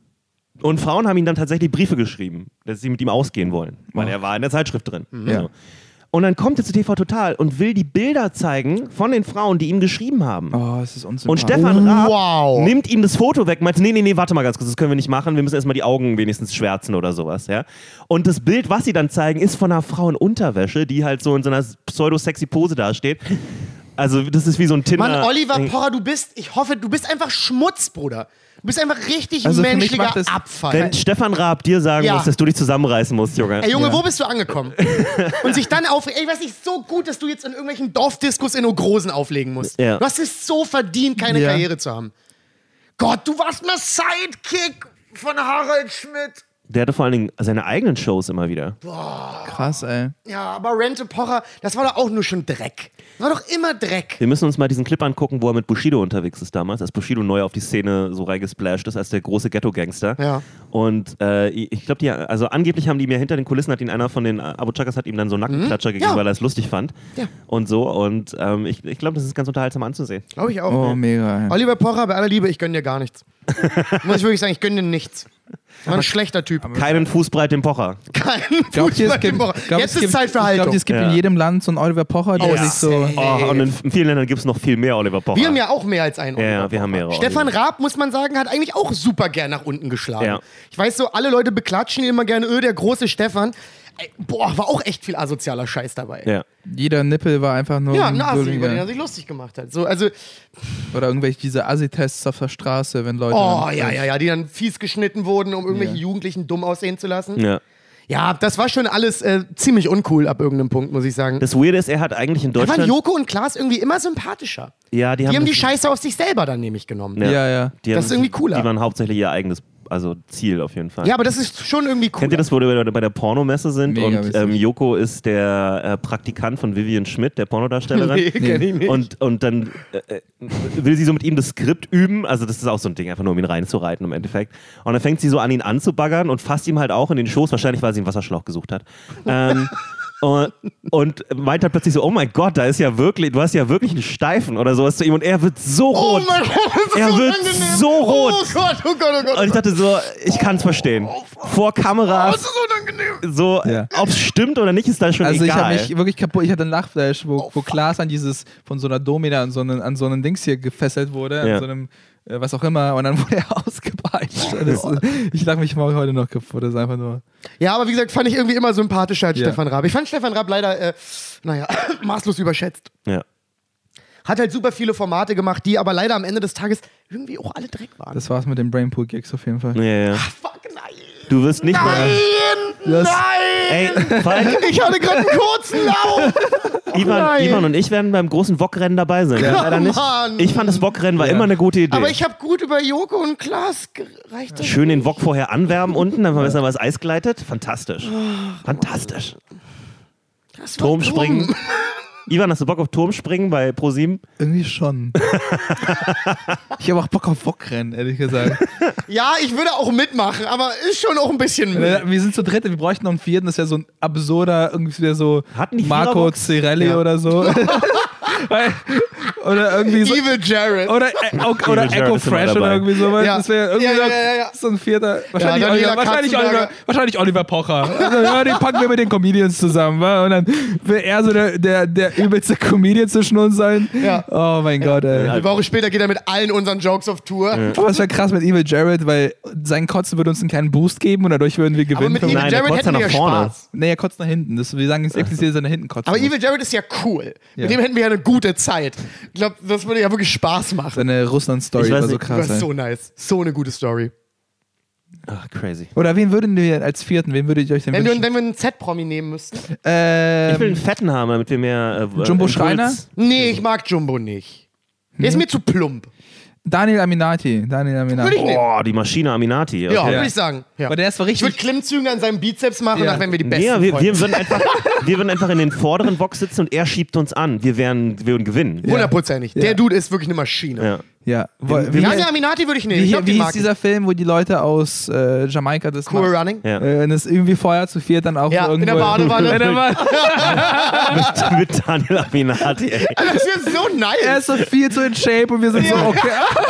Und Frauen haben ihm dann tatsächlich Briefe geschrieben, dass sie mit ihm ausgehen wollen. Weil Oh. er war in der Zeitschrift drin. Ja. So. Und dann kommt er zu T V Total und will die Bilder zeigen von den Frauen, die ihm geschrieben haben. Oh, es ist unsympathisch. Und Stefan Raab Wow. nimmt ihm das Foto weg, meint, nee, nee, nee, warte mal ganz kurz, das können wir nicht machen, wir müssen erstmal die Augen wenigstens schwärzen oder sowas, ja. Und das Bild, was sie dann zeigen, ist von einer Frau in Unterwäsche, die halt so in so einer pseudo-sexy Pose dasteht. Also das ist wie so ein Tinder... Mann, Oliver Pocher, du bist, ich hoffe, du bist einfach Schmutz, Bruder. Du bist einfach richtig Also für mich menschlicher macht es- Abfall. Wenn Stefan Raab dir sagen Ja. muss, dass du dich zusammenreißen musst, Junge. Ey Junge, Ja. wo bist du angekommen? Und sich dann aufregen. Ey, ich weiß nicht, so gut, dass du jetzt in irgendwelchen Dorfdiskus in Ogrosen auflegen musst. Ja. Du hast es so verdient, keine Ja. Karriere zu haben. Gott, du warst mal Sidekick von Harald Schmidt. Der hatte vor allen Dingen seine eigenen Shows immer wieder. Krass, ey. Ja, aber Rente Pocher, das war doch auch nur schon Dreck. Das war doch immer Dreck. Wir müssen uns mal diesen Clip angucken, wo er mit Bushido unterwegs ist damals, als Bushido neu auf die Szene so reingesplasht ist, als der große Ghetto-Gangster. Ja. Und äh, ich glaube, die, also angeblich haben die mir hinter den Kulissen, hat ihn einer von den Abu Chakas hat ihm dann so Nackenklatscher gegeben, Ja. weil er es lustig fand. Ja. Und so. Und ähm, ich, ich glaube, das ist ganz unterhaltsam anzusehen. Glaube ich auch. Oh, ey. mega. Ey. Oliver Pocher, bei aller Liebe, ich gönn dir gar nichts. Muss ich wirklich sagen, ich gönn dir nichts. War ein schlechter Typ. Keinen Fußbreit im Pocher. Kein Glaubt ihr, es Fußball gibt, im Pocher. glaubt, Jetzt es ist gibt, Zeit für Ich Haltung. glaube, es gibt Ja. in jedem Land so einen Oliver Pocher, der Oh, sich so... safe. Oh, und in, in vielen Ländern gibt es noch viel mehr Oliver Pocher. Wir haben ja auch mehr als einen Ja, ja, Oliver wir haben Pocher. mehrere Stefan Oliver. Raab, muss man sagen, hat eigentlich auch super gern nach unten geschlagen. Ja. Ich weiß so, alle Leute beklatschen ihn immer gerne, öh, der große Stefan. Ey, boah, war auch echt viel asozialer Scheiß dabei. Ja. Jeder Nippel war einfach nur... Ja, ein ein Assi, Bulliger. über den er sich lustig gemacht hat. So, also, Oder irgendwelche diese Assi-Tests auf der Straße, wenn Leute... oh, dann- ja, ja, ja, die dann fies geschnitten wurden, um irgendwelche Ja. Jugendlichen dumm aussehen zu lassen. ja. Ja, das war schon alles äh, ziemlich uncool ab irgendeinem Punkt, muss ich sagen. Das Weirde ist, er hat eigentlich in Da waren Deutschland... Joko und Klaas irgendwie immer sympathischer. ja, die Die haben, haben die das- Scheiße auf sich selber dann nämlich genommen. Ja, Ja, ja. Die Das haben, ist irgendwie cooler. Die waren hauptsächlich ihr eigenes also Ziel auf jeden Fall. Ja, aber das ist schon irgendwie cool. Kennt ihr das, wo wir bei der Pornomesse sind Mega und witzig. ähm, Joko ist der äh, Praktikant von Vivian Schmidt, der Pornodarstellerin? Nee, kenn ich nicht. Und, und dann äh, äh, will sie so mit ihm das Skript üben, also das ist auch so ein Ding, einfach nur um ihn reinzureiten im Endeffekt. Und dann fängt sie so an, ihn anzubaggern und fasst ihm halt auch in den Schoß, wahrscheinlich weil sie einen Wasserschlauch gesucht hat. Ähm, und, und meint halt plötzlich so, oh mein Gott, da ist ja wirklich, du hast ja wirklich einen Steifen oder sowas zu ihm und er wird so Oh rot. mein Gott, das ist Er so wird unangenehm. so rot. Oh Gott, oh Gott, oh Gott. Und ich dachte so, ich kann es verstehen. Vor Kameras, das ist unangenehm. so, Ja. ob es stimmt oder nicht, ist da schon Also ich habe egal. mich wirklich kaputt, ich hatte ein Lachflash, Oh, wo, wo Klaas an dieses, von so einer Domina an so einen, an so einen Dings hier gefesselt wurde, Ja. an so einem, äh, was auch immer, und dann wurde er ausgepeitscht. Das, ich lache mich mal heute noch kaputt, das ist einfach nur... Ja, aber wie gesagt, fand ich irgendwie immer sympathischer als Ja. Stefan Raab. Ich fand Stefan Raab leider, äh, naja, maßlos überschätzt. Ja. Hat halt super viele Formate gemacht, die aber leider am Ende des Tages irgendwie auch alle Dreck waren. Das war's mit den Brainpool-Gigs auf jeden Fall. Ja, ja. Fuck, nein. Du wirst nicht mal. Nein! Das- Ey, Nein! Falk, Ich hatte gerade einen kurzen Lauf! Ivan, nein. Ivan und ich werden beim großen Wok-Rennen dabei sein. Ja, Leider nicht. Mann. Ich fand das Wok-Rennen war Ja. immer eine gute Idee. Aber ich habe gut über Joko und Klaas gereicht. das Schön den nicht. Wok vorher anwärmen unten, dann wissen wir, was Eis gleitet. Fantastisch. Fantastisch. Das war Turmspringen. dumm. Ivan, hast du Bock auf Turmspringen bei ProSieben? Irgendwie schon. Ich habe auch Bock auf Wokrennen, ehrlich gesagt. Ja, ich würde auch mitmachen, aber ist schon auch ein bisschen Müll. Wir sind zu dritt, wir bräuchten noch einen vierten, das wäre so ein absurder, irgendwie wieder so Hatten die Marco Viererbox? Cirelli Ja. oder so. Weil, oder irgendwie so. Evil Jared. Oder, äh, auch- oder Jared Echo ist immer Fresh dabei. oder irgendwie sowas. Ja. Das wäre irgendwie Ja, ja, noch ja, ja. so ein vierter. Wahrscheinlich, Daniela Oliver, wahrscheinlich, Katzenberger. Oliver, wahrscheinlich Oliver Pocher. Also, ja, den packen wir mit den Comedians zusammen. Wa? Und dann will er so der, der, der übelste Comedian zwischen uns sein. Ja. Oh mein Gott, ey. Eine Woche später geht er mit allen unseren Jokes auf Tour. Aber es wäre krass mit Evil Jared, weil sein Kotzen würde uns einen kleinen Boost geben und dadurch würden wir Aber gewinnen. mit Evil Nein, der Jared kotzt hätten wir ja nach vorne. Spaß. Nee, er kotzt nach hinten. Das, wir sagen jetzt explizit, dass er nach hinten kotzt. Aber muss. Evil Jared ist ja cool. Ja. Mit dem hätten wir ja eine gute Zeit. Ich glaube, das würde ja wirklich Spaß machen. Seine Russland-Story Ich weiß war so nicht, Das krass. ist ey. so nice. So eine gute Story. Ach, crazy. Oder wen würden wir als vierten, wen würdet ihr euch denn Wenn wir, wünschen? wenn wir einen Z-Promi nehmen müssten. Ähm, Ich will einen fetten haben, damit wir mehr. Äh, Jumbo Impuls- Schreiner? Nee, ich mag Jumbo nicht. Der ist mir zu plump. Daniel Aminati. Daniel Aminati. Würde ich nehmen. Oh, die Maschine Aminati. Ja, Okay. würde ich sagen. Ja. Aber der ist zwar Ich würde richtig. Klimmzüge an seinem Bizeps machen, Ja. nach wenn wir die besten Ja, wir, Freunde wir, würden einfach, wir würden einfach in den vorderen Box sitzen und er schiebt uns an. Wir, wären, wir würden gewinnen. Hundertprozentig. Der Dude ist wirklich eine Maschine. Ja. Ja. Wo, wir- wie, Daniel Aminati würde ich nehmen. wie, Ich glaub, wie die hieß mag ich. dieser Film, wo die Leute aus äh, Jamaika das Cool machen? Running? Ja. Äh, und es irgendwie vorher zu viert dann auch Ja, so in irgendwo... der Badewanne. In der Bade- Mit Daniel Aminati, ey. Das ist so er nice. ist so viel zu in Shape und wir sind so, Ja. okay.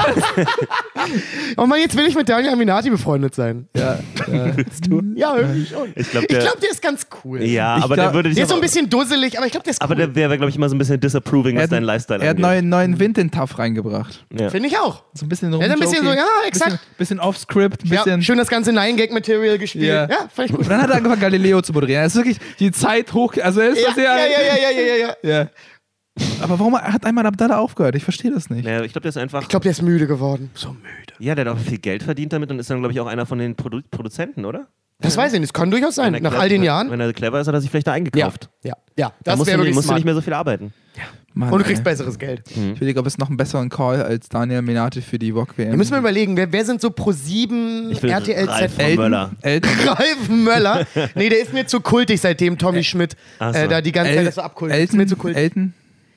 Oh Mann, jetzt will ich mit Daniel Aminati befreundet sein. Ja, ja. Ja, irgendwie schon. Ich glaube, Ich der, glaube, der ist ganz cool. ja, Ich aber glaub- der würde dich Der ist so ein aber, bisschen dusselig, aber ich glaube, der ist cool. aber der wäre, glaube ich, immer so ein bisschen disapproving, Er was hat, dein Lifestyle er hat angeht. neuen, neuen Wind in Tough reingebracht. Ja. Finde ich auch. So ein bisschen Ja, ein bisschen so, ja, exakt. Bisschen, bisschen off-script, ein Ja, bisschen... schön das ganze Nine-Gag-Material gespielt. Ja. Ja, fand ich gut. Und dann hat er angefangen, Galileo zu moderieren. Er ist wirklich die Zeit hoch... Also er ist Ja, das ja, ja, ja, ja, ja, ja, ja. ja. Aber warum hat einmal Abdallah aufgehört? Ich verstehe das nicht. Ja, ich glaube, der ist einfach. Ich glaube, der ist müde geworden. So müde. Ja, der hat auch viel Geld verdient damit und ist dann, glaube ich, auch einer von den Produ Produzenten, oder? Das weiß ich nicht. Das kann durchaus sein. Wenn er Nach clever- all den Jahren. Wenn er clever ist, hat er sich vielleicht da Ja, eingekauft. ja, ja. Da Das musst wäre du, wirklich musst du smart. nicht mehr so viel arbeiten. Mann, Und du ey. kriegst besseres Geld. Ich überlege, ob es noch einen besseren Call als Daniel Minati für die V O G W M. Da müssen wir überlegen, wer, wer sind so Pro sieben, Ich will R T L Ralf Z? von Elton, Möller. Elton, Ralf Möller. Nee, der ist mir zu kultig, seitdem Tommy Schmidt Ach so. äh, da die ganze Zeit El das so abkultet. Ist Elton, mir zu kultig. Elton,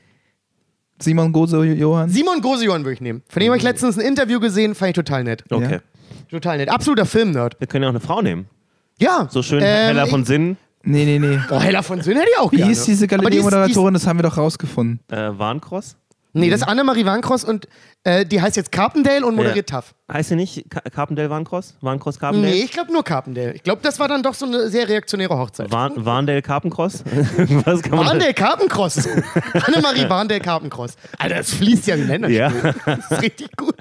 Simon Gose Johann. Simon Gosejohann würde ich nehmen. Von dem habe ich letztens ein Interview gesehen, fand ich total nett. Okay. Ja. Total nett. Absoluter Filmnerd. Wir können ja auch eine Frau nehmen. Ja. So schön Ähm, heller von Sinn. Nee, nee, nee. Oh, Hella von Sinn hätte ich auch Wie gerne. hieß diese Aber die ist- die ist- Galileo-Moderatorin? Das haben wir doch rausgefunden. Äh, Warncross. Nee, das ist Annemarie Wancross und äh, die heißt jetzt Carpendale und moderiert Tough. Heißt sie nicht Ka Carpendale Warncross? Warncross Carpendale? Nee, ich glaube nur Carpendale. Ich glaube, das war dann doch so eine sehr reaktionäre Hochzeit. Warn Warndale Carpencross? Was kann man Warndale Carpencross ist gut. Annemarie Warndale Carpencross. Alter, das fließt ja wie Länderspiel. Ja. Das ist richtig gut.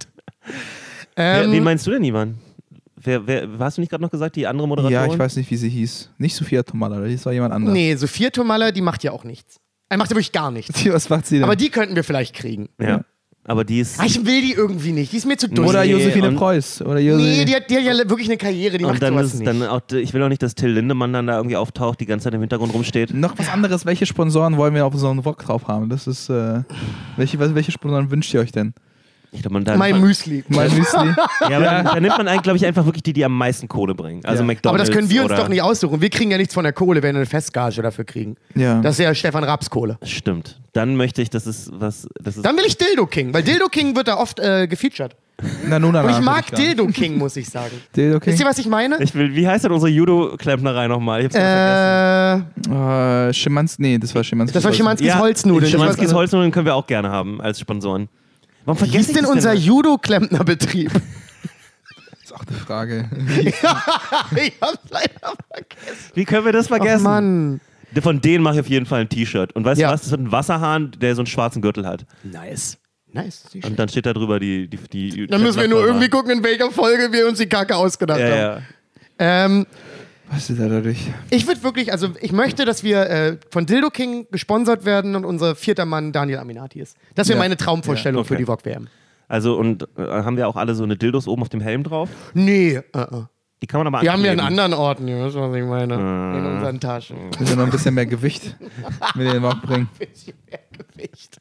Wer, Ähm, wen meinst du denn, Ivan? Wer, wer, hast du nicht gerade noch gesagt, die andere Moderatorin? Ja, ich weiß nicht, wie sie hieß. Nicht Sophia Tomala, das war jemand anderes. nee, Sophia Tomalla, die macht ja auch nichts. Er macht ja wirklich gar nichts. Was macht sie denn? Aber die könnten wir vielleicht kriegen. Ja. Aber die ist. Ah, ich will die irgendwie nicht. Die ist mir zu dumm. Oder Nee, Josephine und- Preuß. Oder Jose Nee, die hat, die hat ja wirklich eine Karriere, die macht Und dann sowas ist es nicht. dann auch, ich will auch nicht, dass Till Lindemann dann da irgendwie auftaucht, die ganze Zeit im Hintergrund rumsteht. Noch was anderes, welche Sponsoren wollen wir auf so einen V O G drauf haben? Das ist, äh, welche, was- welche Sponsoren wünscht ihr euch denn? Ich glaub, man da mein Müsli. Mein Müsli. Ja, aber dann, dann nimmt man eigentlich, glaube ich, einfach wirklich die, die am meisten Kohle bringen. Also Ja. McDonald's. Aber das können wir uns oder doch nicht aussuchen. Wir kriegen ja nichts von der Kohle, wenn wir eine Festgage dafür kriegen. Ja. Das ist ja Stefan Raps Kohle. Stimmt. Dann möchte ich, dass es was. Das ist Dann will ich Dildo King, weil Dildo King wird da oft äh, gefeatured. Na, nun, Und ich mag Dildo King, muss ich sagen. Dildo King. Wisst ihr, was ich meine? ich will, wie heißt denn unsere Judo-Klempnerei nochmal? Ich hab's gerade vergessen. Äh, Äh, Schimanski, nee, das war Schimanski. das war Schimanskis Holznudeln. Schimanskis Das war- Holznudeln können wir auch gerne haben als Sponsoren. Warum Wie vergesse ist ich denn das unser denn? Judo-Klempnerbetrieb? Das ist auch eine Frage. ich hab's leider vergessen. Wie können wir das Oh vergessen? Mann. Von denen mache ich auf jeden Fall ein T-Shirt. Und weißt Ja. du was? Das wird ein Wasserhahn, der so einen schwarzen Gürtel hat. Nice. Nice. Und dann steht da drüber die. die, die Dann müssen wir nur irgendwie gucken, in welcher Folge wir uns die Kacke ausgedacht Ja, haben. ja. Ähm, Was ist da dadurch? ich würde wirklich, also ich möchte, dass wir äh, von Dildo King gesponsert werden und unser vierter Mann Daniel Aminati ist. Das wäre Ja. meine Traumvorstellung Ja, okay. für die V O G W M. Also, und äh, haben wir auch alle so eine Dildos oben auf dem Helm drauf? Nee, uh -uh. Die kann man aber Die haben wir an ankleben. anderen Orten, ihr wisst, was ich meine. Äh. In unseren Taschen. Wir müssen noch ein bisschen mehr Gewicht mit in den V O G bringen. Ein bisschen mehr Gewicht.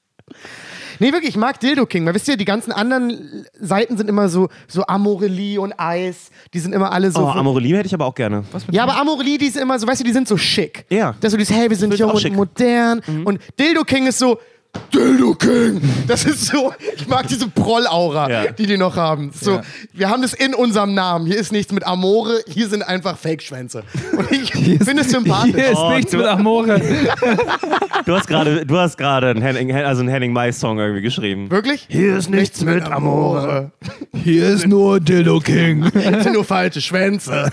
Nee, wirklich, ich mag Dildo King, weil wisst ihr, die ganzen anderen Seiten sind immer so, so Amorelie und Eis, die sind immer alle so... Oh, Amorelie hätte ich aber auch gerne. Ja, aber Amorelie, die sind immer so, weißt du, die sind so schick. Ja. Das ist so dieses, hey, wir sind Find ich jung auch und schick. modern. Und Dildo King ist so, Dildo King. Das ist so, ich mag diese Proll-Aura, Ja. die die noch haben. So, Ja. wir haben das in unserem Namen. Hier ist nichts mit Amore, hier sind einfach Fake-Schwänze. Und ich finde es sympathisch. Hier ist Oh, nichts du- mit Amore. Du hast gerade, du hast gerade einen Henning, also einen Henning Mais Song irgendwie geschrieben. Wirklich? Hier ist Nichts mit Amore. Hier ist nur Dildo King. Das sind nur falsche Schwänze.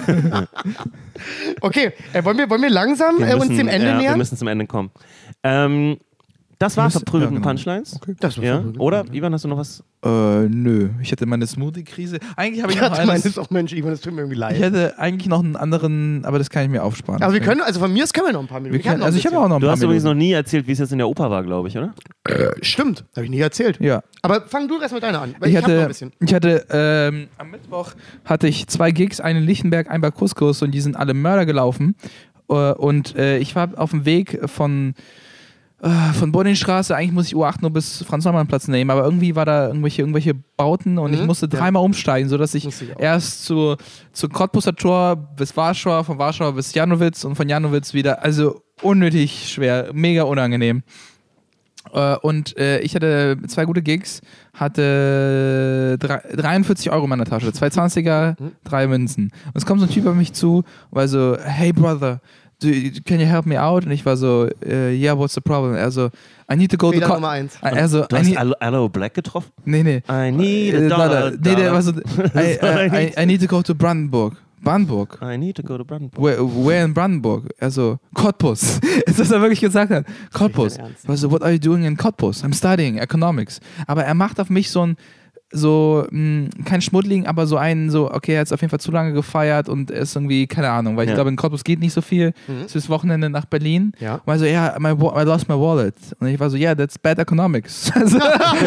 Okay, äh, wollen, wir, wollen wir langsam Wir äh, uns müssen- dem Ende ja, Wir nähern? müssen zum Ende kommen. Ähm, das war müssen- verprügelten ja, genau. Punchlines. Das war Ja? verprügelt. Oder, Ivan, hast du noch was? Äh, nö. Ich hatte meine Smoothie-Krise. Eigentlich habe ich noch Ich meine, eines. auch Mensch, Ivan, das tut mir irgendwie leid. Ich hätte eigentlich noch einen anderen, aber das kann ich mir aufsparen. Aber wir können, also von mir aus können wir noch ein paar Minuten. Wir können, noch also ein ich habe bisschen. auch noch ein Du paar hast übrigens noch Minuten. nie erzählt, wie es jetzt in der Oper war, glaube ich, oder? Stimmt, habe ich nie erzählt. Ja. Aber fang du erst mit deiner an, weil Ich ich, hab noch ein hatte, bisschen. ich hatte ähm, am Mittwoch hatte ich zwei Gigs, einen in Lichtenberg, einen bei Couscous und die sind alle Mörder gelaufen. Äh, und äh, ich war auf dem Weg von äh, von Boninstraße, eigentlich muss ich U acht nur bis Franz-Neumann-Platz nehmen, aber irgendwie war da irgendwelche, irgendwelche Bauten und Mhm. ich musste dreimal umsteigen, sodass ich, Musste ich auch. erst zu, zu Cottbuser Tor bis Warschau, von Warschau bis Janowitz und von Janowitz wieder, also unnötig schwer, mega unangenehm. Äh, und äh, ich hatte zwei gute Gigs, hatte drei, dreiundvierzig Euro in meiner Tasche, zwei zwanziger, drei Münzen. Und es kommt so ein Typ auf mich zu und war so, hey brother, do, can you help me out? Und ich war so, uh, yeah, what's the problem? Er so, I need to go Fehler to... Nummer eins. Er so, Du I hast need, Aloe Aloe Black getroffen? nee, nee. I need a Äh, dollar, dollar. Nee, der war so, dollar. I, I, I, I need to go to Brandenburg. Brandenburg? I need to go to Brandenburg. Where, where in Brandenburg? Also, Cottbus. Das ist, was er wirklich gesagt hat. Cottbus. dein Ernst. Also, what are you doing in Cottbus? I'm studying economics. Aber er macht auf mich so ein, so, mh, kein Schmuddling, aber so einen, so, okay, er hat es auf jeden Fall zu lange gefeiert und er ist irgendwie, keine Ahnung, weil ich Ja. glaube, in Cottbus geht nicht so viel. Mhm. Es ist Wochenende nach Berlin. Ja. Und er so, ja, my, wa- I lost my wallet. Und ich war so, yeah, that's bad economics. Also,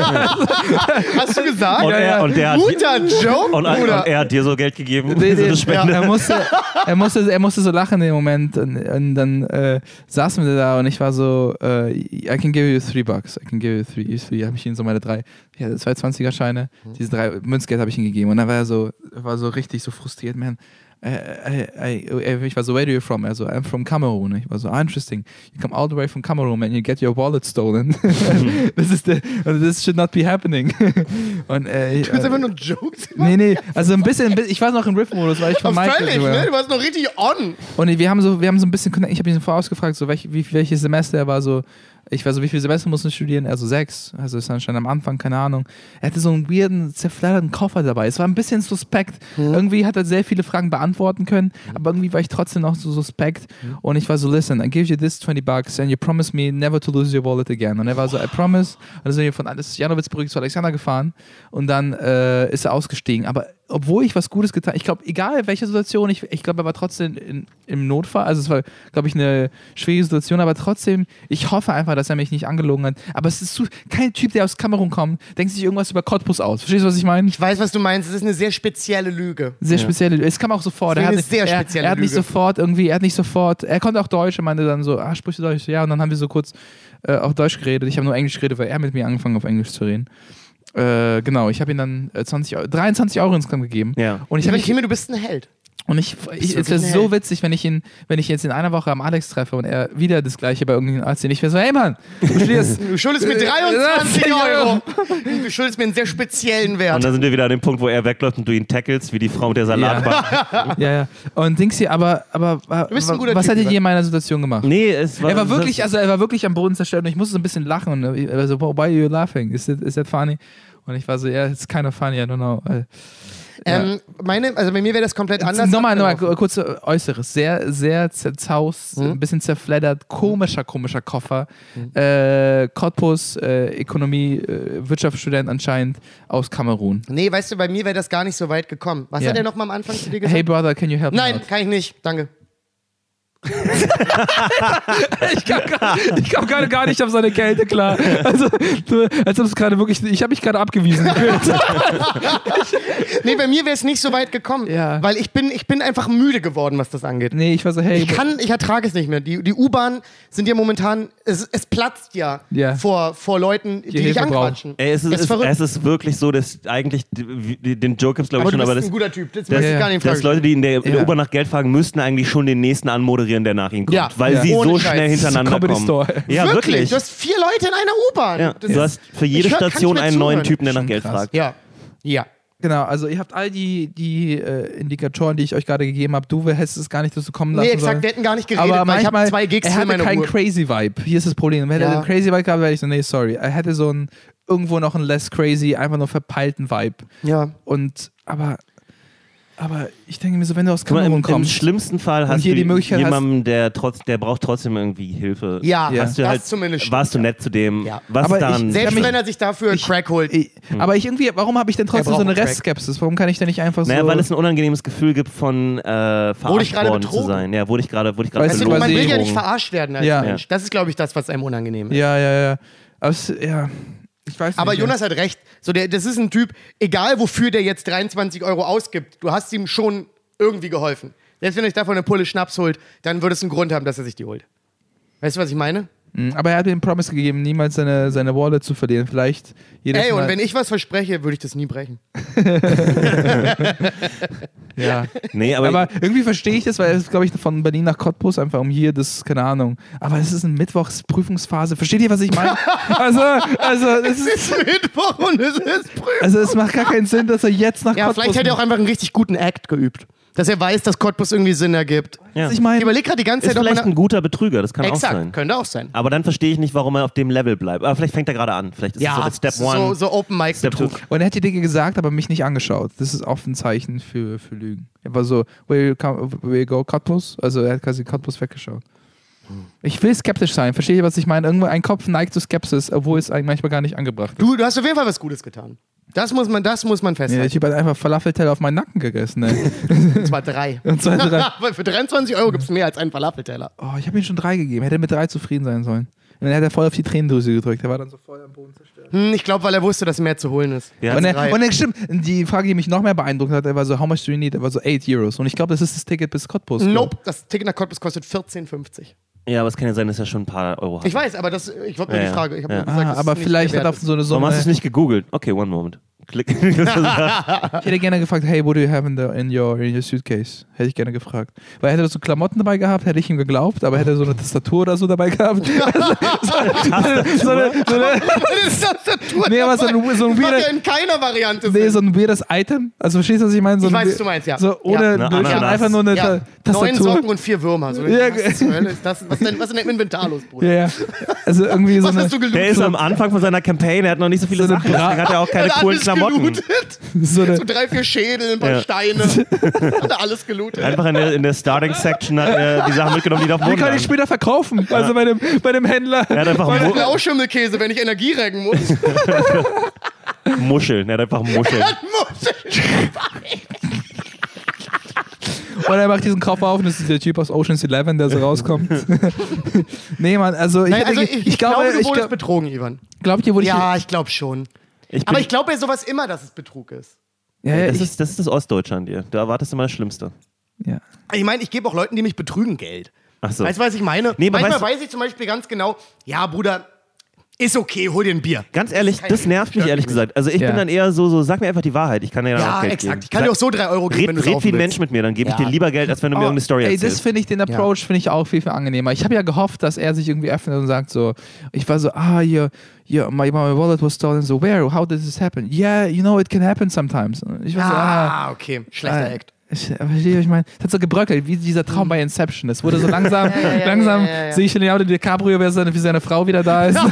Hast du gesagt? Und, Ja, er, ja. und, der hat, Guter Joke, und, und Bruder. er hat dir so Geld gegeben. Nee, so nee, eine Spende. er, musste, er, musste, er musste so lachen in dem Moment und, und dann äh, saßen wir da und ich war so, äh, I can give you three bucks, I can give you three, three. Habe ich ihm so meine drei, ich hatte zwei zwanziger-Scheine, diese drei Münzgeld habe ich ihm gegeben und dann war er so, war so richtig so frustriert, man. I, I, I, ich war so, where are you from? Er so, I'm from Cameroon. Ich war so, ah, interesting. You come all the way from Cameroon and you get your wallet stolen. Das ist the, this should not be happening. Und, äh, Du hast einfach nur Jokes. nee, nee, also ein bisschen, ich war noch im Riff-Modus, weil ich von Aber Michael völlig, sogar. ne? Du warst noch richtig on. Und wir haben so, wir haben so ein bisschen Connect. Ich habe ihn vorausgefragt, so welch, wie, welches Semester er war, so. Ich war so, wie viele Semester musst du studieren? Er so sechs. Also ist anscheinend am Anfang, keine Ahnung. Er hatte so einen weirden, zerfledderten Koffer dabei. Es war ein bisschen suspekt. Mhm. Irgendwie hat er sehr viele Fragen beantworten können, aber irgendwie war ich trotzdem noch so suspekt. Mhm. Und ich war so, listen, I give you this twenty bucks and you promise me never to lose your wallet again. Und er war so, I promise. Und dann sind wir von Janowitzbrück zu Alexander gefahren und dann äh, ist er ausgestiegen. Aber obwohl ich was Gutes getan habe, ich glaube, egal welche Situation, ich, ich glaube, er war trotzdem in, im Notfall, also es war, glaube ich, eine schwierige Situation, aber trotzdem, ich hoffe einfach, dass er mich nicht angelogen hat. Aber es ist zu, kein Typ, der aus Kamerun kommt, denkt sich irgendwas über Cottbus aus. Verstehst du, was ich meine? Ich weiß, was du meinst. Es ist eine sehr spezielle Lüge. Sehr spezielle, es kam auch sofort. Das Er ist hat, eine nicht- sehr er, spezielle er hat nicht Lüge. sofort irgendwie, er hat nicht sofort, er konnte auch Deutsch, er meinte dann so, ah, sprichst du Deutsch? Ja, und dann haben wir so kurz äh, auf Deutsch geredet. Ich habe nur Englisch geredet, weil er mit mir angefangen auf Englisch zu reden. Äh, genau, ich habe ihm dann äh, zwanzig Euro, dreiundzwanzig Euro insgesamt gegeben. Ja. Und ich Ich habe meine, Kimi, du bist ein Held. Und ich, ich du es wäre wirklich so ein witzig, wenn ich ihn, wenn ich jetzt in einer Woche am Alex treffe und er wieder das gleiche bei irgendeinem Arzt sieht. Ich wäre so, hey Mann, du stehst. Du schuldest mir dreiundzwanzig Euro. Du schuldest mir einen sehr speziellen Wert. Und dann sind wir wieder an dem Punkt, wo er wegläuft und du ihn tackelst, wie die Frau mit der Salatbar. ja, ja. Und Dings hier, aber, aber bist ein guter was Typ, hättet Ivan. ihr in meiner Situation gemacht? Nee, es war. Er war wirklich, also er war wirklich am Boden zerstört und ich musste so ein bisschen lachen und er war so, why are you laughing? Is that, is that funny? Und ich war so, yeah, it's kind of funny, I don't know. Ähm, meine, also bei mir wäre das komplett anders. Nochmal, nochmal abgelaufen. kurz äh, Äußeres. Sehr, sehr zerzaust, Mhm. ein bisschen zerfleddert, komischer, komischer Koffer. Äh, Cottbus, äh, Ökonomie, äh, Wirtschaftsstudent anscheinend aus Kamerun. Nee, weißt du, bei mir wäre das gar nicht so weit gekommen. Was Ja. hat er noch mal am Anfang zu dir gesagt? Hey brother, can you help me Nein, out? kann ich nicht. Danke. ich kam gerade ich kam gerade gar nicht auf seine Kälte klar. Also, du, als ob es gerade wirklich, ich habe mich gerade abgewiesen gefühlt. Nee, bei mir wäre es nicht so weit gekommen, Ja. weil ich bin, ich bin einfach müde geworden, was das angeht. Nee, ich war so, hey. Ich kann, ich ertrage es nicht mehr. Die, die U-Bahn sind ja momentan, es, es platzt ja, Ja. Vor, vor Leuten, die, Die dich Hilfe anquatschen. Ey, es, ist, Das es, verrückt. es ist wirklich so, dass eigentlich, die- den Joke gibt's glaube ich Aber du schon, bist aber das, ein guter Typ, das das- möchte ich ja, gar nicht in dass Frage Leute, die in der, in der Ja. U-Bahn nach Geld fragen, müssten eigentlich schon den nächsten anmoderieren, der nach ihnen kommt. Ja. Weil Ja. sie Ohne so Scheiß. schnell hintereinander Comedy kommen. Store. Ja, wirklich. wirklich. Du hast vier Leute in einer U-Bahn. Ja. Das Du hast für jede ich hör- kann Station nicht mehr einen neuen zuhören. Typen, der nach Schon Geld krass. fragt. Ja, ja. Genau, also ihr habt all die, die äh, Indikatoren, die ich euch gerade gegeben habe. Du hättest es gar nicht dazu kommen lassen Nee, exakt, sollen. wir hätten gar nicht geredet, Aber weil ich habe manchmal, zwei Gigs er für hatte meine keinen Ruhe. crazy Vibe. Hier ist das Problem. Wenn er Ja. einen crazy Vibe gehabt, wäre ich so, nee, sorry. Er hätte so einen, irgendwo noch einen less crazy, einfach nur verpeilten Vibe. Ja. Und, aber, aber ich denke mir so, wenn du aus Guck mal, Kamerun im, Im kommst, schlimmsten Fall hast hier du die Möglichkeit jemanden, der, trotz, der braucht trotzdem irgendwie Hilfe. Ja, Ja. Hast du das halt, zumindest. warst du nett zu dem? Ja. Was Aber dann? ich- Selbst mich- wenn er sich dafür ich- Crack holt. ich, aber ich irgendwie, warum habe ich denn trotzdem braucht so eine einen Crack. Restskepsis? Warum kann ich denn nicht einfach so... Naja, weil es ein unangenehmes Gefühl gibt, von äh, Wurde ich verarscht gerade worden zu betrogen? sein. Ja, wurde ich gerade wurde ich gerade Weißt du, Weißt du, man will ja belogen. nicht verarscht werden als Ja. Mensch. Das ist, glaube ich, das, was einem unangenehm ist. ja, ja, ja. Aber es, ja, ich weiß Aber nicht. Jonas hat recht. So, der, das ist ein Typ, egal wofür der jetzt dreiundzwanzig Euro ausgibt, du hast ihm schon irgendwie geholfen. Selbst wenn er sich davon eine Pulle Schnaps holt, dann würde es einen Grund haben, dass er sich die holt. Weißt du, was ich meine? Mhm, aber er hat mir den Promise gegeben, niemals seine, seine Wallet zu verlieren. Vielleicht jedes Ey, Mal. und wenn ich was verspreche, würde ich das nie brechen. ja. Nee, aber, Aber irgendwie verstehe ich das, weil es ist, glaube ich, von Berlin nach Cottbus einfach um hier, das, keine Ahnung. Aber es ist eine Mittwochsprüfungsphase. Versteht ihr, was ich meine? Also, also, es ist, ist Mittwoch und es ist Prüfung. also, es macht gar keinen Sinn, dass er jetzt nach Ja, Cottbus vielleicht hätte er auch einfach einen richtig guten Act geübt. Dass er weiß, dass Cottbus irgendwie Sinn ergibt. ja. Ich meine, Ich überlege gerade die ganze ist Zeit, ob vielleicht man... ein guter Betrüger, das kann auch Exakt, sein. könnte auch sein. Aber dann verstehe ich nicht, warum er auf dem Level bleibt. Aber vielleicht fängt er gerade an. Vielleicht ist es so das Step so, One. so Open Mic Step Betrug. two. und er hat die Dinge gesagt, aber mich nicht angeschaut. Das ist oft ein Zeichen für, für Lügen. Er war so, where you, come, where you go, Cottbus? Also er hat quasi Cottbus weggeschaut. Ich will skeptisch sein. Versteht ihr, was ich meine? Irgendwo ein Kopf neigt zu Skepsis, obwohl es eigentlich manchmal gar nicht angebracht ist. Du, du hast auf jeden Fall was Gutes getan. Das muss man, das muss man Ja, der festhalten. Typ hat einfach Falafelteller auf meinen Nacken gegessen. Ey. Und zwar drei. Und zwei, drei. Weil für dreiundzwanzig Euro gibt es mehr als einen Falafelteller. Oh, ich habe ihm schon drei gegeben. Hätte mit drei zufrieden sein sollen. Und dann hat er voll auf die Tränendrüse gedrückt. Er war dann so voll am Boden zerstört. Hm, ich glaube, weil er wusste, dass mehr zu holen ist. Ja, Und, er, drei. und er, stimmt, die Frage, die mich noch mehr beeindruckt hat, er war so, how much do you need? Er war so eight Euros. Und ich glaube, das ist das Ticket bis Cottbus. Nope, das Ticket nach Cottbus kostet vierzehn fünfzig. Ja, aber es kann ja sein, dass er schon ein paar Euro hat. Ich weiß, aber das, ich wollte nur Ja, die Frage. Ich habe ja. nur gesagt, Ah, dass aber es nicht vielleicht der hat Wert er ist. so eine Warum Summe. hast du es nicht gegoogelt? Okay, one moment. Klick. Ich hätte gerne gefragt, hey, what do you have in, the, in, your, in your suitcase? Hätte ich gerne gefragt. Weil hätte er so Klamotten dabei gehabt, hätte ich ihm geglaubt, aber hätte er so eine Tastatur oder so dabei gehabt. so, so, eine, so, eine, so eine, Das ist Tastatur nee, aber so ein, so ein Das macht ja weirder, in keiner Variante nee, Sinn. so ein weirdes Item. Also verstehst du, was ich meine? So Ich ein weiß, we- was du meinst, ja. So ohne Ja. Eine Bildschirm, Ananas. einfach nur eine Ja, Ta neun Tastatur. Socken und vier Würmer. So, Ja, was zur Hölle ist das? Was, denn, was ist denn im Inventar los, Bruder? Ja, ja. Also irgendwie so Was eine, hast du gelootet? Der ist am Anfang von seiner Campaign, er hat noch nicht so viele So eine Sachen, Bra- deswegen hat er auch keine Hat er coolen alles Klamotten. gelootet? so eine So drei, vier Schädel, ein paar Ja. Steine. Hat er alles gelootet. Einfach in der, in der Starting-Section hat er die Sachen mitgenommen, die da auf dem die Boden kann ich lagen. später verkaufen. Also bei dem, bei dem Händler. Er hat einfach Oder Mu Blauschimmelkäse, wenn ich Energie recken muss. Muscheln, er hat einfach Muscheln. Und er macht diesen Koffer auf und das ist der Typ aus Ocean's Eleven, der so rauskommt. nee, Mann, also ich, Nein, also denke, ich, ich, ich glaube, glaube, du ich wurdest glaub, betrogen, Ivan. glaubt ihr, wurde ich... Ja, ich glaube schon. Ich bin, Aber ich glaube bei sowas immer, dass es Betrug ist. Ja, ja, das, ich, ist, das ist das Ostdeutsche an dir. Du erwartest immer das Schlimmste. ja. Ich meine, ich gebe auch Leuten, die mich betrügen, Geld. Ach so. Weißt du, was ich meine? Nee, aber Manchmal weißt weiß ich zum Beispiel ganz genau, ja, Bruder, ist okay, hol dir ein Bier. Ganz ehrlich, kein- das nervt mich stört ehrlich mich gesagt. Also ich Ja. bin dann eher so, so, sag mir einfach die Wahrheit. Ich kann dir dann auch Ja, Geld exakt. geben. Ich kann dir auch so drei Euro geben, wenn Red, du red wie ein saufen Mensch willst. mit mir, dann gebe ich Ja. dir lieber Geld, als wenn du mir irgendeine Story ey, erzählst. das finde ich, den Approach finde ich auch viel, viel angenehmer. Ich habe ja gehofft, dass er sich irgendwie öffnet und sagt so, ich war so, ah, your, your, my, my wallet was stolen. So, where? How did this happen? Yeah, you know, it can happen sometimes. Und ich war so, ah, Ah, okay. Schlechter äh, Act. Ich, aber verstehe ich, ich meine, es hat so gebröckelt, wie dieser Traum bei Inception. Es wurde so langsam, ja, ja, langsam ja, ja, ja. sehe ich Leonardo DiCaprio, wie seine, wie seine Frau wieder da ist.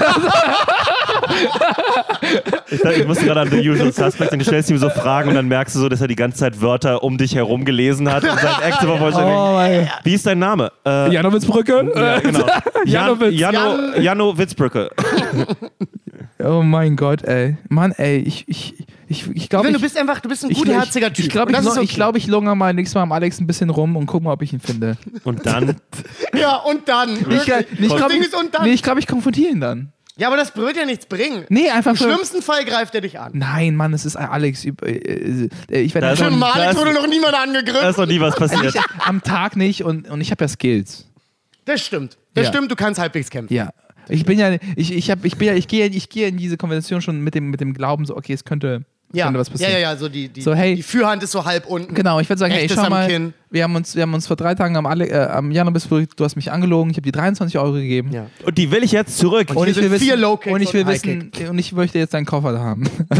Ich, dachte, ich musste gerade an The Usual Suspects und du stellst ihm so Fragen und dann merkst du so, dass er die ganze Zeit Wörter um dich herum gelesen hat und sein Act zu vervollständigen. Oh mein. Wie ist dein Name? Äh, Janowitzbrücke? ja, genau. Jan, Janowitz. Jano, Jano Witzbrücke. Oh mein Gott, ey. Mann, ey, ich, ich, Ich, ich glaube, du ich, bist einfach, du bist ein ich, gutherziger ich, Typ. ich glaube, Und ich, das ist lo- okay. ich, glaub, ich lungere mal nächstes Mal am Alex ein bisschen rum und guck mal, ob ich ihn finde. Und dann, Ja, und dann. Ich, wirklich. ich das glaube, Ding ist, und dann. nee, ich, glaub, ich konfrontiere ihn dann. Ja, aber das wird ja nichts bringen. Nee, einfach Im für... schlimmsten Fall greift er dich an. Nein, Mann, es ist Alex. äh, äh, Ich werde Da ist Für schon- Malik das- wurde noch niemand da angegriffen. ist noch nie was passiert. am Tag nicht und, und ich habe ja Skills. Das stimmt. Das Ja. stimmt, du kannst halbwegs kämpfen. Ja. Ich bin ja, ich, ich hab, ich bin ja, ich gehe, ich gehe in diese Konversation schon mit dem, mit dem Glauben so, okay, es könnte, Ja, könnte was ja, passieren. ja, ja, so die, die, So, hey. die Fürhand ist so halb unten. Genau, ich würde sagen, hey, Rechtes schau am mal, Kinn. wir haben uns, wir haben uns vor drei Tagen am, Ale, äh, am Janobis, du hast mich angelogen, ich habe dir dreiundzwanzig Euro gegeben. Ja. Und die will ich jetzt zurück. Und Und hier ich will sind vier wissen, Low Kicks und ich will und High wissen, und ich möchte jetzt deinen Koffer haben.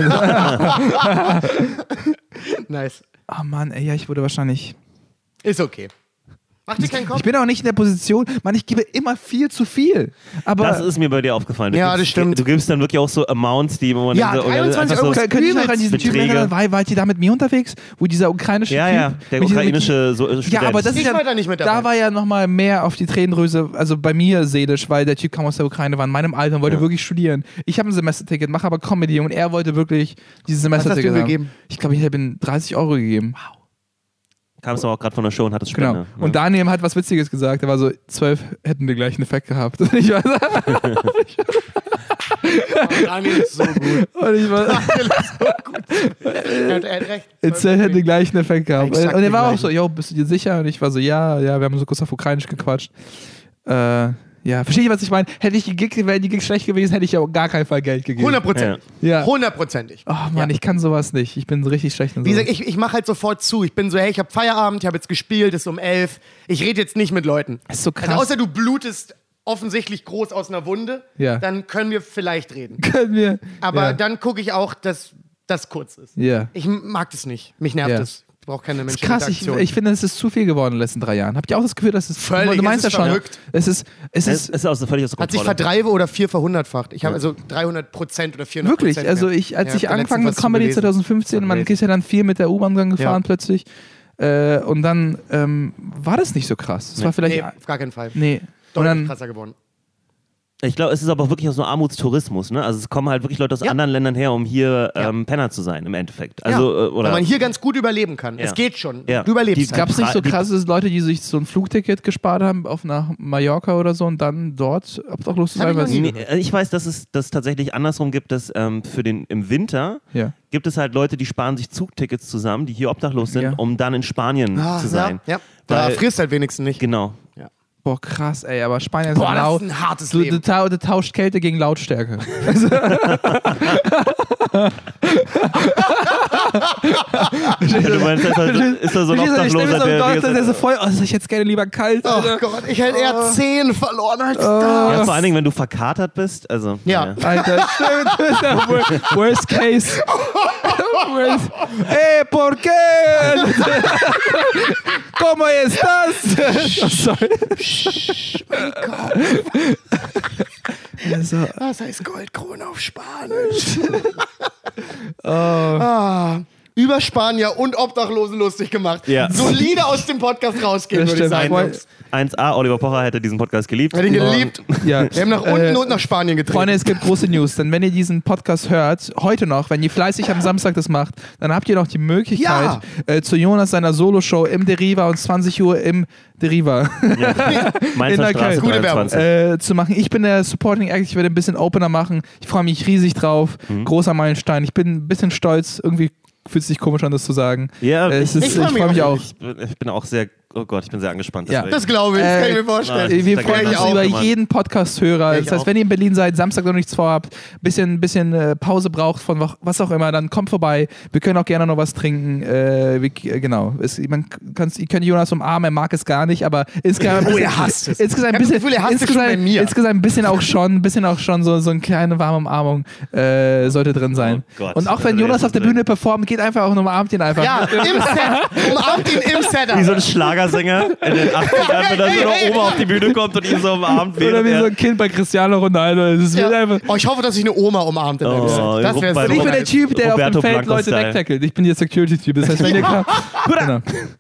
Nice. Oh Mann, ey, ja, ich wurde wahrscheinlich. Ist okay. Mach dir keinen Kopf. Ich bin auch nicht in der Position, Mann, ich gebe immer viel zu viel. Aber Das ist mir bei dir aufgefallen. Du Ja, gibst, das stimmt. Du gibst dann wirklich auch so Amounts, die man Ja, dann so, oder dreiundzwanzig einfach Euro so, ist könnte ich noch an diesen Typen Beträge. erinnern, war, war die da mit mir unterwegs, wo dieser ukrainische Ja, Typ ja, der mit diesem- ukrainische so, Student. Ja, aber das Ich ist ja, war da nicht mit dabei. da war ja nochmal mehr auf die Tränendrüse, also bei mir seelisch, weil der Typ kam aus der Ukraine, war in meinem Alter und wollte Ja. wirklich studieren. Ich habe ein Semesterticket, mache aber Comedy und er wollte wirklich dieses Semesterticket hast du ihm haben. gegeben? Ich glaube, ich habe ihm dreißig Euro gegeben. Kamst du auch gerade von der Show und hattest Genau. Spende. Und Daniel hat was Witziges gesagt, er war so, zwölf hätten den gleichen Effekt gehabt. Und ich war, Daniel ist so gut. und ich war Daniel ist so gut. Er hat, er hat recht. zwölf hätten den gleichen Effekt gehabt. Exakt Und er den war auch gleichen. so, yo, bist du dir sicher? Und ich war so, ja, ja, wir haben so kurz auf Ukrainisch gequatscht. Äh, ja, verstehe ich, was ich meine? Hätte ich die Gigs, wären die Gigs schlecht gewesen, hätte ich ja auf gar keinen Fall Geld gegeben. hundert Prozent. Ja. Hundertprozentig. Oh Mann, Ja. ich kann sowas nicht. Ich bin richtig schlecht in Wie sowas. gesagt, ich, ich mache halt sofort zu. Ich bin so, hey, ich habe Feierabend, ich habe jetzt gespielt, es ist um elf. Ich rede jetzt nicht mit Leuten. Das ist so krass. Also außer du blutest offensichtlich groß aus einer Wunde, Ja. dann können wir vielleicht reden. Können wir. Aber ja. dann gucke ich auch, dass das kurz ist. Ja. Ich mag das nicht. Mich nervt Ja. das. Ich brauche keine Das ist menschliche krass, ich, Interaktion. ich finde, es ist zu viel geworden in den letzten drei Jahren. Habt ihr auch das Gefühl, dass es. Völlig, du meinst es ist ja schon. verrückt. Es ist. Es Es ist ist aus, völlig aus der Hat sich Kontrolle. verdreibe oder vier verhundertfacht. Ich habe also dreihundert Prozent oder vierhundert Prozent. wirklich. Also ich, als Ja, ich hab da angefangen letztens mit was zu Comedy gelesen. zwanzig fünfzehn, man Crazy. ist ja dann viel mit der U-Bahn dann gefahren Ja. plötzlich. Äh, und dann ähm, war das nicht so krass. Es war vielleicht. Nee, auf gar keinen Fall. Nee. Und Deutlich dann, krasser geworden. Ich glaube, es ist aber wirklich auch so Armutstourismus. Ne? Also es kommen halt wirklich Leute aus Ja. anderen Ländern her, um hier Ja. ähm, Penner zu sein, im Endeffekt. Also, ja, äh, oder weil man hier ganz gut überleben kann. Ja. Es geht schon. Ja. Du überlebst Die- halt. gab es nicht so die- krasse Leute, die sich so ein Flugticket gespart haben auf nach Mallorca oder so und dann dort obdachlos zu Hab sein? ich noch Weil nie sie- Nee, äh, ich weiß, dass es das tatsächlich andersrum gibt, dass ähm, für den im Winter Ja. gibt es halt Leute, die sparen sich Zugtickets zusammen, die hier obdachlos sind, Ja. um dann in Spanien Ah, zu sein. Ja, ja. Da Weil- frierst halt wenigstens nicht. Genau. Boah, krass, ey, aber Spanien ist Boah, so das laut. ist ein hartes Du, du, Leben. tau- du tauscht Kälte gegen Lautstärke. Du meinst, ist, da, ist da so ein Ich stell mir Obdachloser, so der, Gott, der, der ist so voll, oh, ich hätte gerne lieber kalt. Oh Alter. Gott, ich hätte eher zehn verloren als das. ja, vor allen Dingen, wenn du verkatert bist. Also, Ja. Alter, stimmt, das ist der wor- Worst case. Worst. Ey, ¿por qué? ¿Cómo estás? Oh, sorry. Also, Das heißt Goldkrone auf Spanisch. ah, über Spanier und Obdachlosen lustig gemacht. Ja. Solide aus dem Podcast rausgehen, Das würde ich stimmt. sagen. Voll. Jungs. eins A, Oliver Pocher hätte diesen Podcast geliebt. Er hat ihn geliebt. ja. Wir haben nach unten Äh, und nach Spanien getreten. Freunde, es gibt große News, denn wenn ihr diesen Podcast hört, heute noch, wenn ihr fleißig am Samstag das macht, dann habt ihr noch die Möglichkeit, äh, zu Jonas seiner Soloshow im Deriva und zwanzig Uhr im Deriva Mainzer in der Straße Köln. Gute dreiundzwanzig. äh, zu machen. Ich bin der Supporting Act, ich werde ein bisschen Opener machen. Ich freue mich riesig drauf. Mhm. Großer Meilenstein. Ich bin ein bisschen stolz. Irgendwie fühlt es sich komisch an, das zu sagen. Ja, Äh, es ich- ist, ich ich freu freue mich mich auch. auch. Ich bin, ich bin auch sehr, oh Gott, ich bin sehr angespannt. Ja. deswegen. Das glaube ich, das Äh, kann ich mir vorstellen. nein. Wir Da freuen kann uns ich auch über gemacht. jeden Podcast-Hörer. Ja, Das ich heißt, auch. wenn ihr in Berlin seid, Samstag noch nichts vorhabt, bisschen, bisschen äh, Pause braucht von wa- was auch immer, dann kommt vorbei. Wir können auch gerne noch was trinken. Äh, wir, äh, genau. Es, man kann's, ihr könnt Jonas umarmen, er mag es gar nicht, aber insgesamt. Oh, er hasst es. Insgesamt ein Ich hab das bisschen, Gefühl, er hasst es schon insgesamt, bei mir. insgesamt ein bisschen auch schon, ein bisschen auch schon so, so eine kleine warme Umarmung äh, sollte drin sein. Oh Gott. Und auch wenn Also, Jonas jetzt auf der ist Bühne performt, geht einfach auch und umarmt ihn einfach. Ja, im Set. Umarmt ihn im Setup. Wie so ein Schlagersänger in den achtzigern, wenn dann so eine Oma auf die Bühne kommt und ihn so umarmt. Oder während wie er- so ein Kind bei Cristiano Ronaldo. Es wird Ja. einfach. Oh, ich hoffe, dass ich eine Oma umarmt in Oh, dem Set. Das wäre bei so Ich bin der nice. Typ, der Roberto auf dem Feld Blanco Leute Style. wegtackelt. Ich bin der Security-Typ. Das heißt, wenn ihr kam, genau.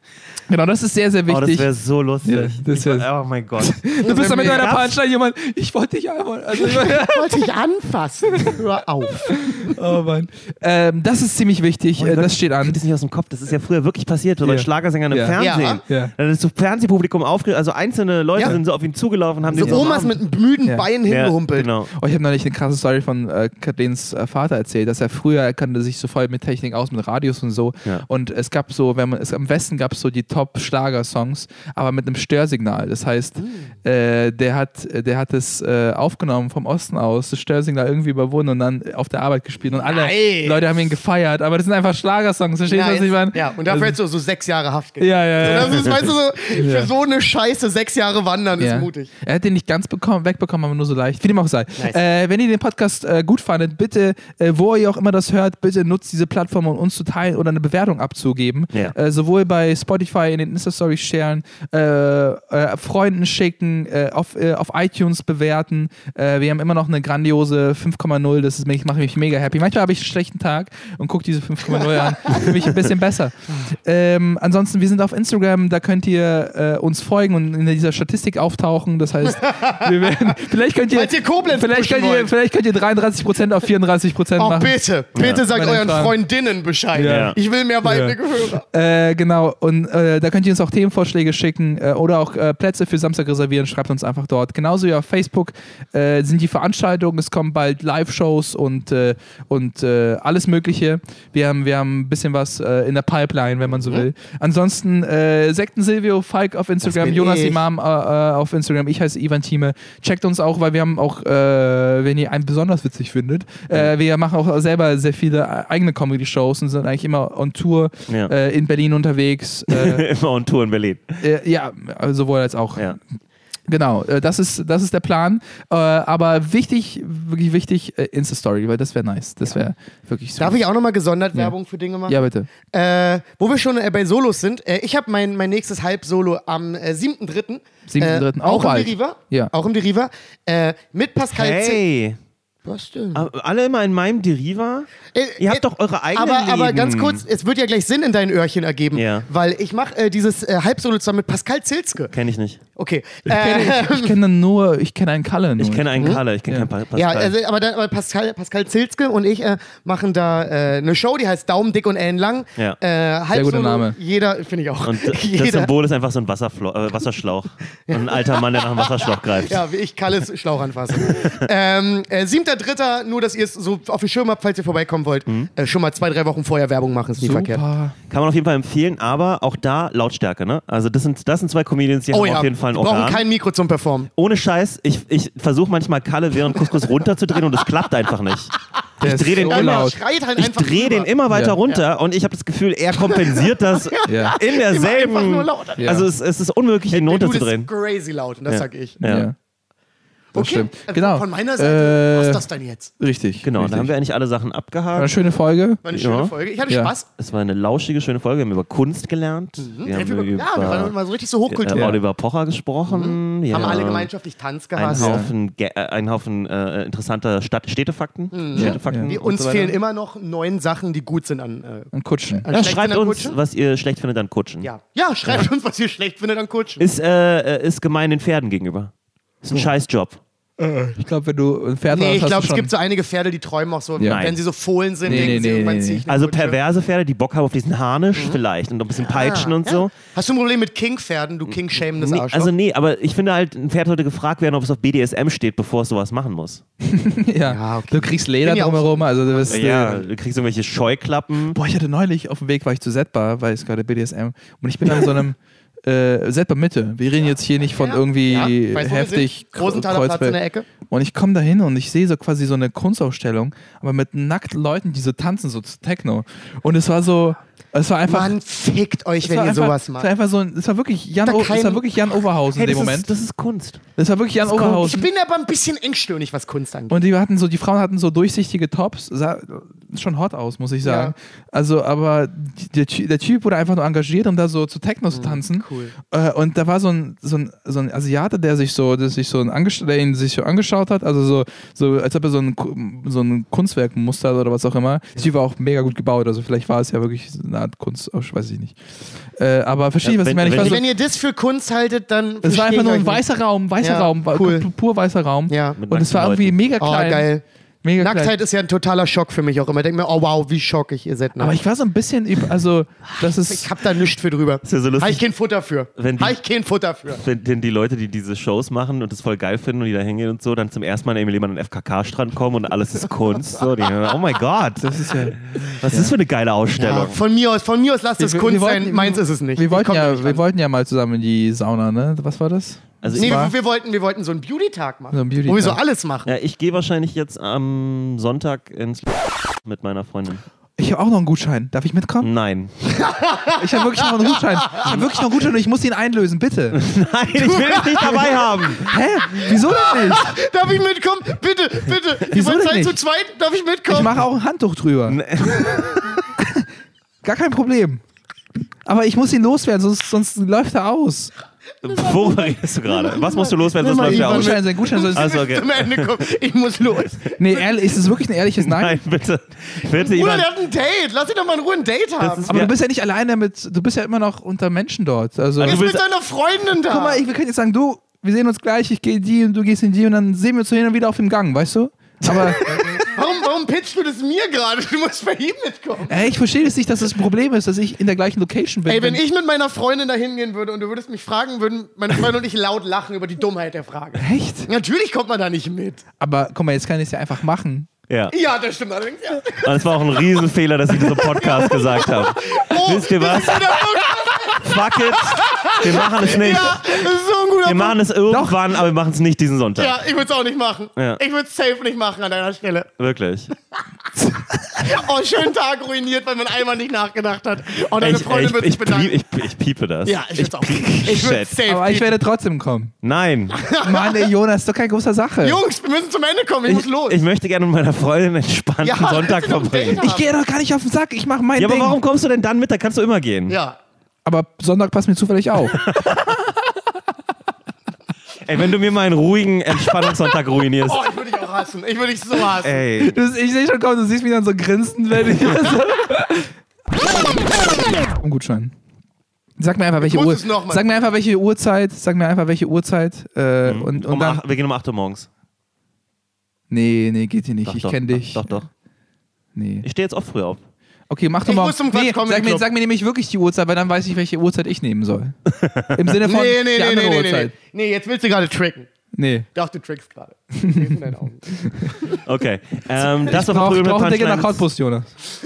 Genau, das ist sehr, sehr Oh, das wichtig. wäre so lustig. Ja, das Ich- wär- oh mein Gott. du bist da mit deiner Gab's- Punchline jemand, ich wollte dich einmal. Also, ich Wollte ich anfassen. Hör auf. oh Mann. Ähm, das ist ziemlich wichtig, Oh äh, mein Gott, das steht Ich an. krieg das nicht aus dem Kopf. Das ist ja früher wirklich passiert, so bei Ja. Schlagersängern im Ja. Fernsehen. Ja. Ja. Dann ist so Fernsehpublikum aufgeregt, also einzelne Leute Ja. sind so auf ihn zugelaufen und haben So den Omas mit einem müden Ja. Bein ja, hingehumpelt. genau. Oh, ich habe neulich eine krasse Story von äh, Kathleen's äh, Vater erzählt, dass er früher, er kannte sich so voll mit Technik aus, mit Radios und so. Ja. Und es gab so, wenn man es am Westen gab es so die Top-Schlager-Songs, aber mit einem Störsignal. Das heißt, Mm. äh, der hat, der hat es äh, aufgenommen vom Osten aus, das Störsignal irgendwie überwunden und dann auf der Arbeit gespielt. Und alle Nice. Leute haben ihn gefeiert, aber das sind einfach Schlagersongs, verstehst du, Ja, was ich meine? ja, und dafür hättest du so sechs Jahre Haft gekriegt. Ja, ja, ja. Das ist, weißt du, so, für so eine Scheiße sechs Jahre wandern Ja. ist mutig. Er hat den nicht ganz bekommen, wegbekommen, aber nur so leicht. Wie dem auch sei. Nice. Äh, wenn ihr den Podcast äh, gut fandet, bitte, äh, wo ihr auch immer das hört, bitte nutzt diese Plattform, um uns zu teilen oder eine Bewertung abzugeben. Ja. Äh, sowohl bei Spotify, in den Insta-Stories sharen, äh, äh, Freunden schicken, äh, auf, äh, auf iTunes bewerten. Äh, wir haben immer noch eine grandiose fünf Komma null, das ist, mich- macht mich mega happy. Manchmal habe ich einen schlechten Tag und gucke diese fünf Komma null an. Für mich ein bisschen besser. Ähm, ansonsten, wir sind auf Instagram, da könnt ihr äh, uns folgen und in dieser Statistik auftauchen. Das heißt, wir werden, vielleicht könnt ihr, Falls ihr Koblenz vielleicht pushen könnt ihr, wollt. vielleicht könnt ihr dreiunddreißig Prozent auf vierunddreißig Prozent Oh, machen. bitte, bitte sagt Meine euren Fragen. Freundinnen Bescheid. Ja. Ich will mehr weibliche Hörer. Äh, genau, und äh, da könnt ihr uns auch Themenvorschläge schicken äh, oder auch äh, Plätze für Samstag reservieren. Schreibt uns einfach dort. Genauso wie auf Facebook äh, sind die Veranstaltungen. Es kommen bald Live-Shows und, äh, und äh, alles Mögliche. Wir haben, wir haben ein bisschen was äh, in der Pipeline, wenn man so will. Ansonsten äh, Sekten Silvio, Falk auf Instagram, bin Jonas ich. Imam äh, äh, auf Instagram. Ich heiße Ivan Thieme. Checkt uns auch, weil wir haben auch, äh, wenn ihr einen besonders witzig findet, äh, wir machen auch selber sehr viele eigene Comedy-Shows und sind eigentlich immer on Tour Ja. äh, in Berlin unterwegs. Äh, Immer on Tour in Berlin. äh, ja, sowohl als auch. Ja. Genau, äh, das ist, das ist der Plan. Äh, aber wichtig, wirklich wichtig, äh, Insta-Story, weil das wäre nice. Das wäre wirklich so. Darf ich auch nochmal gesondert Werbung für Dinge machen? Ja, bitte. Äh, wo wir schon äh, bei Solos sind, äh, ich habe mein, mein nächstes Halbsolo am äh, siebten dritten siebten dritten Äh, auch auch im bald. Deriva. Ja. Auch im Deriva. Äh, mit Pascal Z. Hey, Was denn? alle immer in meinem Deriva? Äh, Ihr habt äh, doch eure eigenen aber, aber Leben. ganz kurz, es wird ja gleich Sinn in deinen Öhrchen ergeben, Ja. weil ich mache äh, dieses äh, Halbsolo zusammen mit Pascal Zilzke. Kenn ich nicht. Okay. Ich kenne ich, ich kenne nur, ich kenne einen Kalle nur. Ich kenne einen Kalle, ich kenne Ja. keinen Pa- Pascal. Ja, also, aber, dann, aber Pascal, Pascal Zilzke und ich äh, machen da äh, eine Show, die heißt Daumen dick und ellenlang. Ja. Äh, Halbsolo, guter Name. Jeder, finde ich auch. Und d- das jeder, Symbol ist einfach so ein Wasserflo äh, Wasserschlauch. Und ein alter Mann, der nach einem Wasserschlauch greift. Ja, wie ich Kalles Schlauch anfasse. ähm, äh, siebter dritter nur, dass ihr es so auf den Schirm habt, falls ihr vorbeikommen wollt. Mhm. Äh, schon mal zwei, drei Wochen vorher Werbung machen, ist nie verkehrt. Super. Kann man auf jeden Fall empfehlen, aber auch da Lautstärke, ne? Also das sind, das sind zwei Comedians, die Oh haben ja, auf jeden Fall einen die brauchen Organ. kein Mikro zum Performen. Ohne Scheiß, ich, ich versuche manchmal Kalle während Couscous runterzudrehen und es klappt einfach nicht. Der Ich ist drehe den so Ja, immer der laut. schreit halt Ich einfach drehe den rüber. immer weiter Ja. runter und ich habe das Gefühl, er kompensiert das Ja. in derselben. Einfach nur lauter. Ja. Also es, es ist unmöglich, ihn Der Dude runterzudrehen. ist crazy laut, und das Ja. sag ich. Ja. Ja. Das Okay, stimmt. äh, Genau. von meiner Seite, Äh, was ist das denn jetzt? Richtig. Genau, richtig. da haben wir eigentlich alle Sachen War eine abgehakt. schöne Folge. War eine schöne Ja. Folge. Ich hatte Ja. Spaß. Es war eine lauschige, schöne Folge. Wir haben über Kunst gelernt. Wir Ja, haben wir, über, ja, wir waren mal so richtig so Hochkultur. äh, Oliver Pocher gesprochen. Wir Haben alle gemeinschaftlich Tanz Ein gehasst. Haufen, ge- äh, ein Haufen äh, interessanter Stadt Städtefakten. Städtefakten Wir, und uns so weiter. fehlen immer noch neun Sachen, die gut sind an, äh, Und Kutschen. an Ja, schlecht schreibt sind an uns, Kutschen. was ihr schlecht findet an Kutschen. Ja. ja, schreibt uns, was ihr schlecht findet an Kutschen. Ist, äh, äh, ist gemein den Pferden gegenüber. Ist ein Scheißjob. Ich glaube, wenn du ein Pferd Nee, hast, ich hast glaube, du es schon. gibt so einige Pferde, die träumen auch so, Ja. wenn sie so Fohlen sind, Nee, denken nee, sie nee, irgendwann nee, zieh nee. ich eine Also Kutsche. perverse Pferde, die Bock haben auf diesen Harnisch vielleicht und ein bisschen Peitschen und ja. so. Hast du ein Problem mit King-Pferden, du King-schämendes Nee, Arschloch? also nee, aber ich finde halt, ein Pferd sollte gefragt werden, ob es auf B D S M steht, bevor es sowas machen muss. ja. Ja, okay. Du kriegst Leder Bin ja auch drumherum. Also du bist, Ja, äh, du kriegst irgendwelche Scheuklappen. Boah, ich hatte neulich auf dem Weg, war ich zu Zetbar, weil es gerade B D S M. Und ich bin an so einem äh, Zetbar Mitte. Wir reden jetzt hier nicht von Ja. irgendwie Ja, weißt du, wo wir heftig sind? Rosenthaler Platz in Kreuzberg. der Ecke. Und ich komme da hin und ich sehe so quasi so eine Kunstausstellung, aber mit nackten Leuten, die so tanzen, so zu Techno. Und es war so, es war einfach. Mann, fickt euch, es wenn war ihr einfach, sowas Es war macht. einfach so ein, es war wirklich Jan, Da o, kein- es war wirklich Jan Oberhausen Hey, in dem das, Moment. ist, das ist Kunst. Das war wirklich Jan Ich Oberhausen. bin aber ein bisschen engstirnig, was Kunst angeht. Und die hatten so, die Frauen hatten so durchsichtige Tops, sah schon hot aus, muss ich sagen. Also, aber die, der, Ty- der Typ wurde einfach nur engagiert, um da so zu Techno zu tanzen. cool. Äh, und da war so ein, so ein, so ein Asiate, der sich so, der sich so ein Angest- der ihn sich so angeschaut hat, also so, so als ob er so ein, Ku- so ein Kunstwerk mustert oder was auch immer. Der Typ war auch mega gut gebaut, also vielleicht war es ja wirklich eine Art Kunst, oh, weiß ich nicht. Äh, aber verstehe ich, Ja, was ich wenn- meine. Ich wenn war ich- so, Wenn ihr das für Kunst haltet, dann. es war einfach nur ein verstehe ich weißer Raum, weißer Ja, Raum, war cool. pur weißer Raum. Ja. Mit Und es war nackten irgendwie mega euch nicht. klein. Oh, geil. Mega Nacktheit klein. ist ja ein totaler Schock für mich auch immer. Ich denke mir, oh wow, wie schockig ihr seid. Aber ich war so ein bisschen, üb- also, das ist. Ich hab da nichts für drüber. Ist ja so lustig. Habe ich kein Futter für. Wenn die- Habe ich kein Futter für. Wenn denn die Leute, die diese Shows machen und das voll geil finden und die da hingehen und so, dann zum ersten Mal irgendwie an den F K K-Strand kommen und alles ist Kunst. So, die, oh mein Gott, Das ist ja. was ist das für eine geile Ja, Ausstellung? von mir aus, von mir aus lasst es Wir- Kunst wir wollten- sein. Meins ist es nicht. Wir Ich wollten, komm da ja, nicht wir ran. wollten ja mal zusammen in die Sauna, ne? Was war das? Also Nee, ich, wir, wir, wollten, wir wollten so einen Beauty-Tag machen. So einen Beauty-Tag. wo wir so alles machen. ja, ich gehe wahrscheinlich jetzt am Sonntag ins mit meiner Freundin. Ich habe auch noch einen Gutschein. Darf ich mitkommen? Nein. Ich habe wirklich noch einen Gutschein. Ich habe wirklich noch einen Gutschein und ich muss ihn einlösen, bitte. Nein, ich will dich nicht dabei haben. Hä? Wieso denn nicht? Darf ich mitkommen? Bitte, bitte. Wieso Ihr wollt denn sein nicht? zu zweit? Darf ich mitkommen? Ich mache auch ein Handtuch drüber. Gar kein Problem. Aber ich muss ihn loswerden, sonst, sonst läuft er aus. Worüber redest du gerade? Was musst du loswerden, Nimm sonst mal läuft der Ivan aus? Gutschein, sein Gutschein soll Also, okay. Zum Ende kommen. Ich muss los. Nee, ehrlich, ist es wirklich ein ehrliches Nein? Nein, bitte. Bitte, Bruder, Ivan. der hat ein Date. Lass ihn doch mal in Ruhe ein Date haben. ist- Aber Ja. du bist ja nicht alleine mit, du bist ja immer noch unter Menschen dort. Also, Er ist willst- mit seiner Freundin da. guck mal, ich, wir können jetzt sagen, du, wir sehen uns gleich, ich gehe in die und du gehst in die und dann sehen wir uns hin und wieder auf dem Gang, weißt du? Aber warum, warum pitchst du das mir gerade? Du musst bei ihm mitkommen. ey, ich verstehe das nicht, dass das ein Problem ist, dass ich in der gleichen Location bin. Ey, wenn ich mit meiner Freundin da hingehen würde und du würdest mich fragen, würden meine Freundin und ich laut lachen über die Dummheit der Frage. Echt? Natürlich kommt man da nicht mit. Aber guck mal, jetzt kann ich es ja einfach machen. Ja. Ja, das stimmt allerdings. Ja. Und es war auch ein Riesenfehler, dass ich das im Podcast gesagt habe. Oh, Wisst ihr was? das ist wieder Fuck it. Wir machen es nicht. Ja, das ist so ein guter Wir machen es irgendwann, aber wir machen es nicht diesen Sonntag. Ja, ich würde es auch nicht machen. Ja. Ich würde es safe nicht machen an deiner Stelle. Wirklich. Oh, schönen Tag ruiniert, weil man einmal nicht nachgedacht hat. Oh, deine Ich, Freundin ich, wird sich ich, bedanken. piep, ich, ich piepe das. Ja, ich würde es auch. Ich würde Shit. safe. Aber ich piepen. werde trotzdem kommen. Nein. Mann, ey, Jonas, ist doch keine große Sache. Jungs, wir müssen zum Ende kommen. Ich, muss los. Ich möchte gerne mit meiner Freundin entspannt Ja, einen Sonntag lass sie doch ein verbringen. Date haben. Ich gehe doch gar nicht auf den Sack, ich mache mein Ja, aber Ding. warum kommst du denn dann mit? Da kannst du immer gehen. Ja. Aber Sonntag passt mir zufällig auch. Ey, wenn du mir mal einen ruhigen Entspannungssonntag ruinierst. Oh, ich würde dich auch hassen. Ich würde dich so hassen. Ey. Du, ich sehe schon, komm, du siehst mich dann so grinsen, wenn ich. Ein Gutschein. Sag mir einfach, welche muss Uhr. es noch mal. Sag mir einfach, welche Uhrzeit. Sag mir einfach, welche Uhrzeit. Äh, und, und Um dann. acht, wir gehen um acht Uhr morgens. Nee, nee, geht hier nicht. Doch, ich doch, kenne dich. Doch, doch. Nee. Ich stehe jetzt oft früh auf. Okay, mach doch Ich mal. muss zum Quatsch nee, Comedy sag, mir, Club. sag mir nämlich wirklich die Uhrzeit, weil dann weiß ich, welche Uhrzeit ich nehmen soll. Im Sinne von Nee, nee, die nee, andere nee, nee, nee. Uhrzeit. Nee, jetzt willst du gerade tricken. Nee. Doch, du trickst gerade. Ich seh's in deinen Augen. Okay. Ähm, das Ich war brauche verprügelte brauch einen Deckel nach Punchlines. Hautbrust, Jonas.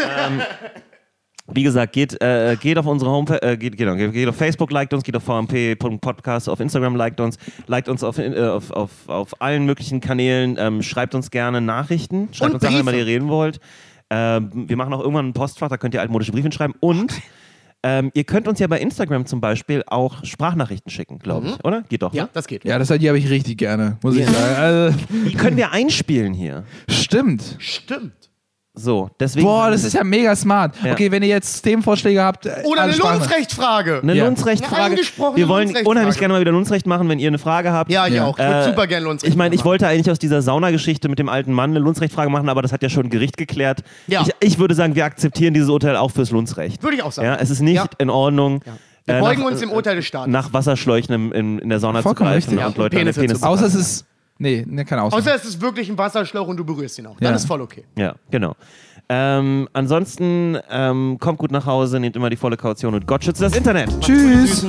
Wie gesagt, geht, äh, geht auf unsere Homepage, äh, geht, genau, geht, geht auf Facebook, liked uns, geht auf v m p punkt podcast, auf Instagram liked uns, liked uns auf, äh, auf, auf, auf allen möglichen Kanälen, ähm, schreibt uns gerne Nachrichten, schreibt Und uns Sachen, wenn Briefe. ihr reden wollt. Ähm, wir machen auch irgendwann ein Postfach, da könnt ihr altmodische Briefe schreiben und ähm, ihr könnt uns ja bei Instagram zum Beispiel auch Sprachnachrichten schicken, glaube ich, oder? Geht doch, Ja, ne? das geht. Ja, das die habe ich richtig gerne, muss ich sagen. Also, Die können wir einspielen hier. stimmt. Stimmt. So, deswegen. Boah, das ist ja mega smart. Ja. Okay, wenn ihr jetzt Themenvorschläge habt. äh, Oder eine alle Sprachen- Lundsrechtfrage. Eine Ja. Lundsrechtfrage. Eine angesprochene Wir wollen Lundsrechtfrage. unheimlich gerne mal wieder Lundsrecht machen, wenn ihr eine Frage habt. Ja, ich Ja. auch. Ich würde Äh, super gerne Lundsrecht Ich meine, ich machen. wollte eigentlich aus dieser Saunageschichte mit dem alten Mann eine Lundsrechtfrage machen, aber das hat ja schon ein Gericht geklärt. Ja. Ich, ich würde sagen, wir akzeptieren dieses Urteil auch fürs Lundsrecht. Würde ich auch sagen. Ja, es ist nicht Ja. in Ordnung, Wir äh, beugen nach, uns dem Urteil des Staates. nach Wasserschläuchen im, in, in der Sauna Vollkommen zu greifen richtig. und Ja, Leute an den Penisse Penis zu zu Außer es fassen. ist. Nee, ne, keine Ausnahme. Außer es ist wirklich ein Wasserschlauch und du berührst ihn auch. Dann Ja. ist voll okay. Ja, genau. Ähm, ansonsten ähm, kommt gut nach Hause, nehmt immer die volle Kaution und Gott schütze das Internet. Tschüss.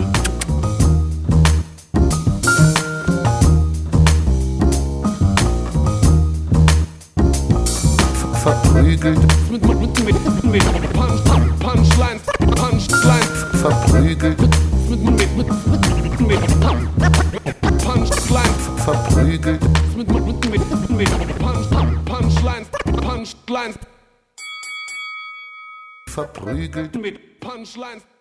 Verprügelt, Mit, mit, mit, mit, mit Punch, Punchlines, Punchlines. verprügelt, Mit, mit, mit, mit, mit Punchlines. verprügelt. Mit, mit, mit, mit, mit Punch, Punchlines, Punchlines. Verprügelt. Mit Punchlines.